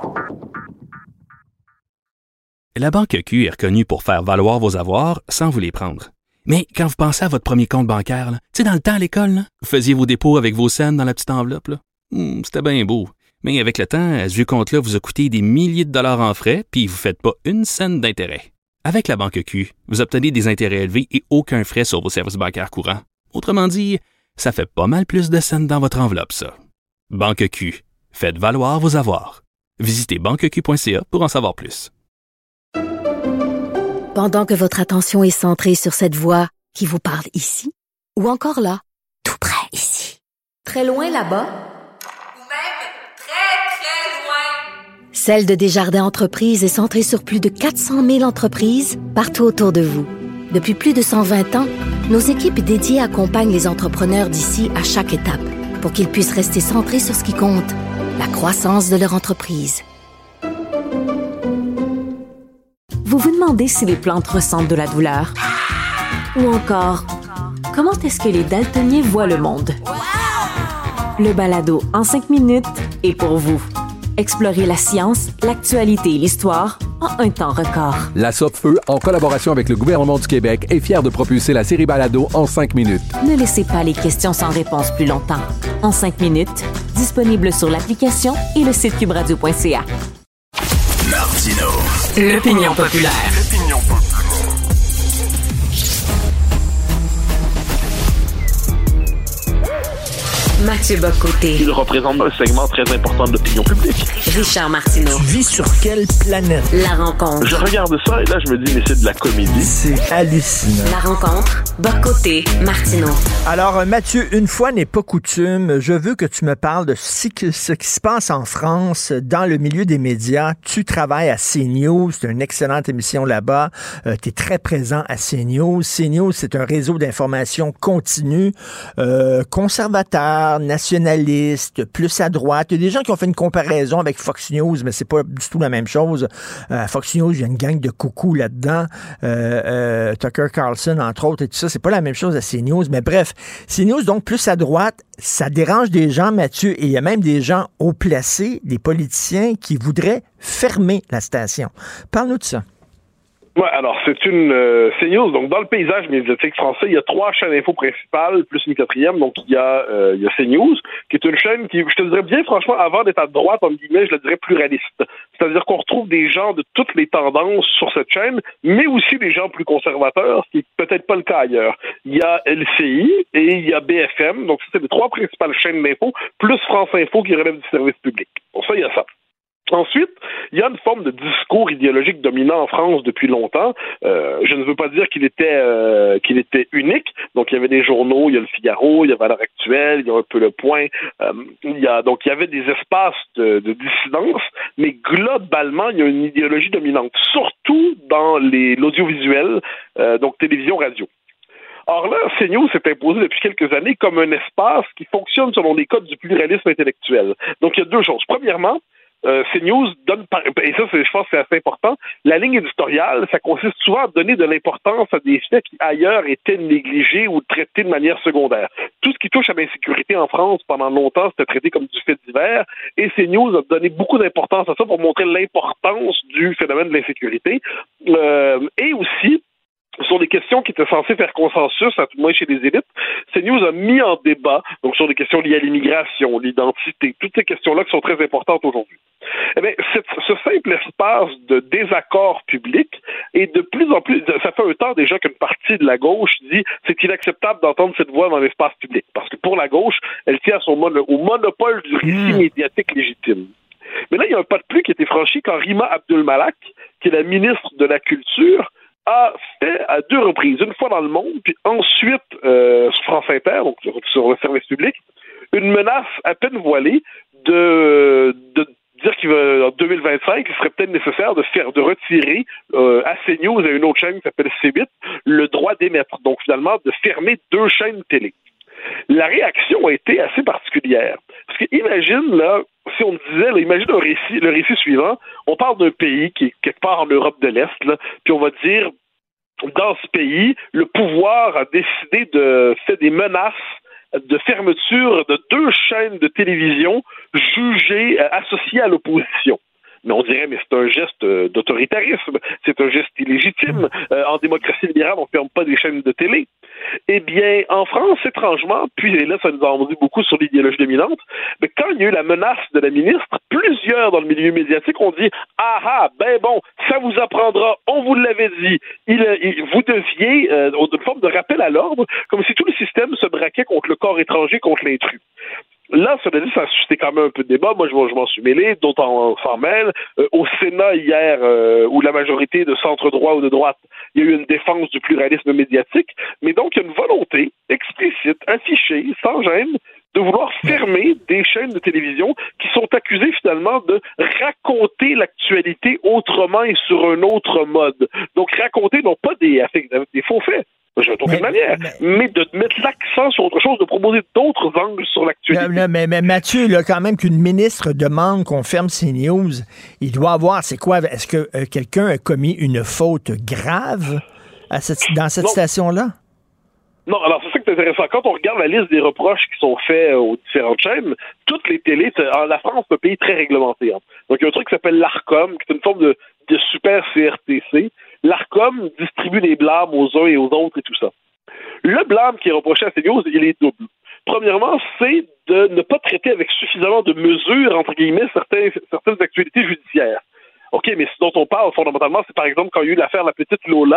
La Banque Q est reconnue pour faire valoir vos avoirs sans vous les prendre. Mais quand vous pensez à votre premier compte bancaire, tu sais, dans le temps à l'école, là, vous faisiez vos dépôts avec vos scènes dans la petite enveloppe. Là. Hum, c'était bien beau. Mais avec le temps, ce vieux compte-là vous a coûté des milliers de dollars en frais, puis vous ne faites pas une scène d'intérêt. Avec la Banque Q, vous obtenez des intérêts élevés et aucun frais sur vos services bancaires courants. Autrement dit, ça fait pas mal plus de scènes dans votre enveloppe, ça. Banque Q. Faites valoir vos avoirs. Visitez banque q point c a pour en savoir plus. Pendant que votre attention est centrée sur cette voix qui vous parle ici, ou encore là, tout près ici, très loin là-bas, ou même très, très loin, Celle de Desjardins Entreprises est centrée sur plus de quatre cent mille entreprises partout autour de vous. Depuis plus de cent vingt ans, nos équipes dédiées accompagnent les entrepreneurs d'ici à chaque étape pour qu'ils puissent rester centrés sur ce qui compte, la croissance de leur entreprise. Vous vous demandez si les plantes ressentent de la douleur? Ou encore, comment est-ce que les daltoniens voient le monde? Le balado en cinq minutes est pour vous. Explorez la science, l'actualité et l'histoire en un temps record. La Sopfeu, en collaboration avec le gouvernement du Québec, est fière de propulser la série Balado en cinq minutes. Ne laissez pas les questions sans réponse plus longtemps. En cinq minutes, disponible sur l'application et le site cube radio point c a. Martino. L'opinion populaire. L'opinion populaire. Mathieu Bock-Côté. Il représente un segment très important de l'opinion publique. Richard Martineau. Tu vis sur quelle planète? La rencontre. Je regarde ça et là, je me dis, mais c'est de la comédie. C'est hallucinant. La rencontre. Bock-Côté, Martineau. Alors, Mathieu, une fois n'est pas coutume, je veux que tu me parles de ce qui, ce qui se passe en France dans le milieu des médias. Tu travailles à CNews, c'est une excellente émission là-bas. Euh, tu es très présent à CNews. CNews, c'est un réseau d'information continue, euh, conservateur, nationaliste, plus à droite. Il y a des gens qui ont fait une comparaison avec Fox News, mais c'est pas du tout la même chose. Euh, à Fox News, il y a une gang de coucous là-dedans. Euh, euh, Tucker Carlson, entre autres, et tout ça. C'est pas la même chose à CNews. Mais bref, CNews, donc, plus à droite, ça dérange des gens, Mathieu, et il y a même des gens haut placés, des politiciens qui voudraient fermer la station. Parle-nous de ça. Ouais, alors c'est une euh, CNews. Donc dans le paysage médiatique français, il y a trois chaînes info principales plus une quatrième. Donc il y a euh, il y a CNews, qui est une chaîne qui, je te dirais bien franchement, avant d'être à droite, en guillemets, je le dirais pluraliste. C'est-à-dire qu'on retrouve des gens de toutes les tendances sur cette chaîne, mais aussi des gens plus conservateurs, ce qui est peut-être pas le cas ailleurs. Il y a L C I et il y a B F M. Donc c'est les trois principales chaînes d'info, plus France Info qui relève du service public. Pour ça, il y a ça. Ensuite, il y a une forme de discours idéologique dominant en France depuis longtemps. Euh, je ne veux pas dire qu'il était euh, qu'il était unique. Donc, il y avait des journaux, il y a le Figaro, il y a Valeurs Actuelles, il y a un peu Le Point. Euh, il y a donc il y avait des espaces de, de dissidence, mais globalement, il y a une idéologie dominante, surtout dans les l'audiovisuel, euh, donc télévision, radio. Or là, CNews s'est imposé depuis quelques années comme un espace qui fonctionne selon les codes du pluralisme intellectuel. Donc, il y a deux choses. Premièrement, Euh, CNews donne, par, et ça, c'est, je pense que c'est assez important, la ligne éditoriale, ça consiste souvent à donner de l'importance à des faits qui ailleurs étaient négligés ou traités de manière secondaire. Tout ce qui touche à l'insécurité en France, pendant longtemps, c'était traité comme du fait divers, et CNews a donné beaucoup d'importance à ça pour montrer l'importance du phénomène de l'insécurité, euh, et aussi, sur des questions qui étaient censées faire consensus, à tout le moins chez les élites, CNews a mis en débat, donc sur des questions liées à l'immigration, l'identité, toutes ces questions-là qui sont très importantes aujourd'hui. Eh bien, cette, ce simple espace de désaccord public, et de plus en plus, ça fait un temps déjà qu'une partie de la gauche dit c'est inacceptable d'entendre cette voix dans l'espace public, parce que pour la gauche, elle tient à son mono, au monopole du récit mmh. médiatique légitime. Mais là, il y a un pas de plus qui a été franchi quand Rima Abdul-Malak, qui est la ministre de la Culture, a fait à deux reprises, une fois dans le monde, puis ensuite euh, sur France Inter, donc sur le service public, une menace à peine voilée de, de dire qu'en deux mille vingt-cinq, il serait peut-être nécessaire de faire de retirer euh, à CNews et une autre chaîne qui s'appelle C huit le droit d'émettre. Donc finalement, de fermer deux chaînes télé. La réaction a été assez particulière. Parce que imagine, là, si on disait, là, imagine un récit, le récit suivant, on parle d'un pays qui est quelque part en Europe de l'Est, là, puis on va dire, dans ce pays, le pouvoir a décidé de faire des menaces de fermeture de deux chaînes de télévision jugées euh, associées à l'opposition. Mais on dirait, mais c'est un geste euh, d'autoritarisme, c'est un geste illégitime. Euh, en démocratie libérale, on ne ferme pas des chaînes de télé. Eh bien, en France, étrangement, puis et là, ça nous en dit beaucoup sur l'idéologie dominante, mais quand il y a eu la menace de la ministre, plusieurs dans le milieu médiatique ont dit « Ah ah, ben bon, ça vous apprendra, on vous l'avait dit, il, il, vous deviez, euh, une forme de rappel à l'ordre, comme si tout le système se braquait contre le corps étranger, contre l'intrus. » Là, cela dit, ça a suscité quand même un peu de débat. Moi, je, je m'en suis mêlé, d'autres en, s'en mêlent. Euh, au Sénat, hier, euh, où la majorité de centre-droit ou de droite, il y a eu une défense du pluralisme médiatique. Mais donc, il y a une volonté explicite, affichée, sans gêne, de vouloir fermer des chaînes de télévision qui sont accusées, finalement, de raconter l'actualité autrement et sur un autre mode. Donc, raconter, non pas des, des faux faits, je n'aucune mais, manière, mais, mais de mettre l'accent sur autre chose, de proposer d'autres angles sur l'actualité. Mais, mais, mais Mathieu, là, quand même qu'une ministre demande qu'on ferme CNews, il doit avoir, c'est quoi, est-ce que euh, quelqu'un a commis une faute grave à cette, dans cette non. station-là? Non, alors c'est ça qui est intéressant. Quand on regarde la liste des reproches qui sont faits aux différentes chaînes, toutes les télés, en la France, c'est un pays très réglementé. Hein. Donc il y a un truc qui s'appelle l'ARCOM, qui est une forme de, de super C R T C. L'ARCOM distribue des blâmes aux uns et aux autres et tout ça. Le blâme qui est reproché à CNews, il est double. Premièrement, c'est de ne pas traiter avec suffisamment de mesures, entre guillemets, certains, certaines actualités judiciaires. OK, mais ce dont on parle fondamentalement, c'est par exemple quand il y a eu l'affaire La Petite Lola,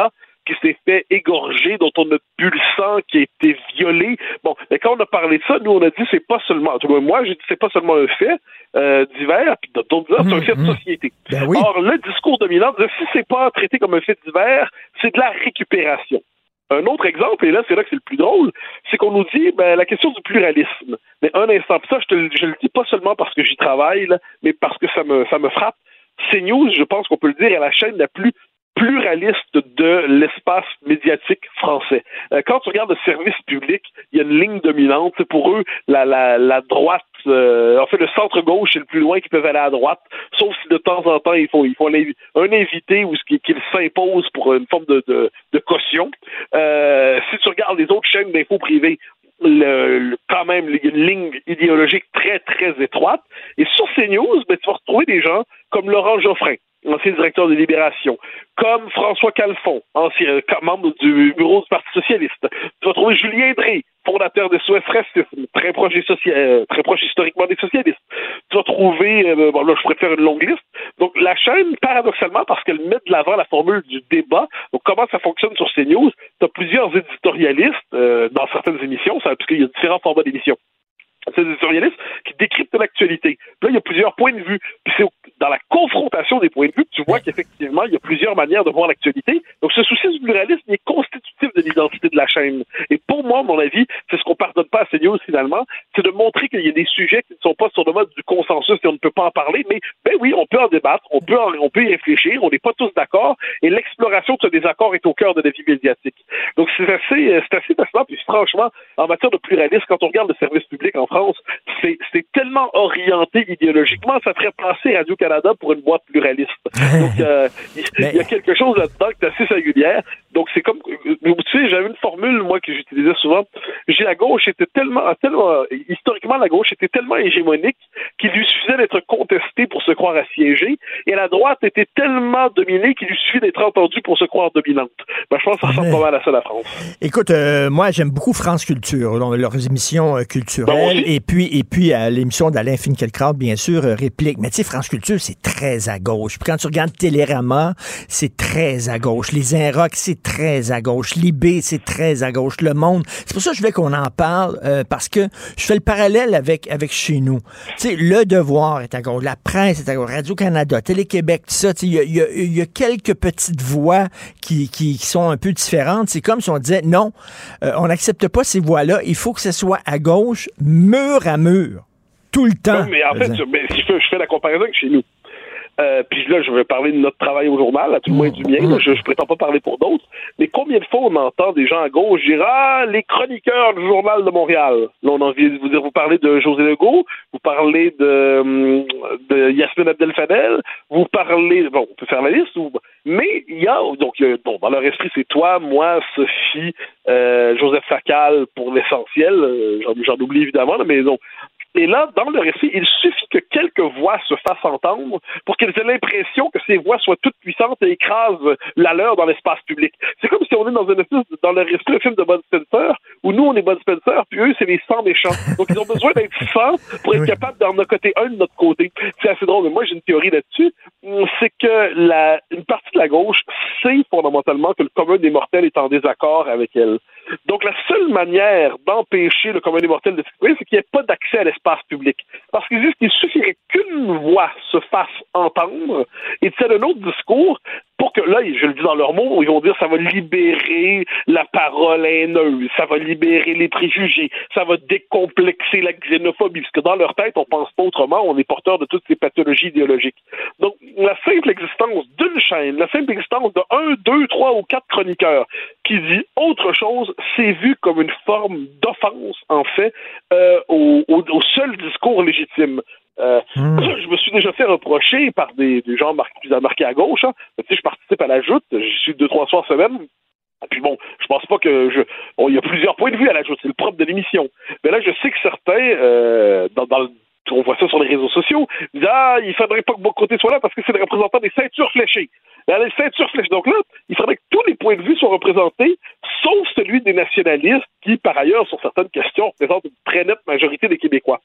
qui s'est fait égorger, dont on a bu le sang, qui a été violé. Bon, mais quand on a parlé de ça, nous, on a dit c'est pas seulement, en tout cas, moi, j'ai dit c'est pas seulement un fait euh, divers, puis d'autres disent c'est un fait de société. Ben oui. Or, le discours dominant disait si c'est pas traité comme un fait divers, c'est de la récupération. Un autre exemple, et là, c'est là que c'est le plus drôle, c'est qu'on nous dit ben, la question du pluralisme. Mais un instant, puis ça, je, te, je le dis pas seulement parce que j'y travaille, là, mais parce que ça me, ça me frappe. CNews, je pense qu'on peut le dire, est la chaîne la plus pluraliste de l'espace médiatique français. Euh, quand tu regardes le service public, il y a une ligne dominante. C'est pour eux, la, la, la droite, euh, en fait, le centre-gauche, c'est le plus loin qu'ils peuvent aller à droite, sauf si de temps en temps, il faut, il faut un, un invité ou ce qui, qu'il s'impose pour une forme de, de, de caution. Euh, si tu regardes les autres chaînes d'infos privées, Le, le, quand même, il y a une ligne idéologique très, très étroite. Et sur CNews, ben, tu vas retrouver des gens comme Laurent Geoffrin, ancien directeur de Libération, comme François Calfon, ancien membre du bureau du Parti socialiste. Tu vas trouver Julien Drey, fondateur de S O S Racisme, très proche, des socia- euh, très proche historiquement des socialistes. Tu vas trouver, euh, bon là je pourrais te faire une longue liste. Donc la chaîne, paradoxalement, parce qu'elle met de l'avant la formule du débat, donc comment ça fonctionne sur CNews, tu as plusieurs éditorialistes euh, dans certaines émissions, ça, parce qu'il y a différents formats d'émissions. C'est des éditorialistes qui décryptent l'actualité. Là, il y a plusieurs points de vue. Puis c'est dans la confrontation des points de vue que tu vois qu'effectivement, il y a plusieurs manières de voir l'actualité. Donc, ce souci du pluralisme est constitutif de l'identité de la chaîne. Et pour moi, à mon avis, c'est ce qu'on pardonne pas à CNews, finalement, c'est de montrer qu'il y a des sujets qui ne sont pas sur le mode du consensus et on ne peut pas en parler. Mais, ben oui, on peut en débattre, on peut, en, on peut y réfléchir, on n'est pas tous d'accord. Et l'exploration de ce désaccord est au cœur de la vie médiatique. Donc, c'est assez, c'est assez fascinant. Puis franchement, en matière de pluralisme, quand on regarde le service public en France, c'est, c'est tellement orienté idéologiquement, ça ferait passer Radio-Canada pour une boîte pluraliste. Donc, euh, il, il y a quelque chose là-dedans qui est assez singulière. Donc, c'est comme, tu sais, j'avais une formule, moi, que j'utilisais souvent. J'ai la gauche était tellement, tellement, historiquement, la gauche était tellement hégémonique qu'il lui suffisait d'être contestée pour se croire assiégée, et la droite était tellement dominée qu'il lui suffit d'être entendue pour se croire dominante. Ben, je pense que ça ressemble pas mal à ça, la France. Écoute, euh, moi, j'aime beaucoup France Culture, donc, leurs émissions euh, culturelles, et puis, et puis à l'émission d'Alain Finkielkraut, bien sûr, euh, réplique. Mais tu sais, France Culture, c'est très à gauche. Puis quand tu regardes Télérama, c'est très à gauche. Les Inrocks, c'est très à gauche. Libé, c'est très à gauche. Le Monde, c'est pour ça que je voulais qu'on en parle, euh, parce que je fais le parallèle avec, avec chez nous. Tu sais, Le Devoir est à gauche, la presse est à gauche, Radio-Canada, Télé-Québec, tout ça. Tu sais, il y a, y, a, y a quelques petites voix qui, qui, qui sont un peu différentes. C'est comme si on disait, non, euh, on n'accepte pas ces voix-là. Il faut que ce soit à gauche, mur à mur, tout le temps. Non, mais en fait, mais si je fais, je fais la comparaison avec chez nous. Euh, puis là, je vais parler de notre travail au journal, à tout le moins du mien. Là, je ne prétends pas parler pour d'autres. Mais combien de fois on entend des gens à gauche dire « Ah, les chroniqueurs du Journal de Montréal ». Là, on a envie de vous dire, vous parlez de José Legault, vous parlez de, de Yasmine Abdel-Fadel, vous parlez... Bon, on peut faire la liste. Ou, mais il y a... Donc, il y a, bon, dans leur esprit, c'est toi, moi, Sophie, euh, Joseph Facal pour l'essentiel. Euh, j'en, j'en oublie évidemment, là, mais non. Et là, dans le récit, il suffit que quelques voix se fassent entendre pour qu'ils aient l'impression que ces voix soient toutes puissantes et écrasent la leur dans l'espace public. C'est comme si on est dans une espèce, dans le récit, le film de Bud Spencer, où nous, on est Bud Spencer, puis eux, c'est les cent méchants. Donc, ils ont besoin d'être cent pour être capables d'en accoter un de notre côté. C'est assez drôle, mais moi, j'ai une théorie là-dessus. C'est que la, une partie de la gauche sait fondamentalement que le commun des mortels est en désaccord avec elle. Donc, la seule manière d'empêcher le commun des mortels de s'exprimer, c'est qu'il n'y ait pas d'accès à l'espace public. Parce qu'ils disent qu'il suffirait qu'une voix se fasse entendre et tienne un autre discours pour que, là, je le dis dans leurs mots, ils vont dire ça va libérer la parole haineuse, ça va libérer les préjugés, ça va décomplexer la xénophobie, parce que dans leur tête, on pense pas autrement, on est porteur de toutes ces pathologies idéologiques. Donc, la simple existence d'une chaîne, la simple existence de un, deux, trois ou quatre chroniqueurs qui dit autre chose, c'est vu comme une forme d'offense, en fait, euh, au, au, au seul discours légitime. Euh, mmh. Je me suis déjà fait reprocher par des, des gens marqués, marqués à gauche. Hein. Tu sais, je participe à la Joute, j'y suis deux, trois soirs semaine. Et puis bon, je pense pas que je. Bon, il y a plusieurs points de vue à la Joute, c'est le propre de l'émission. Mais là, je sais que certains, euh, dans, dans le on voit ça sur les réseaux sociaux, disent « Ah, il faudrait pas que Bocoté soit là parce que c'est le représentant des ceintures fléchées. » Les ceintures fléchées. Donc là, il faudrait que tous les points de vue soient représentés, sauf celui des nationalistes qui, par ailleurs, sur certaines questions, représentent une très nette majorité des Québécois.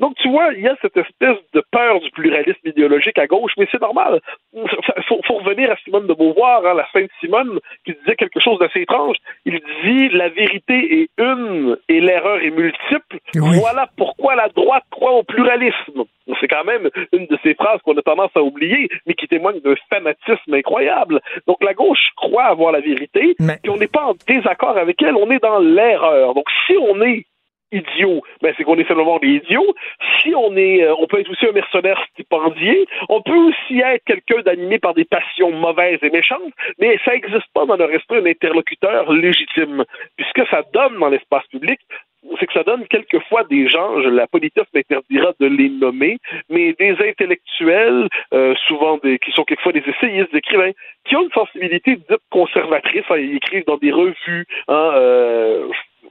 Donc, tu vois, il y a cette espèce de peur du pluralisme idéologique à gauche, mais c'est normal. Il faut, faut revenir à Simone de Beauvoir, hein, la Sainte Simone, qui disait quelque chose d'assez étrange. Il dit « La vérité est une et l'erreur est multiple. Oui. Voilà pourquoi la droite croit au pluralisme. » C'est quand même une de ces phrases qu'on a tendance à oublier, mais qui témoigne d'un fanatisme incroyable. Donc, la gauche croit avoir la vérité, mais... puis on n'est pas en désaccord avec elle, on est dans l'erreur. Donc, si on est idiot, ben c'est qu'on est simplement des idiots. Si on est, euh, on peut être aussi un mercenaire stipendié, on peut aussi être quelqu'un d'animé par des passions mauvaises et méchantes, mais ça n'existe pas dans leur esprit un interlocuteur légitime. Puis ce que ça donne dans l'espace public, c'est que ça donne quelquefois des gens, la politesse m'interdira de les nommer, mais des intellectuels, euh, souvent des, qui sont quelquefois des essayistes, des écrivains, qui ont une sensibilité dite conservatrice, hein, ils écrivent dans des revues, hein, euh,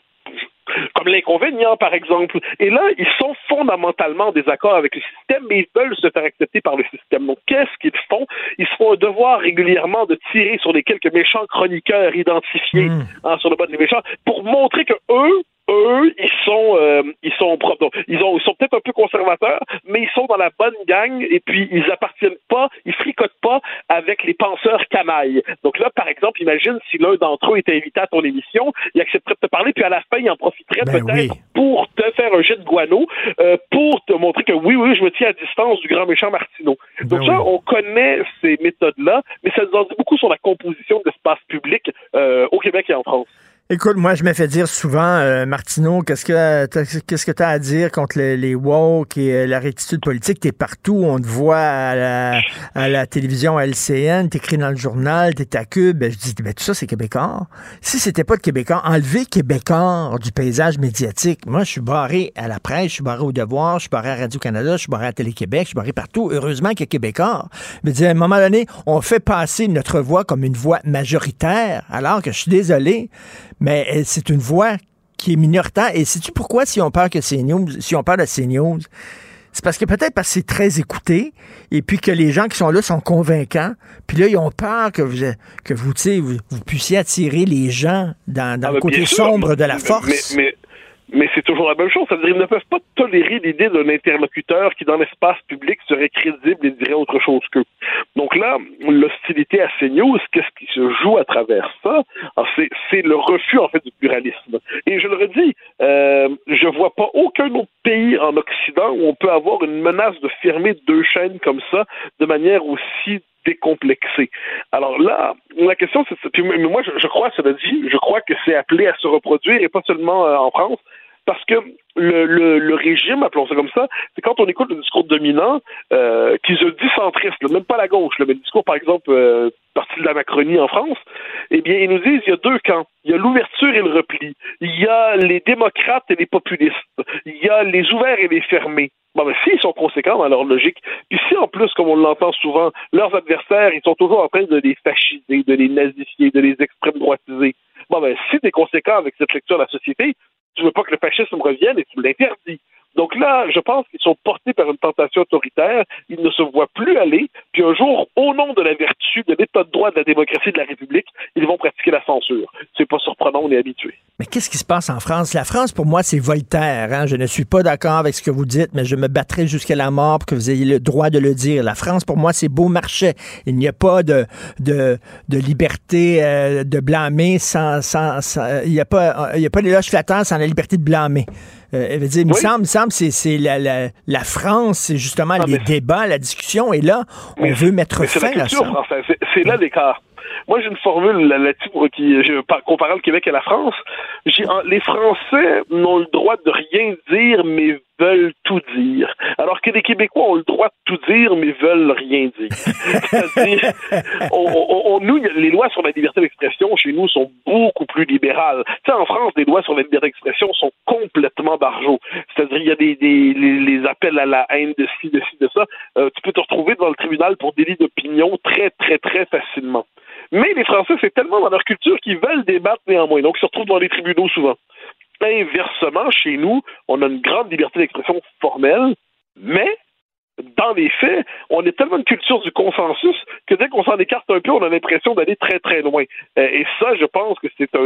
comme l'Inconvénient, par exemple. Et là, ils sont fondamentalement en désaccord avec le système, mais ils veulent se faire accepter par le système. Donc, qu'est-ce qu'ils font? Ils se font un devoir régulièrement de tirer sur les quelques méchants chroniqueurs identifiés mmh. hein, sur le bas des méchants pour montrer que eux, eux, ils sont, euh, ils sont propres. Ils, ont, ils sont peut-être un peu conservateurs, mais ils sont dans la bonne gang et puis ils appartiennent pas, ils fricotent pas avec les penseurs canailles. Donc là, par exemple, imagine si l'un d'entre eux était invité à ton émission, il accepterait de te parler, puis à la fin, il en profiterait ben peut-être oui. pour te faire un jet de guano, euh, pour te montrer que oui, oui, je me tiens à distance du grand méchant Martineau. Donc ben ça, oui. on connaît ces méthodes-là, mais ça nous en dit beaucoup sur la composition de l'espace public euh, au Québec et en France. Écoute, moi, je me fais dire souvent, euh, Martineau, qu'est-ce que qu'est-ce que tu as à dire contre les, les woke et euh, la rectitude politique? T'es partout, on te voit à la, à la télévision à L C N, t'écris dans le journal, t'es à Cube. Ben, je dis, ben, tout ça, c'est Québécois. Si c'était pas de Québécois, enlevez Québécois du paysage médiatique. Moi, je suis barré à la presse, je suis barré au Devoir, je suis barré à Radio-Canada, je suis barré à Télé-Québec, je suis barré partout. Heureusement qu'il y a Québécois. Mais à un moment donné, on fait passer notre voix comme une voix majoritaire, alors que je suis désolé, mais c'est une voix qui est minoritaire. Et sais-tu pourquoi, si on parle que CNews, si on parle de CNews, c'est parce que peut-être parce que c'est très écouté, et puis que les gens qui sont là sont convaincants, puis là, ils ont peur que vous, que vous, tu sais, vous, vous puissiez attirer les gens dans, dans ah, le côté sûr, sombre de la force. Mais, mais, mais c'est toujours la même chose. C'est-à-dire qu'ils ne peuvent pas tolérer l'idée d'un interlocuteur qui, dans l'espace public, serait crédible et dirait autre chose qu'eux. Donc là, l'hostilité à CNews, qu'est-ce qui se joue à travers ça? Alors, c'est, c'est le refus, en fait, du pluralisme. Et je le redis, euh, je vois pas aucun autre pays en Occident où on peut avoir une menace de fermer deux chaînes comme ça de manière aussi décomplexée. Alors là, la question, c'est... Puis, mais moi, je, je crois, cela dit, je crois que c'est appelé à se reproduire, et pas seulement euh, en France, parce que le, le, le régime, appelons ça comme ça, c'est quand on écoute le discours dominant, euh, qui se dit centriste, là, même pas la gauche, là, mais le discours, par exemple, euh, parti de la Macronie en France, eh bien, ils nous disent il y a deux camps. Il y a l'ouverture et le repli. Il y a les démocrates et les populistes. Il y a les ouverts et les fermés. Bon, ben, s'ils sont conséquents dans leur logique, puis si, en plus, comme on l'entend souvent, leurs adversaires, ils sont toujours en train de les fasciser, de les nazifier, de les extrême droitiser. Bon, ben, si t'es conséquent avec cette lecture de la société, tu veux pas que le fascisme revienne et tu l'interdis. Donc là, je pense qu'ils sont portés par une tentation autoritaire, ils ne se voient plus aller, puis un jour, au nom de la vertu, de l'état de droit, de la démocratie, de la République, ils vont pratiquer la censure. C'est pas surprenant, on est habitué. Mais qu'est-ce qui se passe en France? La France, pour moi, c'est Voltaire. Hein? Je ne suis pas d'accord avec ce que vous dites, mais je me battrai jusqu'à la mort pour que vous ayez le droit de le dire. La France, pour moi, c'est Beaumarchais. Il n'y a pas de, de, de liberté euh, de blâmer sans... sans, sans il n'y a pas, il y a pas d'éloge flatteur sans la liberté de blâmer. Euh, elle veut dire, il me oui. semble, me semble, c'est, c'est la, la, la France, c'est justement ah, les mais... débats, la discussion, et là, on mais, veut mettre fin à ça. Française. C'est, c'est là l'écart. Moi, j'ai une formule là-dessus pour qui, je, comparant le Québec et la France. J'ai, les Français n'ont le droit de rien dire, mais veulent tout dire. Alors que les Québécois ont le droit de tout dire, mais veulent rien dire. C'est-à-dire, on, on, on, nous, les lois sur la liberté d'expression, chez nous, sont beaucoup plus libérales. Tu sais, en France, les lois sur la liberté d'expression sont complètement barjots. C'est-à-dire, il y a des, des les, les appels à la haine de ci, de ci, de ça. Euh, tu peux te retrouver devant le tribunal pour délit d'opinion très, très, très facilement. Mais les Français, c'est tellement dans leur culture qu'ils veulent débattre néanmoins. Donc, ils se retrouvent dans les tribunaux souvent. Inversement, chez nous, on a une grande liberté d'expression formelle, mais dans les faits, on est tellement une culture du consensus que dès qu'on s'en écarte un peu, on a l'impression d'aller très, très loin. Et ça, je pense que c'est un,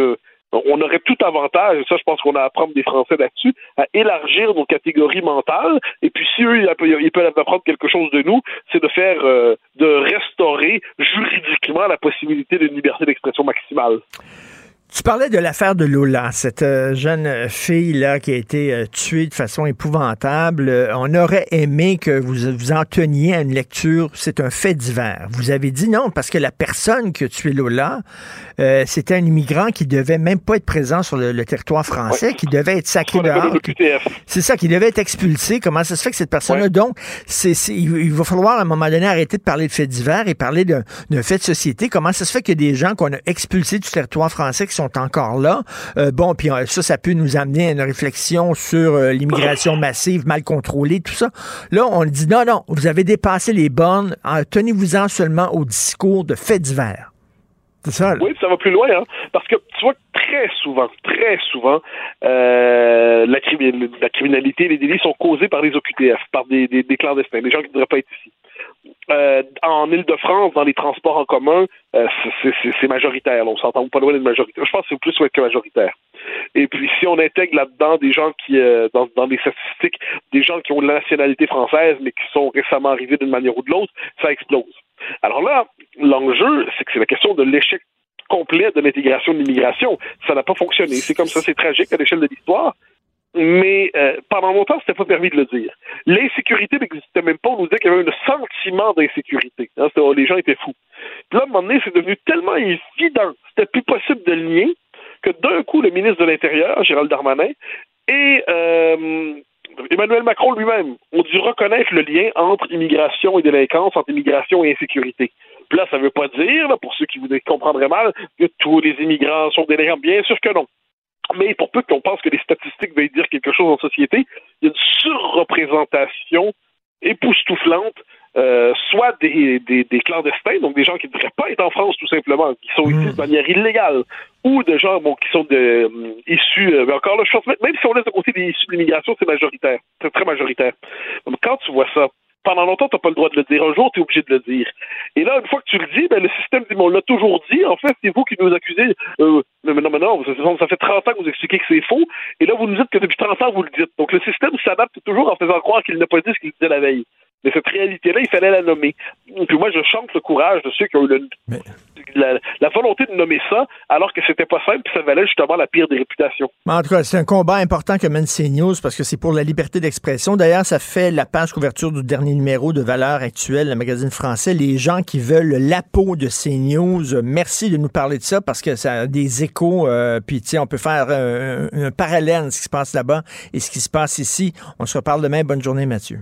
On aurait tout avantage, et ça je pense qu'on a à apprendre des Français là-dessus, à élargir nos catégories mentales, et puis si eux, ils peuvent apprendre quelque chose de nous, c'est de faire, euh, de restaurer juridiquement la possibilité d'une liberté d'expression maximale. Tu parlais de l'affaire de Lola, cette euh, jeune fille-là qui a été euh, tuée de façon épouvantable. Euh, on aurait aimé que vous vous en teniez à une lecture, c'est un fait divers. Vous avez dit non, parce que la personne qui a tué Lola, euh, c'était un immigrant qui devait même pas être présent sur le, le territoire français, ouais. qui devait être sacré dehors. C'est ça, qui devait être expulsé. Comment ça se fait que cette personne-là, ouais. donc, c'est, c'est, il, il va falloir à un moment donné arrêter de parler de faits divers et parler d'un, d'un fait de société. Comment ça se fait qu'il y a des gens qu'on a expulsés du territoire français qui sont encore là. Euh, bon, puis ça, ça peut nous amener à une réflexion sur euh, l'immigration massive, mal contrôlée, tout ça. Là, on dit non, non, vous avez dépassé les bornes, hein, tenez-vous-en seulement au discours de faits divers. C'est ça, là. Oui, ça va plus loin, hein, parce que tu vois, très souvent, très souvent, euh, la, crimi- la criminalité, les délits sont causés par les O Q T F, par des, des, des clandestins, des gens qui ne devraient pas être ici. Euh, en Île-de-France, dans les transports en commun, euh, c'est, c'est, c'est majoritaire. Là, on s'entend pas loin d'être majoritaire. Je pense que c'est plus que majoritaire. Et puis, si on intègre là-dedans des gens qui, euh, dans, dans des statistiques, des gens qui ont la nationalité française, mais qui sont récemment arrivés d'une manière ou de l'autre, ça explose. Alors là, l'enjeu, c'est que c'est la question de l'échec complet de l'intégration de l'immigration. Ça n'a pas fonctionné. C'est comme ça, c'est tragique à l'échelle de l'histoire. Mais euh, pendant longtemps, c'était pas permis de le dire. L'insécurité n'existait même pas. On nous disait qu'il y avait un sentiment d'insécurité. Hein, oh, les gens étaient fous. Puis là, à un moment donné, c'est devenu tellement évident, c'était plus possible de le nier, que d'un coup, le ministre de l'Intérieur, Gérald Darmanin, et euh, Emmanuel Macron lui-même ont dû reconnaître le lien entre immigration et délinquance, entre immigration et insécurité. Puis là, ça veut pas dire, là, pour ceux qui vous comprendraient mal, que tous les immigrants sont délinquants. Bien sûr que non. Mais pour peu qu'on pense que les statistiques veuillent dire quelque chose en société, il y a une surreprésentation époustouflante, euh, soit des, des, des clandestins, donc des gens qui ne devraient pas être en France tout simplement, qui sont ici de manière illégale, ou de gens bon, qui sont de, euh, issus, euh, mais encore là, je pense, même si on laisse de côté des issus de l'immigration, c'est majoritaire, c'est très majoritaire. Donc quand tu vois ça, pendant longtemps, tu n'as pas le droit de le dire. Un jour, tu es obligé de le dire. Et là, une fois que tu le dis, ben, le système dit, on l'a toujours dit. En fait, c'est vous qui nous accusez. Euh, mais non, mais non, ça fait trente ans que vous expliquez que c'est faux. Et là, vous nous dites que depuis trente ans, vous le dites. Donc, le système s'adapte toujours en faisant croire qu'il n'a pas dit ce qu'il disait la veille. Mais cette réalité-là, il fallait la nommer. Et puis moi, je chante le courage de ceux qui ont eu le, mais... la, la volonté de nommer ça, alors que c'était pas simple, puis ça valait justement la pire des réputations. En tout cas, c'est un combat important que mène CNews, parce que c'est pour la liberté d'expression. D'ailleurs, ça fait la page couverture du dernier numéro de Valeurs Actuelles, le magazine français. Les gens qui veulent la peau de CNews, merci de nous parler de ça, parce que ça a des échos, euh, puis tu sais, on peut faire un, un, un parallèle de ce qui se passe là-bas et ce qui se passe ici. On se reparle demain. Bonne journée, Mathieu.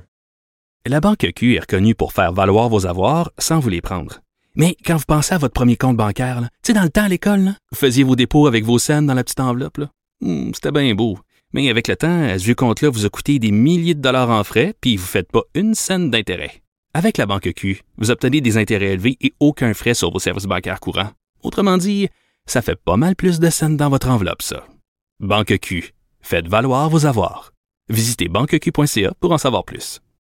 La Banque Q est reconnue pour faire valoir vos avoirs sans vous les prendre. Mais quand vous pensez à votre premier compte bancaire, tu sais, dans le temps à l'école, là, vous faisiez vos dépôts avec vos scènes dans la petite enveloppe. Là. Hum, c'était bien beau. Mais avec le temps, ce vieux compte-là vous a coûté des milliers de dollars en frais, puis vous ne faites pas une scène d'intérêt. Avec la Banque Q, vous obtenez des intérêts élevés et aucun frais sur vos services bancaires courants. Autrement dit, ça fait pas mal plus de scènes dans votre enveloppe, ça. Banque Q. Faites valoir vos avoirs. Visitez banque q point c a pour en savoir plus.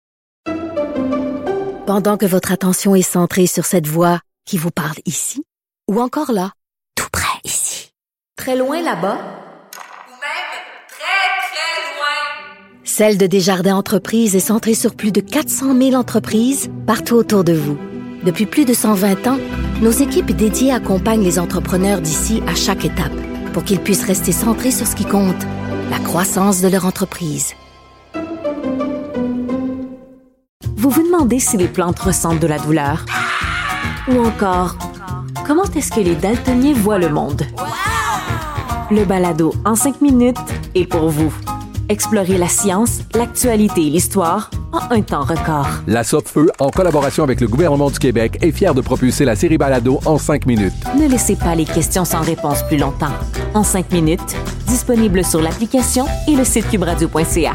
Pendant que votre attention est centrée sur cette voix qui vous parle ici, ou encore là, tout près ici, très loin là-bas, ou même très, très loin, Celle de Desjardins Entreprises est centrée sur plus de quatre cent mille entreprises partout autour de vous. Depuis plus de cent vingt ans, nos équipes dédiées accompagnent les entrepreneurs d'ici à chaque étape pour qu'ils puissent rester centrés sur ce qui compte, la croissance de leur entreprise. Vous vous demandez si les plantes ressentent de la douleur? Ou encore, comment est-ce que les daltoniens voient le monde? Le balado en cinq minutes est pour vous. Explorez la science, l'actualité et l'histoire en un temps record. La Sopfeu, en collaboration avec le gouvernement du Québec, est fière de propulser la série balado en cinq minutes. Ne laissez pas les questions sans réponse plus longtemps. En cinq minutes, disponible sur l'application et le site cube radio point c a.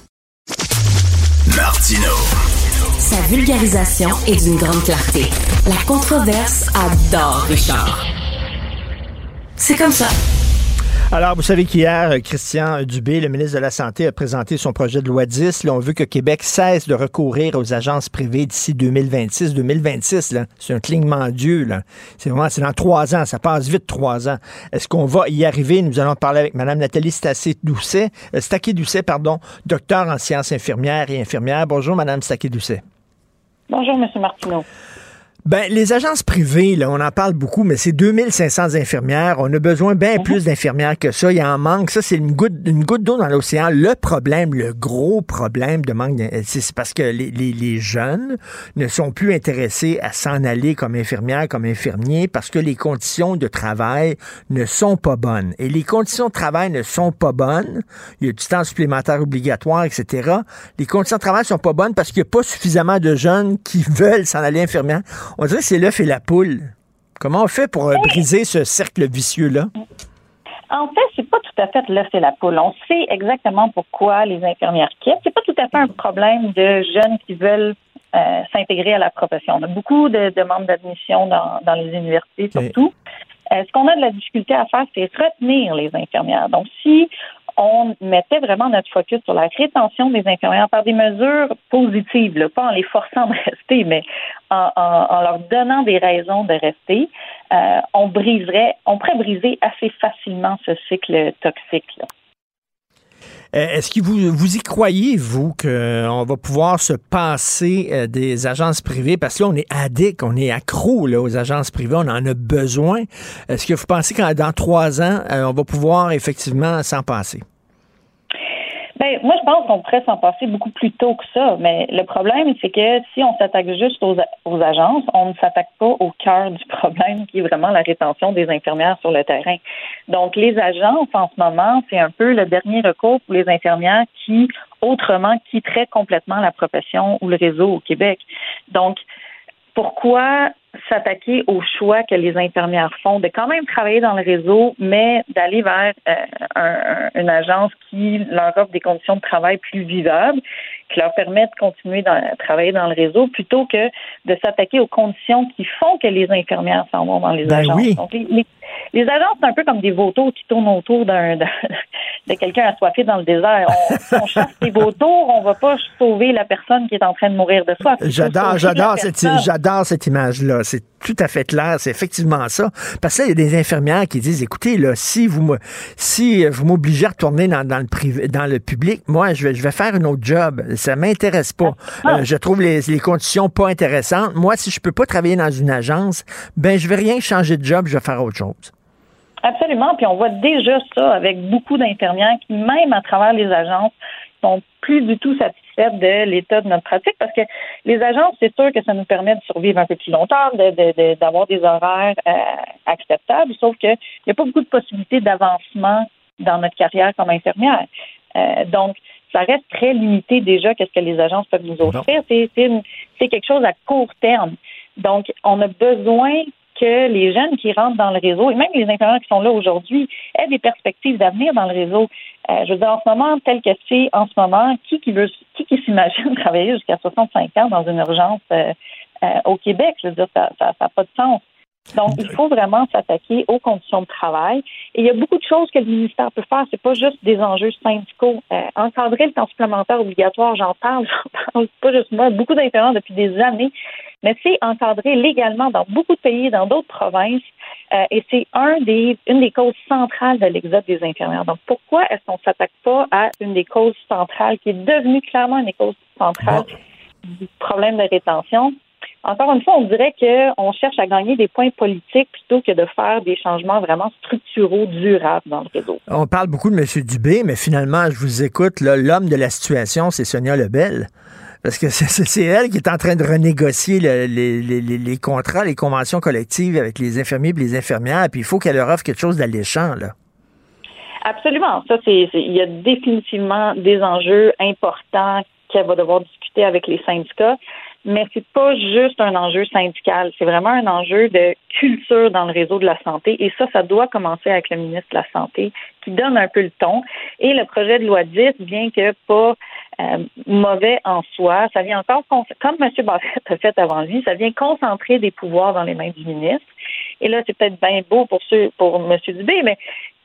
Martino. Sa vulgarisation est d'une grande clarté. La controverse adore Richard. C'est comme ça. Alors, vous savez qu'hier, Christian Dubé, le ministre de la Santé, a présenté son projet de loi dix. Là, on veut que Québec cesse de recourir aux agences privées d'ici deux mille vingt-six. deux mille vingt-six, là, c'est un clignement d'yeux, là. C'est vraiment, c'est dans trois ans. Ça passe vite, trois ans. Est-ce qu'on va y arriver? Nous allons parler avec Mme Nathalie Staquet-Doucet, euh, Staquet-Doucet, pardon, docteur en sciences infirmières et infirmières. Bonjour, Mme Staquet-Doucet. Bonjour, M. Martineau. Ben, les agences privées, là, on en parle beaucoup, mais c'est deux mille cinq cents infirmières. On a besoin bien mm-hmm. plus d'infirmières que ça. Il y en manque. Ça, c'est une goutte, une goutte d'eau dans l'océan. Le problème, le gros problème de manque, c'est parce que les, les, les jeunes ne sont plus intéressés à s'en aller comme infirmières, comme infirmiers, parce que les conditions de travail ne sont pas bonnes. Et les conditions de travail ne sont pas bonnes. Il y a du temps supplémentaire obligatoire, et cetera. Les conditions de travail sont pas bonnes parce qu'il n'y a pas suffisamment de jeunes qui veulent s'en aller infirmière. On dirait que c'est l'œuf et la poule. Comment on fait pour euh, briser ce cercle vicieux-là? En fait, c'est pas tout à fait l'œuf et la poule. On sait exactement pourquoi les infirmières quittent. C'est pas tout à fait un problème de jeunes qui veulent euh, s'intégrer à la profession. On a beaucoup de demandes d'admission dans, dans les universités, surtout. Euh, ce qu'on a de la difficulté à faire, c'est retenir les infirmières. Donc, si on mettait vraiment notre focus sur la rétention des infirmières par des mesures positives, là, pas en les forçant de rester, mais en, en, en leur donnant des raisons de rester, euh, on briserait, on pourrait briser assez facilement ce cycle toxique, là. Est-ce que vous, vous y croyez, vous, qu'on va pouvoir se passer euh, des agences privées? Parce que là, on est addict, on est accro là, aux agences privées, on en a besoin. Est-ce que vous pensez que dans trois ans, euh, on va pouvoir effectivement s'en passer? Ben, moi, je pense qu'on pourrait s'en passer beaucoup plus tôt que ça. Mais le problème, c'est que si on s'attaque juste aux, aux agences, on ne s'attaque pas au cœur du problème, qui est vraiment la rétention des infirmières sur le terrain. Donc, les agences, en ce moment, c'est un peu le dernier recours pour les infirmières qui, autrement, quitteraient complètement la profession ou le réseau au Québec. Donc, pourquoi s'attaquer au choix que les infirmières font de quand même travailler dans le réseau, mais d'aller vers euh, un, une agence qui leur offre des conditions de travail plus vivables, qui leur permet de continuer à travailler dans le réseau, plutôt que de s'attaquer aux conditions qui font que les infirmières s'en vont dans les ben agences. Oui. Donc, les, les, les agences, c'est un peu comme des vautours qui tournent autour d'un, d'un de quelqu'un assoiffé dans le désert. On, si on chasse des vautours, on va pas sauver la personne qui est en train de mourir de soif. J'adore, j'adore cette, j'adore cette image-là. C'est tout à fait clair. C'est effectivement ça. Parce que là, il y a des infirmières qui disent, écoutez, là, si vous me, si vous m'obligez à retourner dans, dans le privé, dans le public, moi, je vais, je vais faire un autre job. Ça m'intéresse pas. Ah. Euh, je trouve les, les conditions pas intéressantes. Moi, si je peux pas travailler dans une agence, ben, je vais rien changer de job, je vais faire autre chose. Absolument. Puis on voit déjà ça avec beaucoup d'infirmières qui, même à travers les agences, sont plus du tout satisfaites de l'état de notre pratique, parce que les agences, c'est sûr que ça nous permet de survivre un peu plus longtemps, de, de, de, d'avoir des horaires euh, acceptables, sauf qu'il n'y a pas beaucoup de possibilités d'avancement dans notre carrière comme infirmière. Euh, donc, ça reste très limité déjà, qu'est-ce que les agences peuvent nous offrir. C'est, c'est, une, c'est quelque chose à court terme. Donc, on a besoin que les jeunes qui rentrent dans le réseau, et même les infirmières qui sont là aujourd'hui, aient des perspectives d'avenir dans le réseau. Euh, je veux dire, en ce moment, tel que c'est en ce moment, qui qui veut, qui qui s'imagine travailler jusqu'à soixante-cinq ans dans une urgence euh, euh, au Québec? Je veux dire, ça n'a ça, ça pas de sens. Donc, il faut vraiment s'attaquer aux conditions de travail. Et il y a beaucoup de choses que le ministère peut faire. C'est pas juste des enjeux syndicaux. Euh, encadrer le temps supplémentaire obligatoire, j'en parle, j'en parle pas juste moi, beaucoup d'infirmières depuis des années, mais c'est encadré légalement dans beaucoup de pays, dans d'autres provinces, euh, et c'est un des, une des causes centrales de l'exode des infirmières. Donc, pourquoi est-ce qu'on s'attaque pas à une des causes centrales, qui est devenue clairement une des causes centrales du problème de rétention? Encore une fois, on dirait qu'on cherche à gagner des points politiques plutôt que de faire des changements vraiment structuraux, durables dans le réseau. On parle beaucoup de M. Dubé, mais finalement, je vous écoute, là, l'homme de la situation, c'est Sonia Lebel. Parce que c'est, c'est elle qui est en train de renégocier le, les, les, les contrats, les conventions collectives avec les infirmiers et les infirmières, puis il faut qu'elle leur offre quelque chose d'alléchant, là. Absolument. Ça, c'est, c'est, il y a définitivement des enjeux importants qu'elle va devoir discuter avec les syndicats. Mais c'est pas juste un enjeu syndical, c'est vraiment un enjeu de culture dans le réseau de la santé. Et ça, ça doit commencer avec le ministre de la Santé, qui donne un peu le ton. Et le projet de loi dix, bien que pas euh, mauvais en soi, ça vient encore, comme M. Barrette a fait avant lui, ça vient concentrer des pouvoirs dans les mains du ministre. Et là, c'est peut-être bien beau pour ceux, pour M. Dubé, mais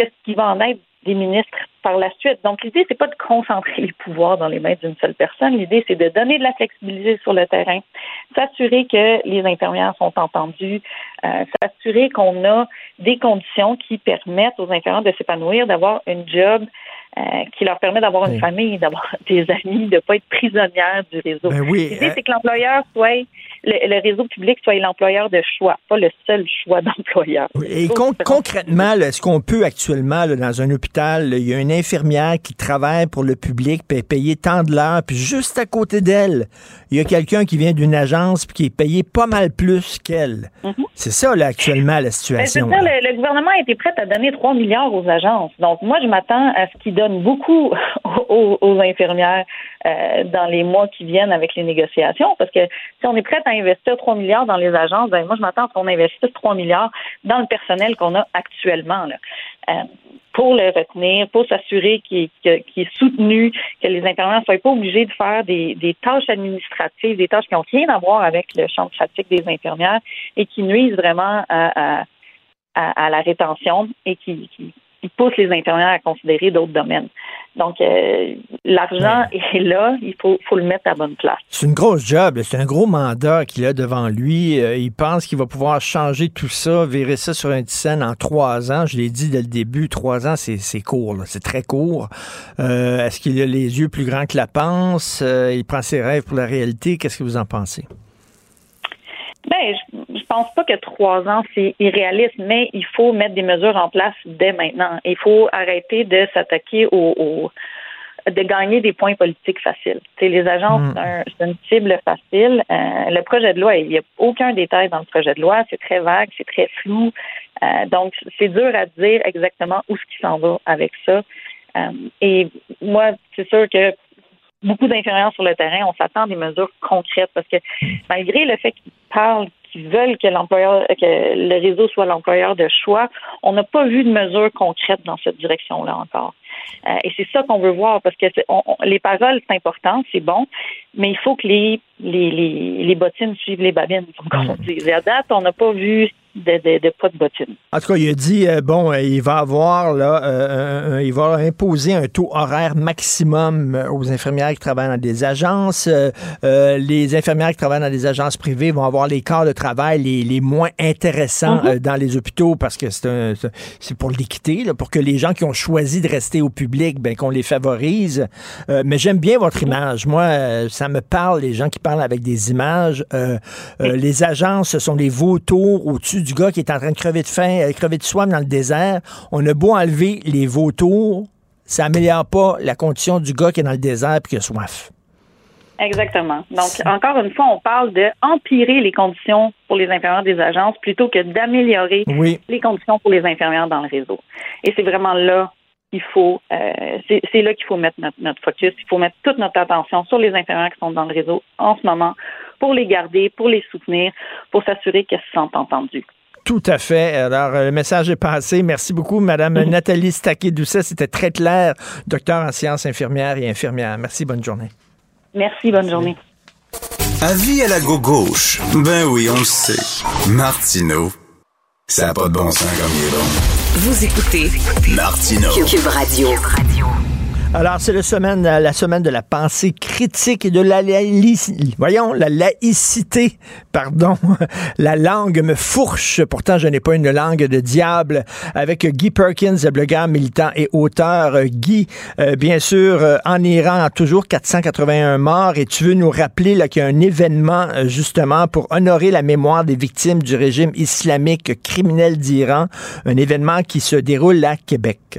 qu'est-ce qui va en être des ministres par la suite. Donc, l'idée, c'est pas de concentrer les pouvoirs dans les mains d'une seule personne. L'idée, c'est de donner de la flexibilité sur le terrain, s'assurer que les infirmières sont entendues, euh, s'assurer qu'on a des conditions qui permettent aux infirmières de s'épanouir, d'avoir une job euh, qui leur permet d'avoir une oui. famille, d'avoir des amis, de ne pas être prisonnière du réseau. Ben oui, l'idée, euh... c'est que l'employeur soit, le, le réseau public soit l'employeur de choix, pas le seul choix d'employeur. Et con- concrètement, là, est-ce qu'on peut actuellement, là, dans un hôpital, là, il y a une infirmière qui travaille pour le public, puis est payée tant de l'heure, puis juste à côté d'elle, il y a quelqu'un qui vient d'une agence puis qui est payé pas mal plus qu'elle. Mm-hmm. C'est ça, là, actuellement, la situation. Ben, c'est ça, le, le gouvernement a été prêt à donner trois milliards aux agences. Donc, moi, je m'attends à ce qu'ils donnent beaucoup aux, aux infirmières euh, dans les mois qui viennent avec les négociations, parce que si on est prêt à investir trois milliards dans les agences, ben moi, je m'attends à ce qu'on investisse trois milliards dans le personnel qu'on a actuellement, là. Euh, pour le retenir, pour s'assurer qu'il, qu'il, qu'il est soutenu, que les infirmières ne soient pas obligés de faire des, des tâches administratives, des tâches qui n'ont rien à voir avec le champ de pratique des infirmières et qui nuisent vraiment à, à, à, à la rétention et qui, qui, qui poussent les infirmières à considérer d'autres domaines. Donc, euh, l'argent ouais. est là, il faut, faut le mettre à bonne place. C'est une grosse job, c'est un gros mandat qu'il a devant lui. Euh, il pense qu'il va pouvoir changer tout ça, virer ça sur un scène en trois ans. Je l'ai dit dès le début, trois ans, c'est, c'est court, là. C'est très court. Euh, est-ce qu'il a les yeux plus grands que la panse? Euh, il prend ses rêves pour la réalité. Qu'est-ce que vous en pensez? Ben, je, je pense pas que trois ans, c'est irréaliste, mais il faut mettre des mesures en place dès maintenant. Il faut arrêter de s'attaquer au, au de gagner des points politiques faciles. T'sais, les agences, mmh. c'est, un, c'est une cible facile. Euh, le projet de loi, il n'y a aucun détail dans le projet de loi. C'est très vague, c'est très flou. Euh, donc, c'est dur à dire exactement où ce qui s'en va avec ça. Euh, et moi, c'est sûr que beaucoup d'infirmières sur le terrain, on s'attend à des mesures concrètes parce que malgré le fait qu'ils parlent, qu'ils veulent que l'employeur, que le réseau soit l'employeur de choix, on n'a pas vu de mesures concrètes dans cette direction-là encore. Euh, et c'est ça qu'on veut voir parce que c'est, on, on, les paroles, c'est important, c'est bon, mais il faut que les, les, les, les bottines suivent les babines, comme on dit. Et à date, on n'a pas vu de, de, de pas de bottines. En tout cas, il a dit, euh, bon, euh, il va avoir, là, euh, euh, il va imposer un taux horaire maximum aux infirmières qui travaillent dans des agences. Euh, euh, les infirmières qui travaillent dans des agences privées vont avoir les quarts de travail les, les moins intéressants mm-hmm. euh, dans les hôpitaux parce que c'est, un, c'est pour l'équité, là, pour que les gens qui ont choisi de rester au public, ben, qu'on les favorise. Euh, mais j'aime bien votre image. Moi, euh, ça me parle, les gens qui parlent avec des images. Euh, euh, les agences, ce sont les vautours au-dessus du gars qui est en train de crever de faim, euh, crever de soif dans le désert. On a beau enlever les vautours, ça améliore pas la condition du gars qui est dans le désert et qui a soif. Exactement. Donc, encore une fois, on parle de empirer les conditions pour les infirmières des agences plutôt que d'améliorer oui. les conditions pour les infirmières dans le réseau. Et c'est vraiment là qu'il faut, euh, c'est, c'est là qu'il faut mettre notre, notre focus. Il faut mettre toute notre attention sur les infirmières qui sont dans le réseau en ce moment pour les garder, pour les soutenir, pour s'assurer qu'elles se sentent entendues. Tout à fait. Alors, le message est passé. Merci beaucoup, Mme mmh. Nathalie Staquet-Doucet. C'était très clair, docteur en sciences infirmières et infirmières. Merci, bonne journée. Merci, bonne journée. Avis à la gauche. Ben oui, on le sait. Martineau, ça n'a pas de bon sens comme il est bon. Vous écoutez Martineau. Cube Radio. Alors, c'est la semaine, la semaine de la pensée critique et de la laïcité. Voyons, la laïcité, pardon. La langue me fourche. Pourtant, je n'ai pas une langue de diable. Avec Guy Perkins, blogueur, militant et auteur. Guy, euh, bien sûr, euh, en Iran, toujours quatre cent quatre-vingt-un morts. Et tu veux nous rappeler là, qu'il y a un événement, euh, justement, pour honorer la mémoire des victimes du régime islamique criminel d'Iran. Un événement qui se déroule à Québec.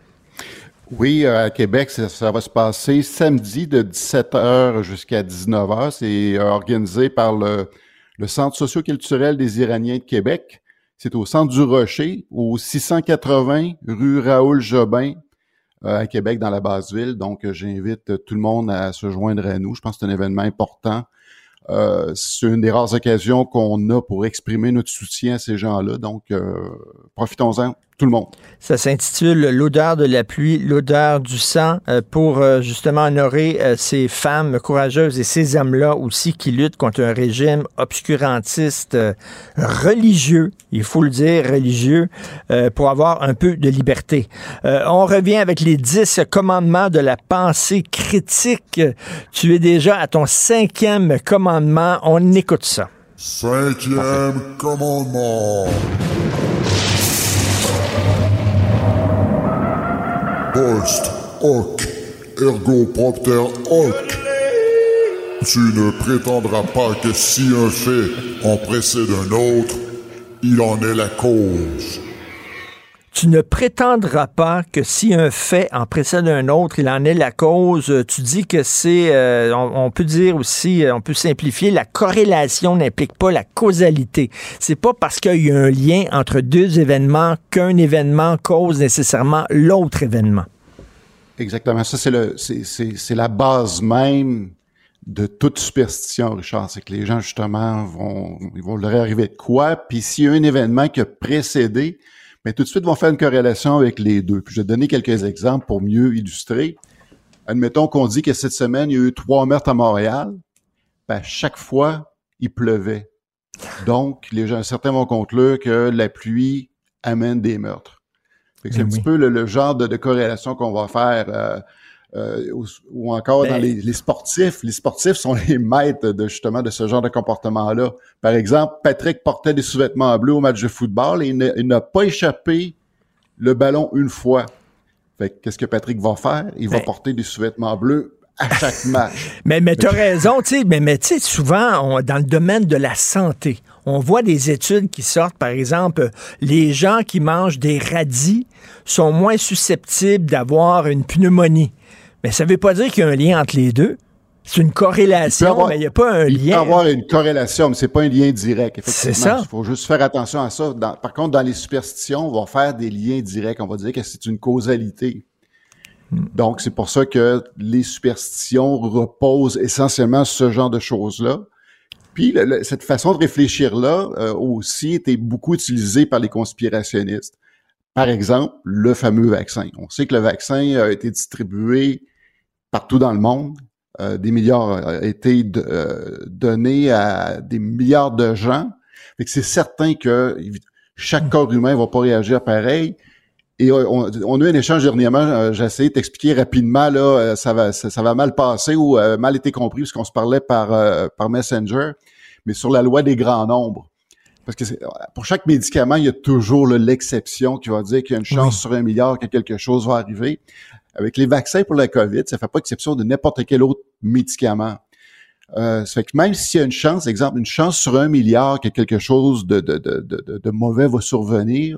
Oui, à Québec, ça, ça va se passer samedi de dix-sept heures jusqu'à dix-neuf heures. C'est organisé par le, le Centre socio-culturel des Iraniens de Québec. C'est au Centre du Rocher, au six cent quatre-vingts rue Raoul-Jobin, euh, à Québec, dans la Basse-Ville. Donc, j'invite tout le monde à se joindre à nous. Je pense que c'est un événement important. Euh, c'est une des rares occasions qu'on a pour exprimer notre soutien à ces gens-là. Donc, euh, profitons-en. tout le monde. Ça s'intitule « L'odeur de la pluie, l'odeur du sang euh, » pour euh, justement honorer euh, ces femmes courageuses et ces hommes-là aussi qui luttent contre un régime obscurantiste euh, religieux, il faut le dire, religieux, euh, pour avoir un peu de liberté. Euh, on revient avec les dix commandements de la pensée critique. Tu es déjà à ton cinquième commandement. On écoute ça. Cinquième commandement. Post hoc ergo propter hoc. Tu ne prétendras pas que si un fait en précède un autre, il en est la cause. Tu ne prétendras pas que si un fait en précède un autre, il en est la cause. Tu dis que c'est, euh, on, on peut dire aussi, on peut simplifier, la corrélation n'implique pas la causalité. C'est pas parce qu'il y a un lien entre deux événements qu'un événement cause nécessairement l'autre événement. Exactement. Ça, c'est le, c'est, c'est, c'est la base même de toute superstition, Richard. C'est que les gens, justement, vont, ils vont leur arriver de quoi? Puis s'il y a un événement qui a précédé, mais tout de suite, vont faire une corrélation avec les deux. Puis je vais te donner quelques exemples pour mieux illustrer. Admettons qu'on dit que cette semaine, il y a eu trois meurtres à Montréal. Ben, chaque fois, il pleuvait. Donc, les gens, certains vont conclure que la pluie amène des meurtres. Fait que c'est ben un oui. petit peu le, le genre de, de corrélation qu'on va faire. Euh, euh, ou, ou encore ben... dans les, les sportifs. Les sportifs sont les maîtres de justement de ce genre de comportement-là. Par exemple, Patrick portait des sous-vêtements bleus au match de football et il, ne, il n'a pas échappé le ballon une fois. Fait que qu'est-ce que Patrick va faire? Il ben... va porter des sous-vêtements bleus à chaque match. mais mais tu as raison, tu sais, mais, mais tu sais, souvent, on, dans le domaine de la santé, on voit des études qui sortent, par exemple, les gens qui mangent des radis sont moins susceptibles d'avoir une pneumonie. Mais ça ne veut pas dire qu'il y a un lien entre les deux. C'est une corrélation, avoir, mais il n'y a pas un il lien. Il peut y avoir une corrélation, mais c'est pas un lien direct. C'est ça. Il faut juste faire attention à ça. Dans, par contre, dans les superstitions, on va faire des liens directs. On va dire que c'est une causalité. Hmm. Donc, c'est pour ça que les superstitions reposent essentiellement sur ce genre de choses-là. Puis, le, le, cette façon de réfléchir-là euh, aussi était beaucoup utilisée par les conspirationnistes. Par exemple, le fameux vaccin. On sait que le vaccin a été distribué partout dans le monde. Euh, des milliards ont été de, euh, donnés à des milliards de gens. Fait que c'est certain que chaque corps humain va pas réagir pareil. Et on, on a eu un échange dernièrement, euh, j'ai essayé de t'expliquer rapidement, là, euh, ça va ça, ça va mal passer ou euh, mal été compris parce qu'on se parlait par, euh, par Messenger, mais sur la loi des grands nombres. Parce que c'est, pour chaque médicament, il y a toujours là, l'exception qui va dire qu'il y a une chance oui. sur un milliard que quelque chose va arriver. Avec les vaccins pour la COVID, ça fait pas exception de n'importe quel autre médicament. Euh, ça fait que même s'il y a une chance, exemple, une chance sur un milliard que quelque chose de, de, de, de, de mauvais va survenir,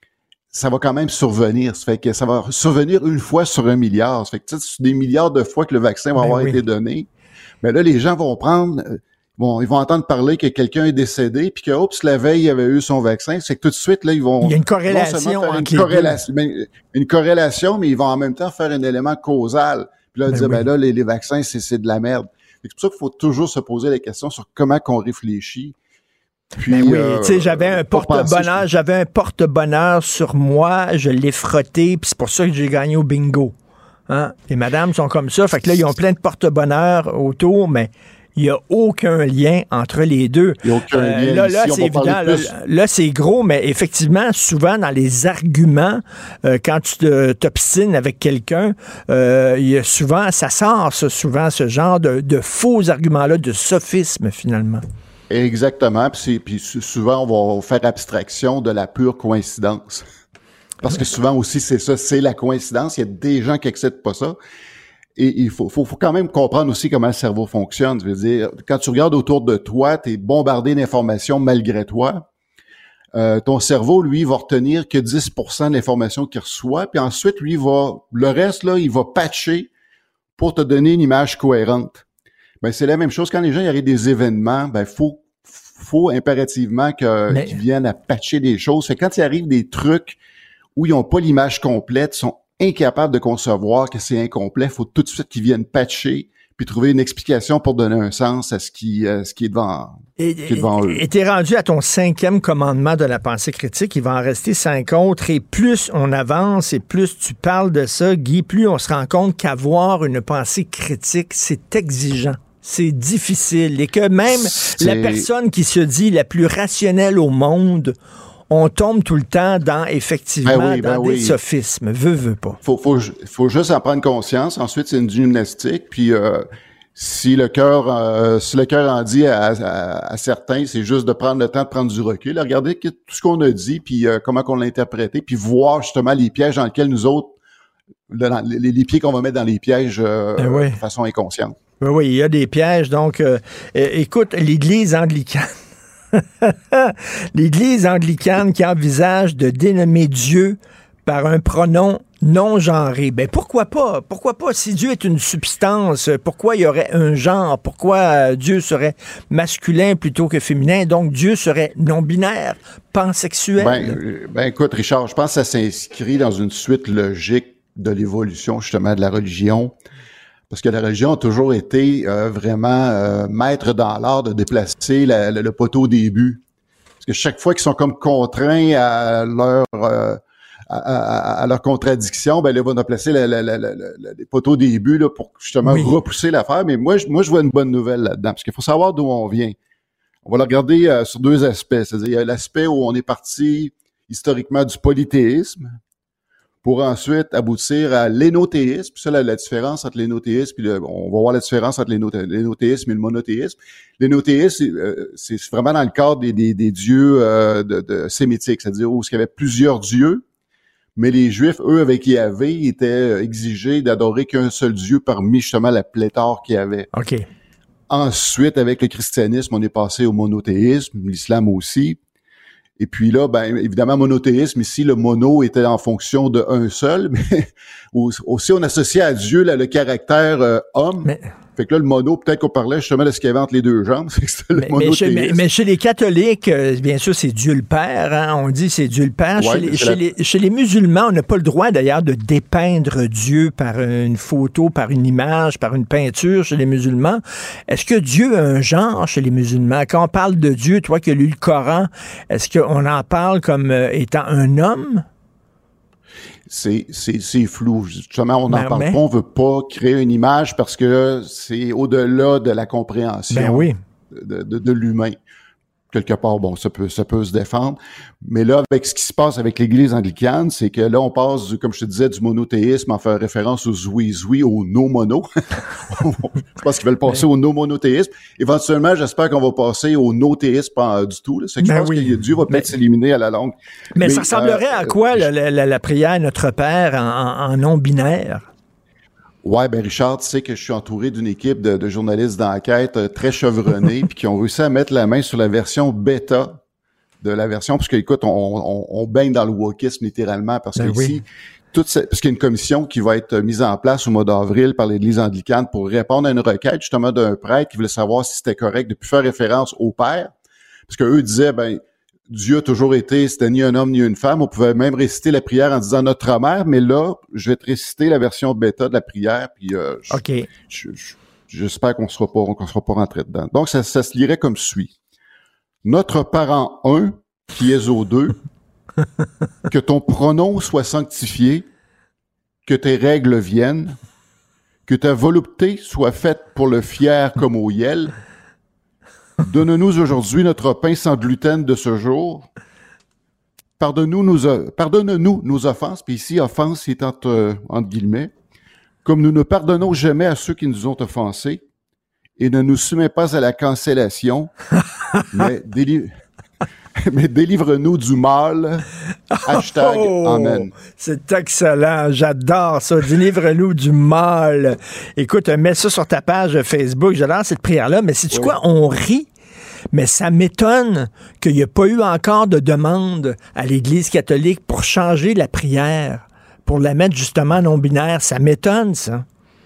ça va quand même survenir. Ça fait que ça va survenir une fois sur un milliard. Ça fait que tu sais, c'est des milliards de fois que le vaccin va ben avoir oui. été donné. Mais là, les gens vont prendre... Bon, ils vont entendre parler que quelqu'un est décédé, puis que, oups, la veille, il avait eu son vaccin. C'est que tout de suite, là, ils vont... Il y a une corrélation non entre une les corrélation, mais une corrélation, mais ils vont en même temps faire un élément causal. Puis là, ben dire, oui. ben là, les, les vaccins, c'est, c'est de la merde. C'est pour ça qu'il faut toujours se poser la question sur comment qu'on réfléchit. Puis, ben oui, euh, tu sais, j'avais un porte-bonheur, penser, j'avais un porte-bonheur sur moi, je l'ai frotté, puis c'est pour ça que j'ai gagné au bingo. Hein? Les madames sont comme ça, fait que là, ils ont plein de porte-bonheur autour, mais... Il n'y a aucun lien entre les deux. Il n'y a aucun euh, lien. Là, là Ici, c'est évident. Là, là, c'est gros, mais effectivement, souvent, dans les arguments, euh, quand tu te, t'obstines avec quelqu'un, euh, il y a souvent, ça sort ça, souvent, ce genre de, de faux arguments-là, de sophisme, finalement. Exactement. Puis, c'est, puis souvent, on va faire abstraction de la pure coïncidence. Parce que souvent aussi, c'est ça, c'est la coïncidence. Il y a des gens qui acceptent pas ça. Et il faut, faut, faut quand même comprendre aussi comment le cerveau fonctionne. Je veux dire, quand tu regardes autour de toi, tu es bombardé d'informations malgré toi. Euh, ton cerveau, lui, va retenir que dix pour cent de l'information qu'il reçoit, puis ensuite, lui, va le reste, là, il va patcher pour te donner une image cohérente. Ben, c'est la même chose. Quand les gens y arrivent des événements, ben, faut, faut impérativement que, Mais... qu'ils viennent à patcher des choses. Fait que quand il arrive des trucs où ils n'ont pas l'image complète, ils sont incapables de concevoir que c'est incomplet, il faut tout de suite qu'ils viennent patcher, puis trouver une explication pour donner un sens à ce qui, à ce qui est devant, et, qui est devant eux. Et t'es rendu à ton cinquième commandement de la pensée critique. Il va en rester cinq autres. Et plus on avance et plus tu parles de ça, Guy, plus on se rend compte qu'avoir une pensée critique, c'est exigeant. C'est difficile. Et que même c'est... la personne qui se dit la plus rationnelle au monde, on tombe tout le temps dans, effectivement, ben oui, ben dans des oui. sophismes. Veux, veux pas. Faut, faut, faut juste en prendre conscience. Ensuite, c'est une gymnastique. Puis, euh, si le cœur, euh, si le cœur en dit à, à, à certains, c'est juste de prendre le temps de prendre du recul. Regardez tout ce qu'on a dit, puis euh, comment qu'on l'a interprété, puis voir justement les pièges dans lesquels nous autres, dans, les, les pieds qu'on va mettre dans les pièges euh, ben oui. de façon inconsciente. Oui, oui, il y a des pièges. Donc, euh, écoute, l'Église anglicane, l'Église anglicane qui envisage de dénommer Dieu par un pronom non genré. Ben pourquoi pas? Pourquoi pas? Si Dieu est une substance, pourquoi il y aurait un genre? Pourquoi Dieu serait masculin plutôt que féminin? Donc, Dieu serait non-binaire, pansexuel. Ben, ben écoute, Richard, je pense que ça s'inscrit dans une suite logique de l'évolution, justement, de la religion. Parce que la religion a toujours été euh, vraiment euh, maître dans l'art de déplacer la, la, le poteau au début. Parce que chaque fois qu'ils sont comme contraints à leur euh, à, à, à leur contradiction, ben là, ils vont placer la, la, la, la, la, les poteaux au début là, pour justement oui. repousser l'affaire. Mais moi, je, moi, je vois une bonne nouvelle là-dedans. Parce qu'il faut savoir d'où on vient. On va le regarder euh, sur deux aspects. C'est-à-dire, il y a l'aspect où on est parti historiquement du polythéisme, pour ensuite aboutir à l'énothéisme. Puis ça, la, la différence entre l'énothéisme, puis le, on va voir la différence entre l'énothéisme et le monothéisme. L'énothéisme, euh, c'est vraiment dans le cadre des, des, des dieux euh, de, de sémitiques, c'est-à-dire où il y avait plusieurs dieux, mais les Juifs, eux, avec Yahvé, étaient exigés d'adorer qu'un seul Dieu parmi justement la pléthore qu'il y avait. OK. Ensuite, avec le christianisme, on est passé au monothéisme, l'islam aussi. Et puis là, ben évidemment, monothéisme, ici, le mono était en fonction de un seul, mais aussi on associait à Dieu là, le caractère euh, homme. Mais... Fait que là, le mono, peut-être qu'on parlait justement de ce qu'il y avait entre les deux jambes. C'est que c'était le mais, monothéisme. Mais chez, mais, mais chez les catholiques, euh, bien sûr, c'est Dieu le Père. Hein, on dit c'est Dieu le Père. Ouais, chez, les, chez, la... les, chez les musulmans, on n'a pas le droit d'ailleurs de dépeindre Dieu par une photo, par une image, par une peinture chez les musulmans. Est-ce que Dieu a un genre chez les musulmans? Quand on parle de Dieu, toi qui as lu le Coran, est-ce qu'on en parle comme euh, étant un homme? C'est, c'est, c'est flou. Justement, on n'en ben, parle mais... pas. On veut pas créer une image parce que c'est au-delà de la compréhension ben oui. de, de, de l'humain. Quelque part, bon, ça peut, ça peut se défendre. Mais là, avec ce qui se passe avec l'Église anglicane, c'est que là, on passe, du, comme je te disais, du monothéisme en faire référence aux zoui-zoui, au no-mono. Je pense qu'ils veulent passer au no-monothéisme. Éventuellement, j'espère qu'on va passer au no-théisme pas du tout. Là. C'est que ben je pense oui. que Dieu va peut-être mais... s'éliminer à la longue. Mais, mais ça ressemblerait euh, à quoi, euh, la, la, la prière Notre Père en, en non-binaire? Ouais, ben Richard, tu sais que je suis entouré d'une équipe de, de journalistes d'enquête euh, très chevronnés puis qui ont réussi à mettre la main sur la version bêta de la version, parce que écoute, on, on, on baigne dans le wokisme littéralement, parce ben que oui. ici, toute cette, parce qu'il y a une commission qui va être mise en place au mois d'avril par l'Église anglicane pour répondre à une requête justement d'un prêtre qui voulait savoir si c'était correct de plus faire référence au Père, parce que eux disaient, ben Dieu a toujours été, c'était ni un homme ni une femme. On pouvait même réciter la prière en disant Notre Mère, mais là, je vais te réciter la version bêta de la prière, puis euh, je, okay. je, je, j'espère qu'on sera pas, qu'on sera pas rentré dedans. Donc, ça, ça se lirait comme suit. Notre parent un, qui est aux deux, que ton pronom soit sanctifié, que tes règles viennent, que ta volupté soit faite pour le fier comme au Yel. Donne-nous aujourd'hui notre pain sans gluten de ce jour. Pardonne-nous nos, pardonne-nous nos offenses, puis ici, offense est entre, euh, entre guillemets, comme nous ne pardonnons jamais à ceux qui nous ont offensés, et ne nous soumets pas à la cancellation, mais, déli- mais délivre-nous du mal. Hashtag oh, Amen. C'est excellent, j'adore ça. Délivre-nous du mal. Écoute, mets ça sur ta page Facebook. J'adore cette prière-là, mais sais-tu oui. quoi? On rit, mais ça m'étonne qu'il n'y ait pas eu encore de demande à l'Église catholique pour changer la prière, pour la mettre justement non-binaire. Ça m'étonne, ça.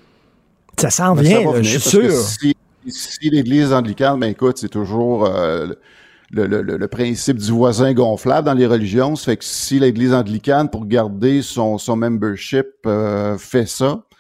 Ça s'en mais vient, ça là, je suis sûr. Si, si l'Église anglicane, ben écoute, c'est toujours... Euh, Le, le, le principe du voisin gonflable dans les religions, ça fait que si l'Église anglicane, pour garder son, son membership, euh, fait ça,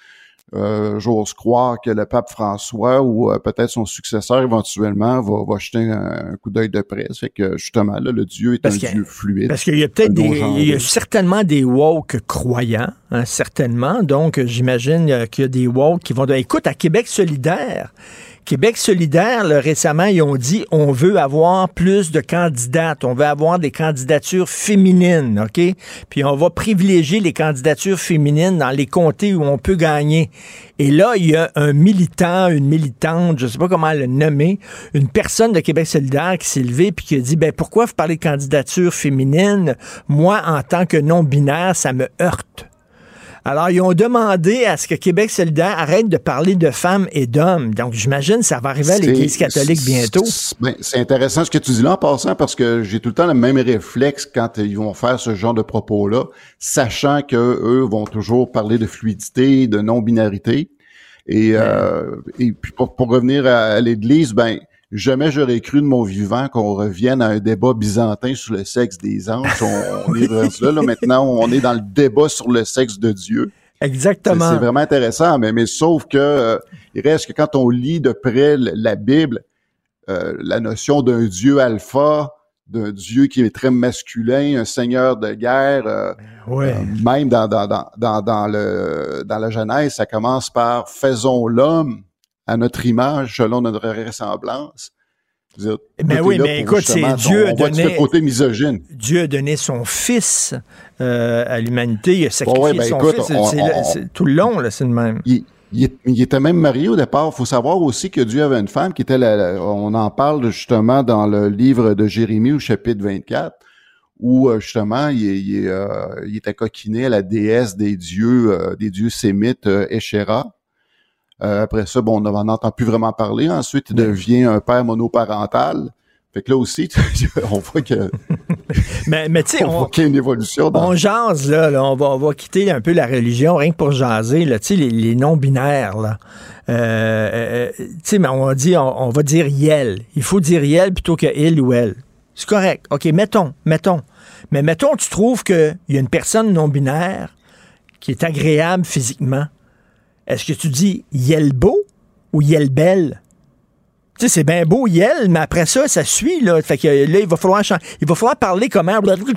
euh, j'ose croire que le pape François ou euh, peut-être son successeur éventuellement va, va jeter un, un coup d'œil de près. Fait que justement, là, le Dieu est parce un que, Dieu fluide. Parce qu'il y a peut-être des, il y a certainement des woke croyants, hein, certainement. Donc, j'imagine qu'il y a des woke qui vont dire, écoute, à Québec solidaire, Québec solidaire, là, récemment, ils ont dit on veut avoir plus de candidates, on veut avoir des candidatures féminines, OK? Puis on va privilégier les candidatures féminines dans les comtés où on peut gagner. Et là, il y a un militant, une militante, je sais pas comment le nommer, une personne de Québec solidaire qui s'est levée puis qui a dit, ben pourquoi vous parlez de candidature féminine? Moi, en tant que non-binaire, ça me heurte. Alors, ils ont demandé à ce que Québec solidaire arrête de parler de femmes et d'hommes. Donc, j'imagine que ça va arriver à l'Église catholique bientôt. C'est, ben, c'est intéressant ce que tu dis là en passant parce que j'ai tout le temps le même réflexe quand ils vont faire ce genre de propos-là, sachant que eux vont toujours parler de fluidité, de non-binarité. Et, ouais. euh, et puis, pour, pour revenir à, à l'Église, ben, jamais j'aurais cru de mon vivant qu'on revienne à un débat byzantin sur le sexe des anges. On, on est rendu là, là. Maintenant, on est dans le débat sur le sexe de Dieu. Exactement. C'est, c'est vraiment intéressant, mais, mais sauf que euh, il reste que quand on lit de près la Bible, euh, la notion d'un Dieu alpha, d'un Dieu qui est très masculin, un seigneur de guerre, euh, ouais. euh, même dans, dans, dans, dans, dans, le, dans la Genèse, ça commence par « Faisons l'homme ». À notre image, selon notre ressemblance. Dire, mais oui, mais écoute, c'est Dieu a donné... le côté misogyne. Dieu a donné son fils euh, à l'humanité. Il a sacrifié oh ouais, ben son écoute, fils. On, c'est, on, c'est, tout le long, là, c'est le même. Il, il, il était même marié au départ. Il faut savoir aussi que Dieu avait une femme qui était... La, la, on en parle justement dans le livre de Jérémie au chapitre vingt-quatre, où justement, il, il, euh, il était coquiné à la déesse des dieux, euh, des dieux sémites, euh, Échéra. Euh, après ça, bon, on n'en entend plus vraiment parler. Ensuite, il devient un père monoparental. Fait que là aussi, on voit que mais, mais tu sais, on, on voit qu'il y a une évolution. Dans... On jase, là, là on, va, on va quitter un peu la religion, rien que pour jaser, là, tu sais, les, les non-binaires, là. Euh, euh, tu sais, mais on dit, on, on va dire « yel ». Il faut dire « yel » plutôt que « il » ou « elle ». C'est correct. OK, mettons, mettons. Mais mettons, tu trouves qu'il y a une personne non-binaire qui est agréable physiquement. Est-ce que tu dis « yel beau » ou « yel belle » ? Tu sais, c'est bien beau, yel, mais après ça, ça suit, là. Fait que là, il va falloir, il va falloir parler comment...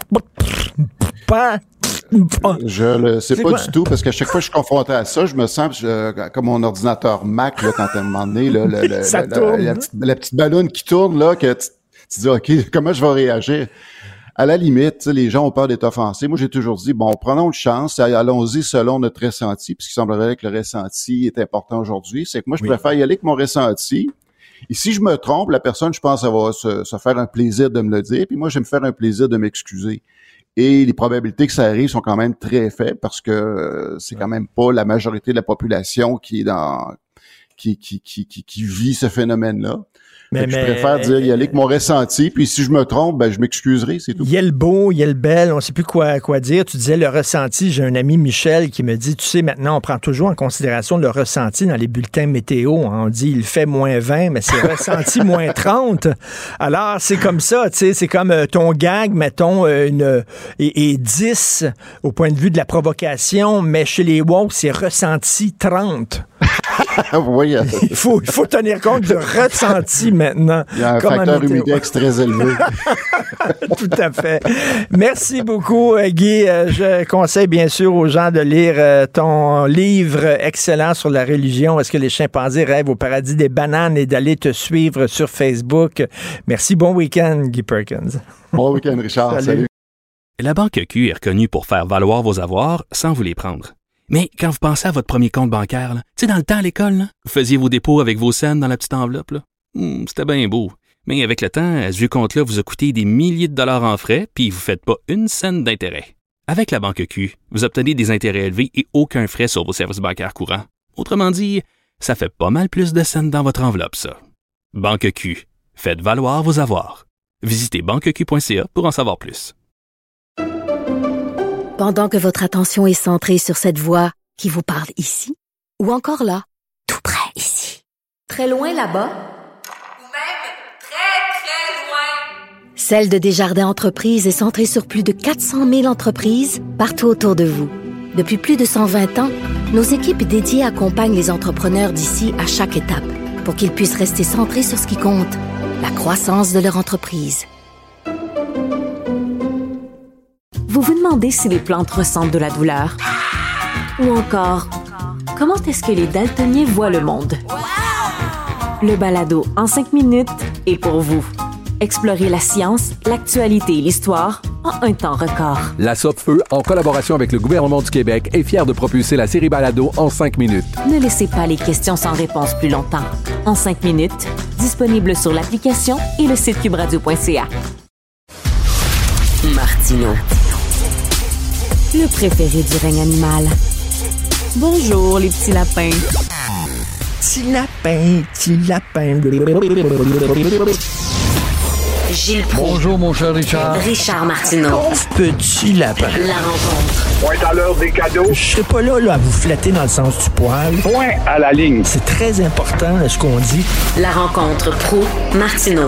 Je le sais c'est pas quoi? Du tout, parce qu'à chaque fois que je suis confronté à ça, je me sens je, comme mon ordinateur Mac, là, quand à un moment donné, là, le, le, ça la, tourne. La, la, petite, la petite ballonne qui tourne, là, que tu, tu dis « OK, comment je vais réagir? » À la limite, les gens ont peur d'être offensés. Moi, j'ai toujours dit, bon, prenons une chance, allons-y selon notre ressenti, puisqu'il semblerait que le ressenti est important aujourd'hui. C'est que moi, je oui. préfère y aller avec mon ressenti. Et si je me trompe, la personne, je pense, elle va se, se faire un plaisir de me le dire, puis moi, je vais me faire un plaisir de m'excuser. Et les probabilités que ça arrive sont quand même très faibles, parce que euh, c'est quand même pas la majorité de la population qui est dans qui qui qui qui, qui vit ce phénomène-là. Mais, mais, je préfère dire y aller avec mon ressenti, puis si je me trompe, ben je m'excuserai, c'est tout. Il y a le beau, il y a le bel, on ne sait plus quoi quoi dire. Tu disais le ressenti, j'ai un ami Michel qui me dit, tu sais, maintenant on prend toujours en considération le ressenti dans les bulletins météo. On dit il fait moins vingt, mais c'est ressenti moins trente. Alors c'est comme ça, tu sais, c'est comme euh, ton gag, mettons, euh, une et, et dix au point de vue de la provocation, mais chez les woke, c'est ressenti trente. Oui, il faut il faut tenir compte du ressenti maintenant. Il y a un facteur humidex très élevé. Tout à fait. Merci beaucoup, Guy. Je conseille bien sûr aux gens de lire ton livre excellent sur la religion. Est-ce que les chimpanzés rêvent au paradis des bananes et d'aller te suivre sur Facebook. Merci. Bon week-end, Guy Perkins. Bon week-end, Richard. Salut. Salut. La Banque Q est reconnue pour faire valoir vos avoirs sans vous les prendre. Mais quand vous pensez à votre premier compte bancaire, tu sais, dans le temps à l'école, là, vous faisiez vos dépôts avec vos scènes dans la petite enveloppe. Là. Hum, c'était bien beau. Mais avec le temps, ce vieux compte-là vous a coûté des milliers de dollars en frais, puis vous ne faites pas une scène d'intérêt. Avec la Banque Q, vous obtenez des intérêts élevés et aucun frais sur vos services bancaires courants. Autrement dit, ça fait pas mal plus de scènes dans votre enveloppe, ça. Banque Q. Faites valoir vos avoirs. Visitez banque q point c a pour en savoir plus. Pendant que votre attention est centrée sur cette voix qui vous parle ici, ou encore là, tout près ici, très loin là-bas, ou même très, très loin, Celle de Desjardins Entreprises est centrée sur plus de quatre cent mille entreprises partout autour de vous. Depuis plus de cent vingt ans, nos équipes dédiées accompagnent les entrepreneurs d'ici à chaque étape pour qu'ils puissent rester centrés sur ce qui compte, la croissance de leur entreprise. Vous vous demandez si les plantes ressentent de la douleur? Ou encore, comment est-ce que les daltoniens voient le monde? Le balado en cinq minutes est pour vous. Explorez la science, l'actualité et l'histoire en un temps record. La Sopfeu, en collaboration avec le gouvernement du Québec, est fière de propulser la série Balado en cinq minutes. Ne laissez pas les questions sans réponse plus longtemps. En cinq minutes, disponible sur l'application et le site cube radio point c a. Martineau. Le préféré du règne animal. Bonjour, les petits lapins. Petit lapin, petit lapin. Gilles Proulx. Bonjour, mon cher Richard. Richard Martineau. Pauvre petit lapin. La rencontre. Point à l'heure des cadeaux. Je serai pas là, là à vous flatter dans le sens du poil. Point à la ligne. C'est très important, là, ce qu'on dit. La rencontre Proulx-Martineau.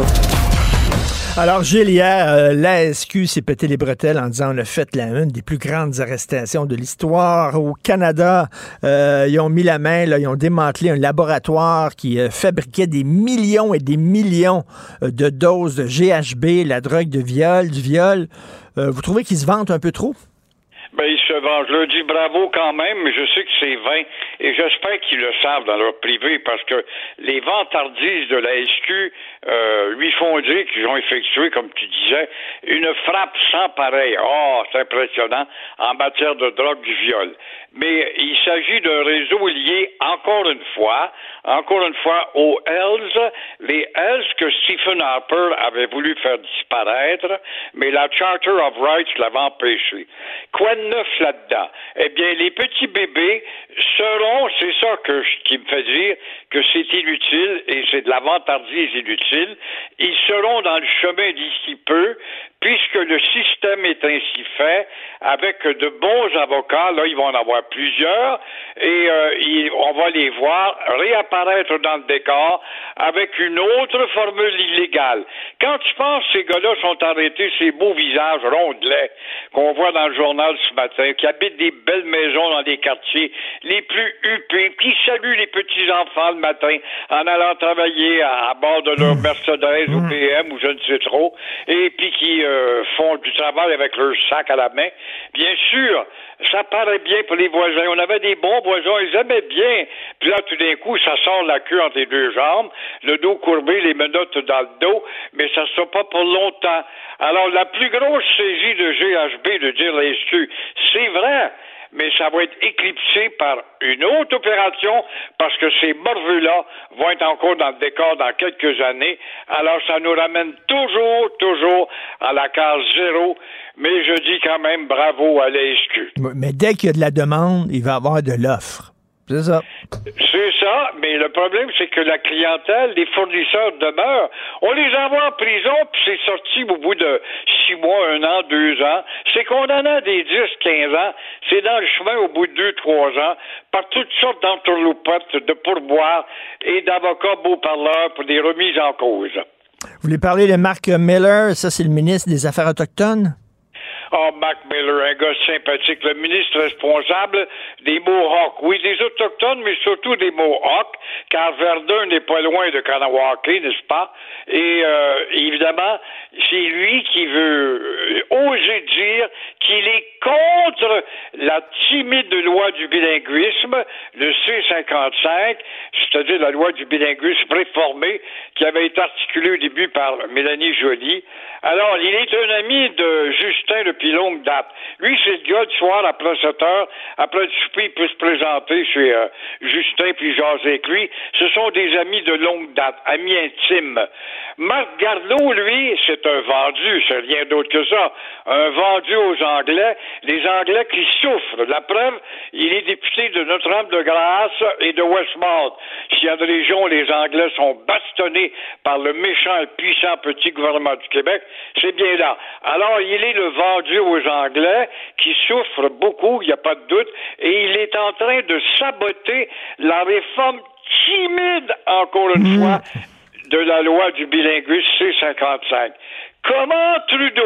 Alors, Gilles, hier, euh, l'A S Q s'est pété les bretelles en disant on a fait la une des plus grandes arrestations de l'histoire. Au Canada, euh, ils ont mis la main, là, ils ont démantelé un laboratoire qui euh, fabriquait des millions et des millions euh, de doses de G H B, la drogue de viol, du viol. Euh, vous trouvez qu'ils se vantent un peu trop? Ben, ils se vendent. Je leur dis bravo quand même, mais je sais que c'est vain. Et j'espère qu'ils le savent dans leur privé, parce que les vantardises de la S Q euh, lui font dire qu'ils ont effectué, comme tu disais, une frappe sans pareil. Oh, c'est impressionnant en matière de drogue du viol. Mais il s'agit d'un réseau lié, encore une fois, encore une fois, aux Hells, les Hells que Stephen Harper avait voulu faire disparaître, mais la Charter of Rights l'avait empêché. Quoi de neuf là-dedans? Eh bien, les petits bébés seront, c'est ça que qui me fait dire que c'est inutile, et c'est de la vantardise inutile, ils seront dans le chemin d'ici peu, puisque le système est ainsi fait, avec de bons avocats, là, ils vont en avoir plusieurs, et euh, ils, on va les voir réapparaître dans le décor avec une autre formule illégale. Quand tu penses ces gars-là sont arrêtés, ces beaux visages rondelets qu'on voit dans le journal ce matin, qui habitent des belles maisons dans des quartiers les plus huppés, qui saluent les petits-enfants le matin en allant travailler à, à bord de leur Mercedes ou B M ou je ne sais trop, et puis qui euh, font du travail avec leur sac à la main. Bien sûr, ça paraît bien pour les voisins. On avait des bons voisins, ils aimaient bien. Puis là, tout d'un coup, ça sort la queue entre les deux jambes, le dos courbé, les menottes dans le dos, mais ça ne sera pas pour longtemps. Alors, la plus grosse saisie de G H B, de dire la S Q, c'est vrai, mais ça va être éclipsé par une autre opération parce que ces morveux-là vont être encore dans le décor dans quelques années. Alors, ça nous ramène toujours, toujours à la case zéro. Mais je dis quand même bravo à l'A S Q. Mais dès qu'il y a de la demande, il va y avoir de l'offre. C'est ça. C'est ça, mais le problème, c'est que la clientèle, les fournisseurs demeurent. On les envoie en prison, puis c'est sorti au bout de six mois, un an, deux ans. C'est condamné à des dix, quinze ans. C'est dans le chemin au bout de deux, trois ans, par toutes sortes d'entourloupettes, de pourboires et d'avocats beaux parleurs pour des remises en cause. Vous voulez parler de Mark Miller? Ça, c'est le ministre des Affaires autochtones? Oh, Mark Miller, un gars sympathique, le ministre responsable des Mohawks. Oui, des Autochtones, mais surtout des Mohawks, car Verdun n'est pas loin de Kanawake, n'est-ce pas? Et euh, évidemment, c'est lui qui veut oser dire qu'il est contre la timide loi du bilinguisme, le C cinquante-cinq, c'est-à-dire la loi du bilinguisme réformée, qui avait été articulée au début par Mélanie Joly. Alors, il est un ami de Justin depuis longue date. Lui, c'est le gars du soir, après sept heures, après le souper, il peut se présenter chez euh, Justin puis jaser avec lui. Ce sont des amis de longue date, amis intimes. Marc Garneau, lui, c'est un vendu, c'est rien d'autre que ça. Un vendu aux Anglais, les Anglais qui souffrent. La preuve, il est député de Notre-Dame-de-Grâce et de Westmount. S'il y a des régions où les Anglais sont bastonnés par le méchant et puissant petit gouvernement du Québec, c'est bien là. Alors, il est le vendu aux Anglais qui souffrent beaucoup, il n'y a pas de doute, et il est en train de saboter la réforme timide, encore une mmh. fois, de la loi du bilinguisme C cinquante-cinq. Comment Trudeau,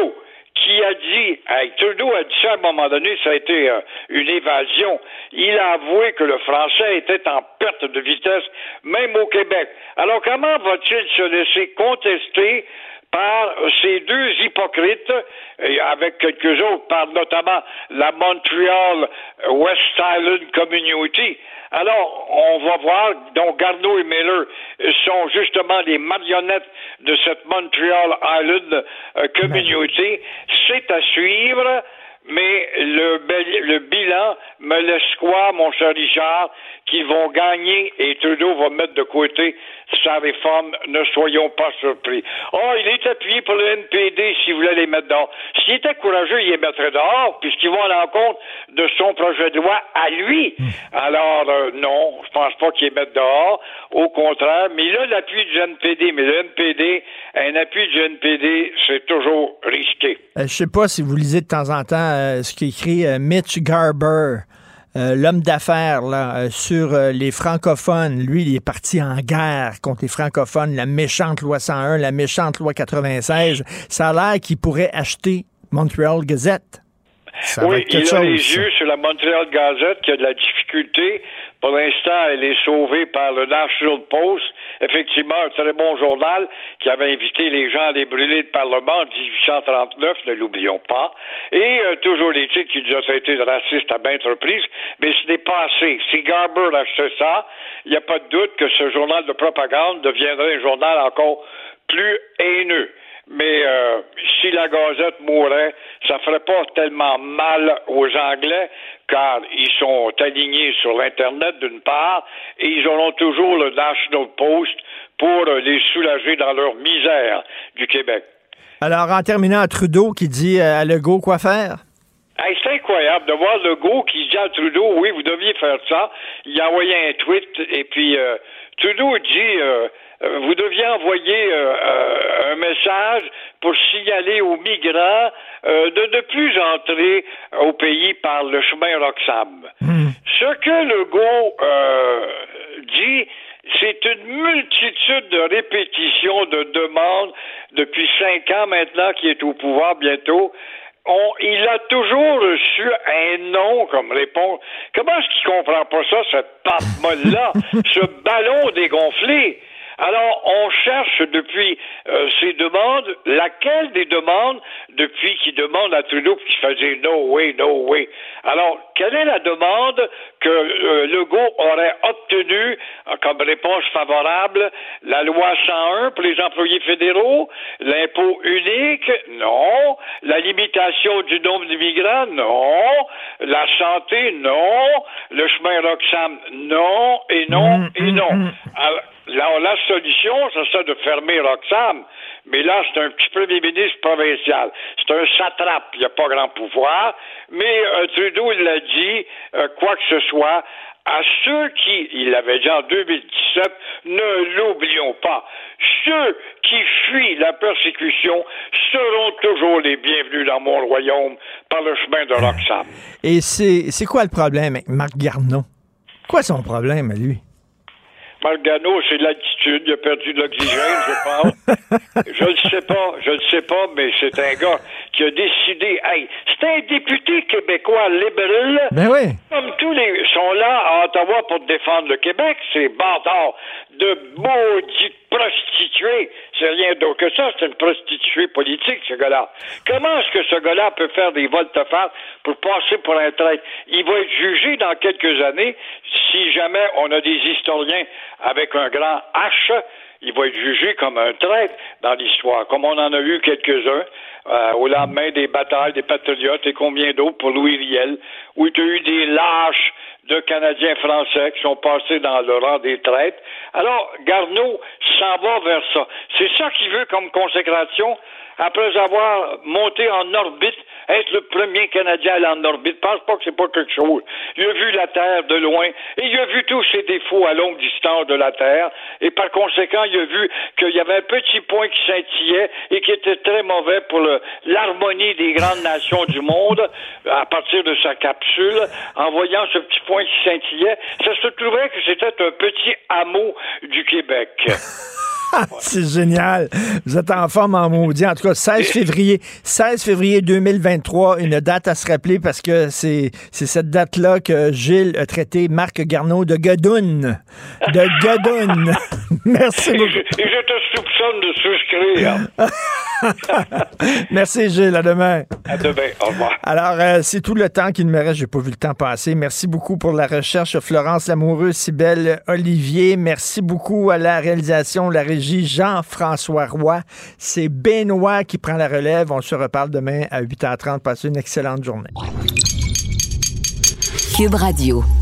qui a dit, hey, Trudeau a dit ça à un moment donné, ça a été euh, une évasion. Il a avoué que le français était en perte de vitesse, même au Québec. Alors comment va-t-il se laisser contester par ces deux hypocrites, et avec quelques autres, par notamment la Montreal West Island Community? Alors, on va voir, donc Garneau et Miller sont justement les marionnettes de cette Montreal Island euh, Community. C'est à suivre, mais le, le bilan me laisse quoi, mon cher Richard, qu'ils vont gagner et Trudeau va mettre de côté sa réforme, ne soyons pas surpris. Oh, il est appuyé pour le N P D s'il voulait les mettre dehors. S'il était courageux, il les mettrait dehors, puisqu'ils vont à l'encontre de son projet de loi à lui. Alors, euh, non, je pense pas qu'il les mette dehors. Au contraire, mais il a l'appui du N P D, mais le N P D, un appui du N P D, c'est toujours risqué. Euh, je sais pas si vous lisez de temps en temps euh, ce qu'écrit euh, Mitch Garber. Euh, l'homme d'affaires là, euh, sur euh, les francophones, lui, il est parti en guerre contre les francophones, la méchante loi cent un, la méchante loi quatre-vingt-seize. Ça a l'air qu'il pourrait acheter Montreal Gazette. Ça oui, il a chose, les ça. yeux sur la Montreal Gazette qui a de la difficulté. Pour l'instant, elle est sauvée par le National Post. Effectivement, un très bon journal qui avait invité les gens à les brûler de Parlement en dix-huit cent trente-neuf, ne l'oublions pas. Et euh, toujours les titres qui nous ont traité de racistes à maintes reprises, mais ce n'est pas assez. Si Garber achetait ça, il n'y a pas de doute que ce journal de propagande deviendrait un journal encore plus haineux. Mais euh, si la Gazette mourait, ça ferait pas tellement mal aux Anglais, car ils sont alignés sur l'Internet d'une part, et ils auront toujours le National Post pour les soulager dans leur misère du Québec. Alors, en terminant, Trudeau qui dit à Legault quoi faire? Hey, c'est incroyable de voir Legault qui dit à Trudeau, oui, vous deviez faire ça. Il a envoyé un tweet, et puis euh, Trudeau dit... Euh, vous deviez envoyer euh, euh, un message pour signaler aux migrants euh, de ne plus entrer au pays par le chemin Roxham. Mmh. Ce que Legault euh, dit, c'est une multitude de répétitions de demandes depuis cinq ans maintenant qui est au pouvoir bientôt. On, il a toujours reçu un non comme réponse. Comment est-ce qu'il comprend pas ça, cette pape molle-là, ce ballon dégonflé? Alors, on cherche depuis euh, ces demandes, laquelle des demandes, depuis qu'il demande à Trudeau qui faisait « no way, no way ». Alors, quelle est la demande que euh, Legault aurait obtenue euh, comme réponse favorable? La loi cent un pour les employés fédéraux? L'impôt unique? Non. La limitation du nombre d'immigrants? Non. La santé? Non. Le chemin Roxham? Non. Et non, et non. Alors, là, la solution, ça serait de fermer Roxham. Mais là, c'est un petit premier ministre provincial. C'est un satrape. Il n'y a pas grand pouvoir. Mais euh, Trudeau, il l'a dit, euh, quoi que ce soit, à ceux qui, il l'avait dit en deux mille dix-sept, ne l'oublions pas, ceux qui fuient la persécution seront toujours les bienvenus dans mon royaume par le chemin de Roxham. Et c'est, c'est quoi le problème avec Marc Garneau? Quoi son problème à lui? Marc Garneau, c'est de l'altitude, il a perdu de l'oxygène, je pense. Je ne sais pas, je ne sais pas, mais c'est un gars qui a décidé, hey, c'est un député québécois libéral. Ben oui. Comme tous les sont là à Ottawa pour défendre le Québec, ces bâtards de maudites prostituées. C'est rien d'autre que ça, c'est une prostituée politique, ce gars-là. Comment est-ce que ce gars-là peut faire des volte-face pour passer pour un traître? Il va être jugé dans quelques années, si jamais on a des historiens avec un grand H, il va être jugé comme un traître dans l'histoire, comme on en a eu quelques-uns euh, au lendemain des batailles des Patriotes et combien d'autres pour Louis Riel, où il y a eu des lâches de Canadiens français qui sont passés dans le rang des traîtres. Alors, Garneau s'en va vers ça. C'est ça qu'il veut comme consécration, après avoir monté en orbite, être le premier Canadien à aller en orbite. Pense pas que c'est pas quelque chose. Il a vu la Terre de loin et il a vu tous ses défauts à longue distance de la Terre et par conséquent, il a vu qu'il y avait un petit point qui scintillait et qui était très mauvais pour le, l'harmonie des grandes nations du monde à partir de sa capsule. En voyant ce petit point qui scintillait, ça se trouvait que c'était un petit hameau du Québec. C'est génial. Vous êtes en forme en maudit. En tout cas, seize février, seize février deux mille vingt-trois, une date à se rappeler parce que c'est, c'est cette date-là que Gilles a traité Marc Garneau de Gadoun. De Gadoun. Merci beaucoup. Et je, et je te soupçonne de souscrire. Merci Gilles, à demain. À demain, au revoir. Alors, euh, c'est tout le temps qu'il me reste. J'ai pas vu le temps passer. Merci beaucoup pour la recherche, Florence Lamoureux, Cybèle Olivier. Merci beaucoup à la réalisation, la régie, Jean-François Roy. C'est Benoît qui prend la relève. On se reparle demain à huit heures trente. Passez une excellente journée. Cube Radio.